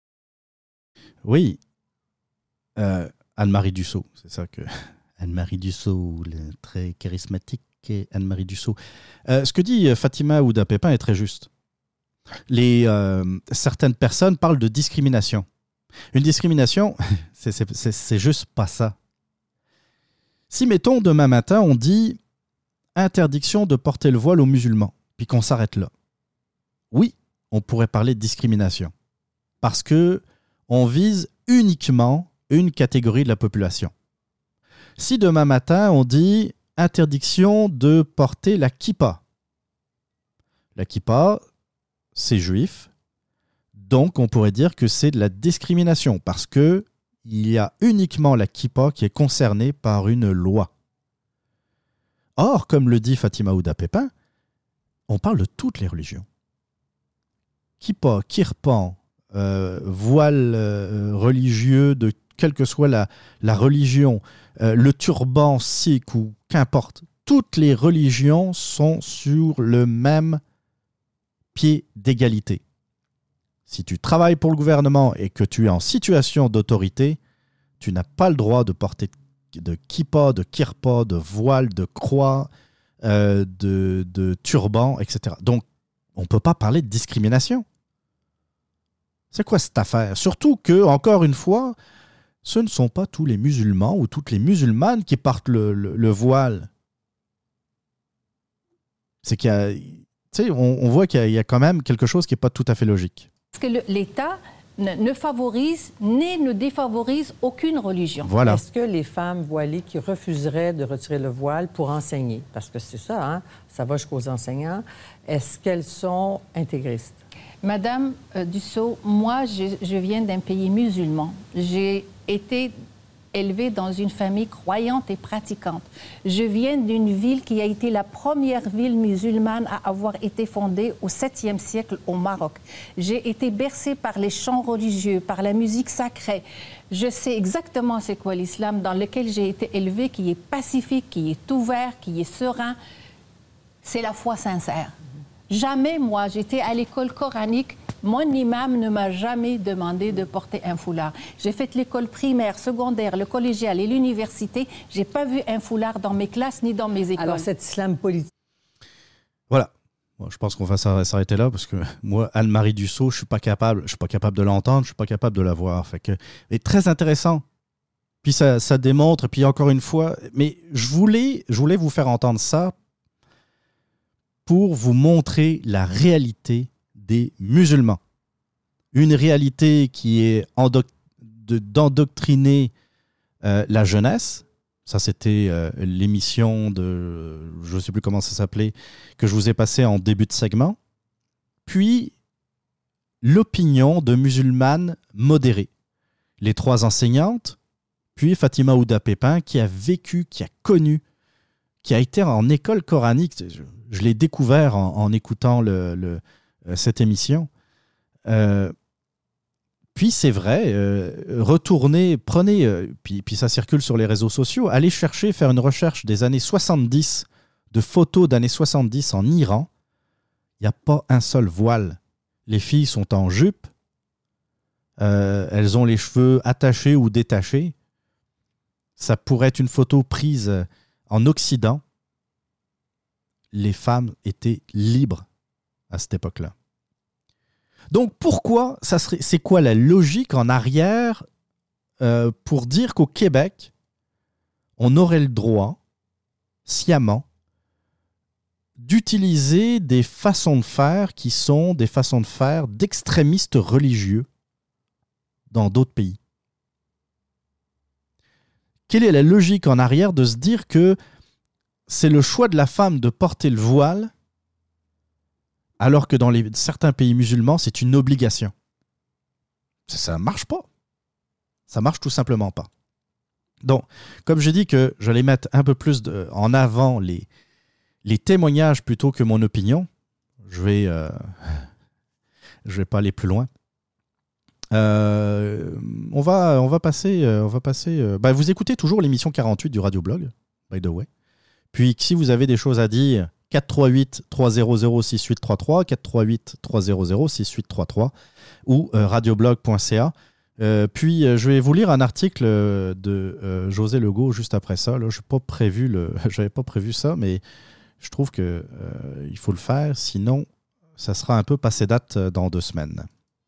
Oui. Euh, Anne-Marie Dussault, c'est ça que... Anne-Marie Dussault, très charismatique Anne-Marie Dussault. Euh, ce que dit Fatima Ouda-Pépin est très juste. Les, euh, certaines personnes parlent de discrimination. Une discrimination, c'est, c'est, c'est, c'est juste pas ça. Si, mettons, demain matin, on dit interdiction de porter le voile aux musulmans, puis qu'on s'arrête là. Oui, on pourrait parler de discrimination. Parce que on vise uniquement une catégorie de la population. Si demain matin, on dit interdiction de porter la kippa. La kippa, c'est juif, donc on pourrait dire que c'est de la discrimination parce que il y a uniquement la kippa qui est concernée par une loi. Or, comme le dit Fatima Ouda-Pépin, on parle de toutes les religions. Kippa, kirpan, euh, voile euh, religieux de quelle que soit la, la religion, euh, le turban sikh ou qu'importe, toutes les religions sont sur le même pied d'égalité. Si tu travailles pour le gouvernement et que tu es en situation d'autorité, tu n'as pas le droit de porter de kippa, de kirpa, de voile, de croix, euh, de, de turban, et cetera. Donc, on ne peut pas parler de discrimination. C'est quoi cette affaire? Surtout que, encore une fois, ce ne sont pas tous les musulmans ou toutes les musulmanes qui portent le, le, le voile. C'est qu'il y a... Tu sais, on, on voit qu'il y a, il y a quand même quelque chose qui n'est pas tout à fait logique. Parce que le, l'État ne, ne favorise ni ne défavorise aucune religion. Voilà. Est-ce que les femmes voilées qui refuseraient de retirer le voile pour enseigner, parce que c'est ça, hein, ça va jusqu'aux enseignants, est-ce qu'elles sont intégristes? Madame euh, Dussault, moi, je, je viens d'un pays musulman. J'ai été élevée dans une famille croyante et pratiquante. Je viens d'une ville qui a été la première ville musulmane à avoir été fondée au septième siècle au Maroc. J'ai été bercée par les chants religieux, par la musique sacrée. Je sais exactement c'est quoi l'islam dans lequel j'ai été élevée, qui est pacifique, qui est ouvert, qui est serein. C'est la foi sincère. Jamais, moi, j'étais à l'école coranique, mon imam ne m'a jamais demandé de porter un foulard. J'ai fait l'école primaire, secondaire, le collégial et l'université. J'ai pas vu un foulard dans mes classes ni dans mes écoles. Alors, cet islam politique... Voilà. Bon, je pense qu'on va s'arrêter là parce que moi, Anne-Marie Dussault, je suis pas capable, je suis pas capable de l'entendre, je suis pas capable de la voir. Fait que, c'est très intéressant. Puis ça, ça démontre, puis encore une fois, mais je voulais, je voulais vous faire entendre ça pour vous montrer la réalité des musulmans. Une réalité qui est endoc- de, d'endoctriner euh, la jeunesse. Ça, c'était euh, l'émission de, je ne sais plus comment ça s'appelait, que je vous ai passé en début de segment. Puis, l'opinion de musulmanes modérées. Les trois enseignantes, puis Fatima Ouda Pépin, qui a vécu, qui a connu, qui a été en école coranique. Je, je l'ai découvert en, en écoutant le, le, euh, cette émission. Euh, puis c'est vrai, euh, retournez, prenez, euh, puis, puis ça circule sur les réseaux sociaux, allez chercher, faire une recherche des années soixante-dix, de photos d'années soixante-dix en Iran. Il n'y a pas un seul voile. Les filles sont en jupe, euh, elles ont les cheveux attachés ou détachés. Ça pourrait être une photo prise en Occident. Les femmes étaient libres à cette époque-là. Donc pourquoi, ça serait, c'est quoi la logique en arrière euh, pour dire qu'au Québec, on aurait le droit, sciemment, d'utiliser des façons de faire qui sont des façons de faire d'extrémistes religieux dans d'autres pays? Quelle est la logique en arrière de se dire que c'est le choix de la femme de porter le voile alors que dans les, certains pays musulmans, c'est une obligation? Ça ne marche pas. Ça marche tout simplement pas. Donc, comme j'ai dit que j'allais mettre un peu plus de, en avant les, les témoignages plutôt que mon opinion, je vais, euh, je vais pas aller plus loin. Euh, on va, on va passer... On va passer euh, bah, vous écoutez toujours l'émission quarante-huit du Radio Blog, by the way. Puis, si vous avez des choses à dire, quatre trois huit trois zéro zéro six huit trois trois, quatre trois huit trois zéro zéro six huit trois trois ou euh, radioblog point c a. Euh, puis, euh, je vais vous lire un article de euh, José Legault juste après ça. Là, je n'avais pas prévu le, j'avais pas prévu ça, mais je trouve qu'il euh, faut le faire. Sinon, ça sera un peu passé date dans deux semaines.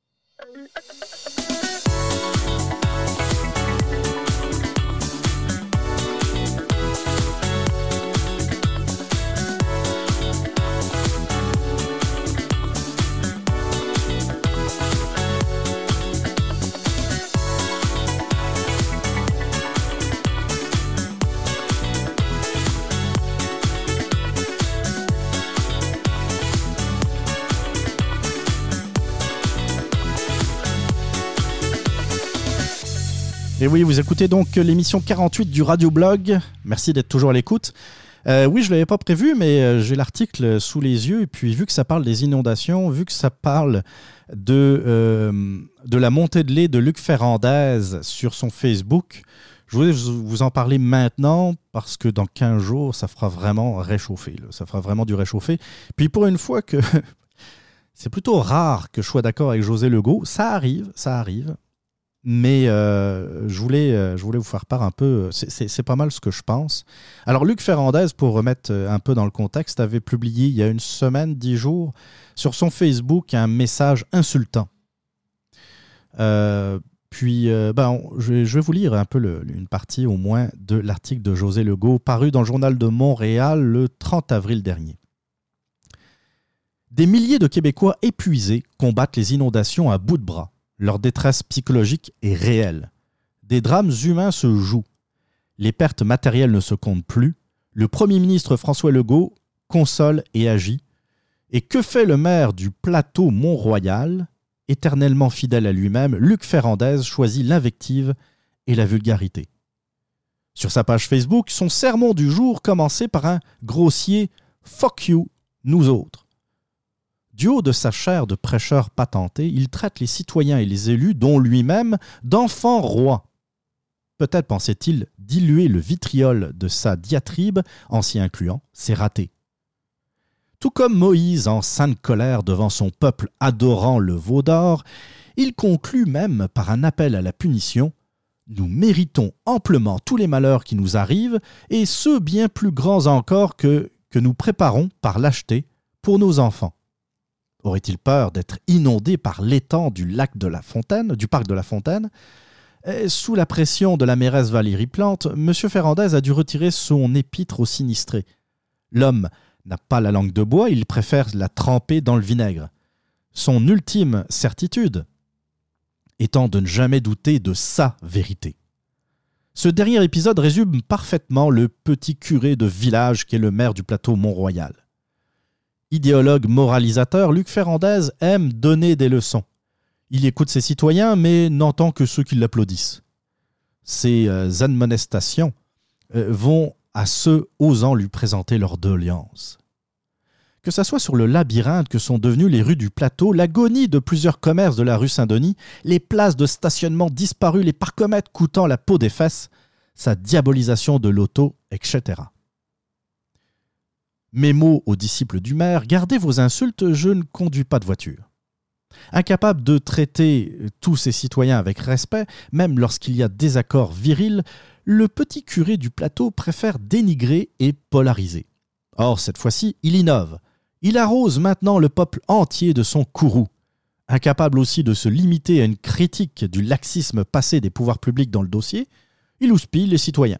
Et oui, vous écoutez donc l'émission quarante-huit du Radio Blog. Merci d'être toujours à l'écoute. Euh, oui, je ne l'avais pas prévu, mais j'ai l'article sous les yeux. Et puis, vu que ça parle des inondations, vu que ça parle de, euh, de la montée de lait de Luc Ferrandez sur son Facebook, je voulais vous en parler maintenant parce que dans quinze jours, ça fera vraiment réchauffer. Là. Ça fera vraiment du réchauffer. Puis, pour une fois que c'est plutôt rare que je sois d'accord avec José Legault, ça arrive, ça arrive. Mais euh, je, voulais, euh, je voulais vous faire part un peu, c'est, c'est, c'est pas mal ce que je pense. Alors Luc Ferrandez, pour remettre un peu dans le contexte, avait publié il y a une semaine, dix jours, sur son Facebook un message insultant. Euh, puis, euh, ben, on, je, je vais vous lire un peu le, une partie au moins de l'article de José Legault paru dans le Journal de Montréal le trente avril dernier. Des milliers de Québécois épuisés combattent les inondations à bout de bras. Leur détresse psychologique est réelle. Des drames humains se jouent. Les pertes matérielles ne se comptent plus. Le premier ministre François Legault console et agit. Et que fait le maire du plateau Mont-Royal ? Éternellement fidèle à lui-même, Luc Ferrandez choisit l'invective et la vulgarité. Sur sa page Facebook, son sermon du jour commençait par un grossier « Fuck you, nous autres ». Du haut de sa chaire de prêcheur patenté, il traite les citoyens et les élus, dont lui-même, d'enfants rois. Peut-être pensait-il diluer le vitriol de sa diatribe en s'y incluant, c'est raté. Tout comme Moïse en sainte colère devant son peuple adorant le veau d'or, il conclut même par un appel à la punition. Nous méritons amplement tous les malheurs qui nous arrivent, et ceux bien plus grands encore que, que nous préparons par lâcheté pour nos enfants. Aurait-il peur d'être inondé par l'étang du lac de la Fontaine, du parc de la Fontaine ? Et sous la pression de la mairesse Valérie Plante, M. Ferrandez a dû retirer son épître aux sinistrés. L'homme n'a pas la langue de bois, il préfère la tremper dans le vinaigre. Son ultime certitude étant de ne jamais douter de sa vérité. Ce dernier épisode résume parfaitement le petit curé de village qu'est le maire du plateau Mont-Royal. Idéologue moralisateur, Luc Ferrandez aime donner des leçons. Il écoute ses citoyens, mais n'entend que ceux qui l'applaudissent. Ses euh, admonestations euh, vont à ceux osant lui présenter leurs doléances. Que ce soit sur le labyrinthe que sont devenues les rues du plateau, l'agonie de plusieurs commerces de la rue Saint-Denis, les places de stationnement disparues, les parcomètres coûtant la peau des fesses, sa diabolisation de l'auto, et cetera. Mémo aux disciples du maire, gardez vos insultes, je ne conduis pas de voiture. Incapable de traiter tous ses citoyens avec respect, même lorsqu'il y a désaccord viril, le petit curé du plateau préfère dénigrer et polariser. Or, cette fois-ci, il innove. Il arrose maintenant le peuple entier de son courroux. Incapable aussi de se limiter à une critique du laxisme passé des pouvoirs publics dans le dossier, il houspille les citoyens.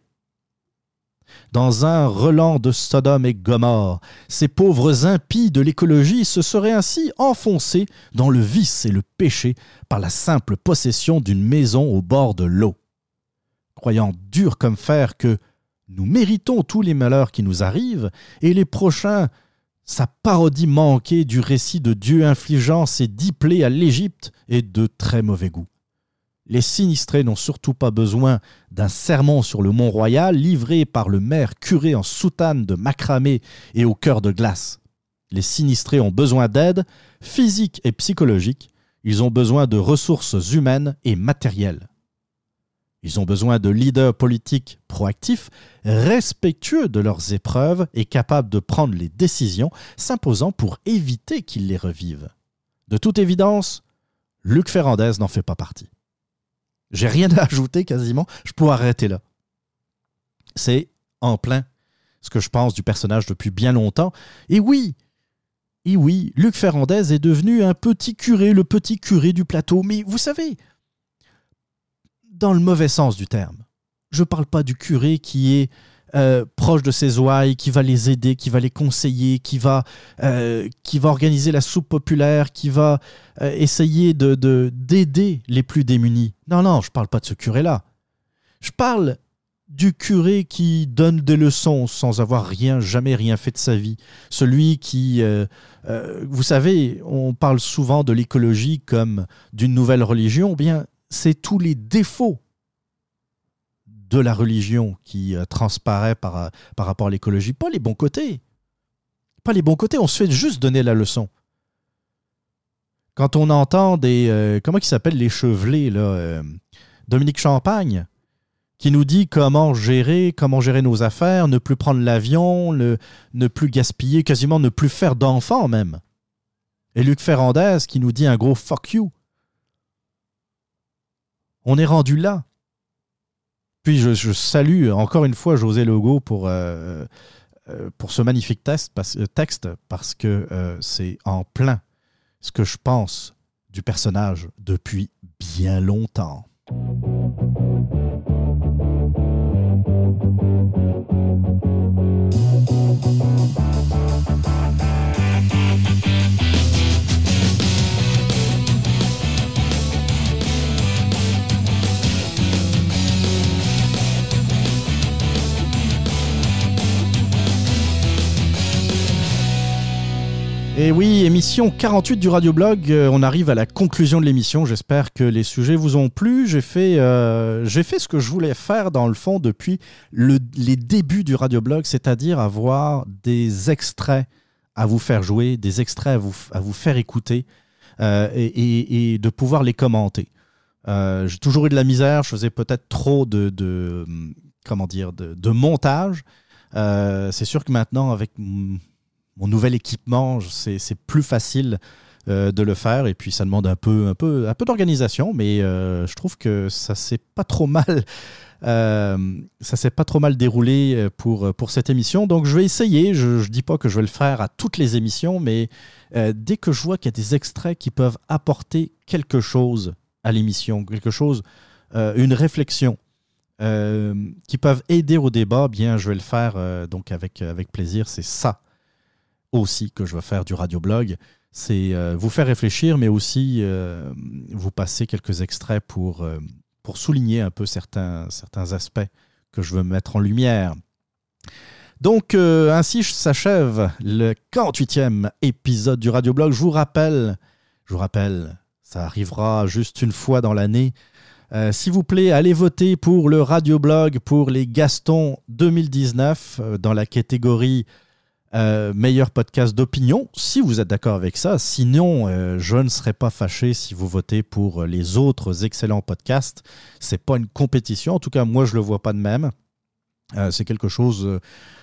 Dans un relent de Sodome et Gomorrhe, ces pauvres impies de l'écologie se seraient ainsi enfoncés dans le vice et le péché par la simple possession d'une maison au bord de l'eau. Croyant dur comme fer que nous méritons tous les malheurs qui nous arrivent, et les prochains, sa parodie manquée du récit de Dieu infligeant ses dix plaies à l'Égypte est de très mauvais goût. Les sinistrés n'ont surtout pas besoin d'un sermon sur le Mont-Royal livré par le maire curé en soutane de macramé et au cœur de glace. Les sinistrés ont besoin d'aide physique et psychologique. Ils ont besoin de ressources humaines et matérielles. Ils ont besoin de leaders politiques proactifs, respectueux de leurs épreuves et capables de prendre les décisions s'imposant pour éviter qu'ils les revivent. De toute évidence, Luc Ferrandez n'en fait pas partie. J'ai rien à ajouter quasiment, je pourrais arrêter là. C'est en plein ce que je pense du personnage depuis bien longtemps. Et oui, et oui, Luc Ferrandez est devenu un petit curé, le petit curé du plateau. Mais vous savez, dans le mauvais sens du terme. Je ne parle pas du curé qui est euh, proche de ses ouailles, qui va les aider, qui va les conseiller, qui va, euh, qui va organiser la soupe populaire, qui va euh, essayer de, de, d'aider les plus démunis. Non, non, je ne parle pas de ce curé-là. Je parle du curé qui donne des leçons sans avoir rien, jamais rien fait de sa vie. Celui qui, euh, euh, vous savez, on parle souvent de l'écologie comme d'une nouvelle religion. Bien, c'est tous les défauts de la religion qui euh, transparaît par, euh, par rapport à l'écologie. Pas les bons côtés. Pas les bons côtés, on se fait juste donner la leçon. Quand on entend des... Euh, comment ils s'appellent les chevelés, là, euh, Dominique Champagne, qui nous dit comment gérer, comment gérer nos affaires, ne plus prendre l'avion, ne, ne plus gaspiller, quasiment ne plus faire d'enfants même. Et Luc Ferrandez qui nous dit un gros « fuck you ». On est rendu là. Puis je, je salue encore une fois José Legault pour, euh, euh, pour ce magnifique texte parce, texte parce que euh, c'est en plein ce que je pense du personnage depuis bien longtemps. Et oui, émission quarante-huit du Radioblog, euh, on arrive à la conclusion de l'émission. J'espère que les sujets vous ont plu. J'ai fait, euh, j'ai fait ce que je voulais faire dans le fond depuis le, les débuts du Radioblog, c'est-à-dire avoir des extraits à vous faire jouer, des extraits à vous, à vous faire écouter euh, et, et, et de pouvoir les commenter. Euh, j'ai toujours eu de la misère, je faisais peut-être trop de, de, comment dire, de, de montage. Euh, c'est sûr que maintenant, avec mon nouvel équipement, c'est, c'est plus facile euh, de le faire et puis ça demande un peu, un peu, un peu d'organisation, mais euh, je trouve que ça s'est pas trop mal, euh, ça s'est pas trop mal déroulé pour, pour cette émission. Donc je vais essayer. Je, je dis pas que je vais le faire à toutes les émissions, mais euh, dès que je vois qu'il y a des extraits qui peuvent apporter quelque chose à l'émission, quelque chose, euh, une réflexion. Euh, qui peuvent aider au débat, bien je vais le faire euh, donc avec, avec plaisir. C'est ça aussi que je veux faire du Radioblog, c'est euh, vous faire réfléchir, mais aussi euh, vous passer quelques extraits pour, euh, pour souligner un peu certains, certains aspects que je veux mettre en lumière. Donc, euh, ainsi s'achève le quarante-huitième épisode du Radioblog. Je vous rappelle, je vous rappelle, ça arrivera juste une fois dans l'année. Euh, s'il vous plaît, allez voter pour le Radioblog pour les Gastons deux mille dix-neuf euh, dans la catégorie Euh, meilleur podcast d'opinion, si vous êtes d'accord avec ça. Sinon, euh, je ne serais pas fâché si vous votez pour les autres excellents podcasts. C'est pas une compétition, en tout cas moi je le vois pas de même. Euh, c'est quelque chose,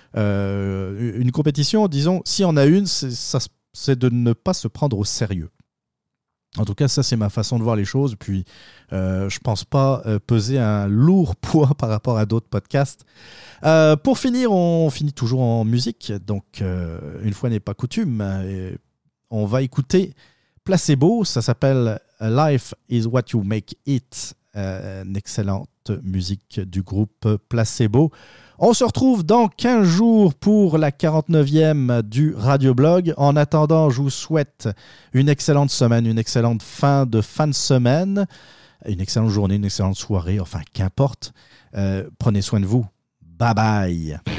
euh, une compétition, disons, si on a une, c'est, ça, c'est de ne pas se prendre au sérieux. En tout cas, ça, c'est ma façon de voir les choses. Puis, euh, je pense pas euh, peser un lourd poids par rapport à d'autres podcasts. Euh, pour finir, on finit toujours en musique. Donc, euh, une fois n'est pas coutume, euh, on va écouter Placebo. Ça s'appelle Life is what you make it. Euh, une excellente musique du groupe Placebo. On se retrouve dans quinze jours pour la quarante-neuvième du Radioblog. En attendant, je vous souhaite une excellente semaine, une excellente fin de fin de semaine, une excellente journée, une excellente soirée, enfin, qu'importe. Euh, prenez soin de vous. Bye bye.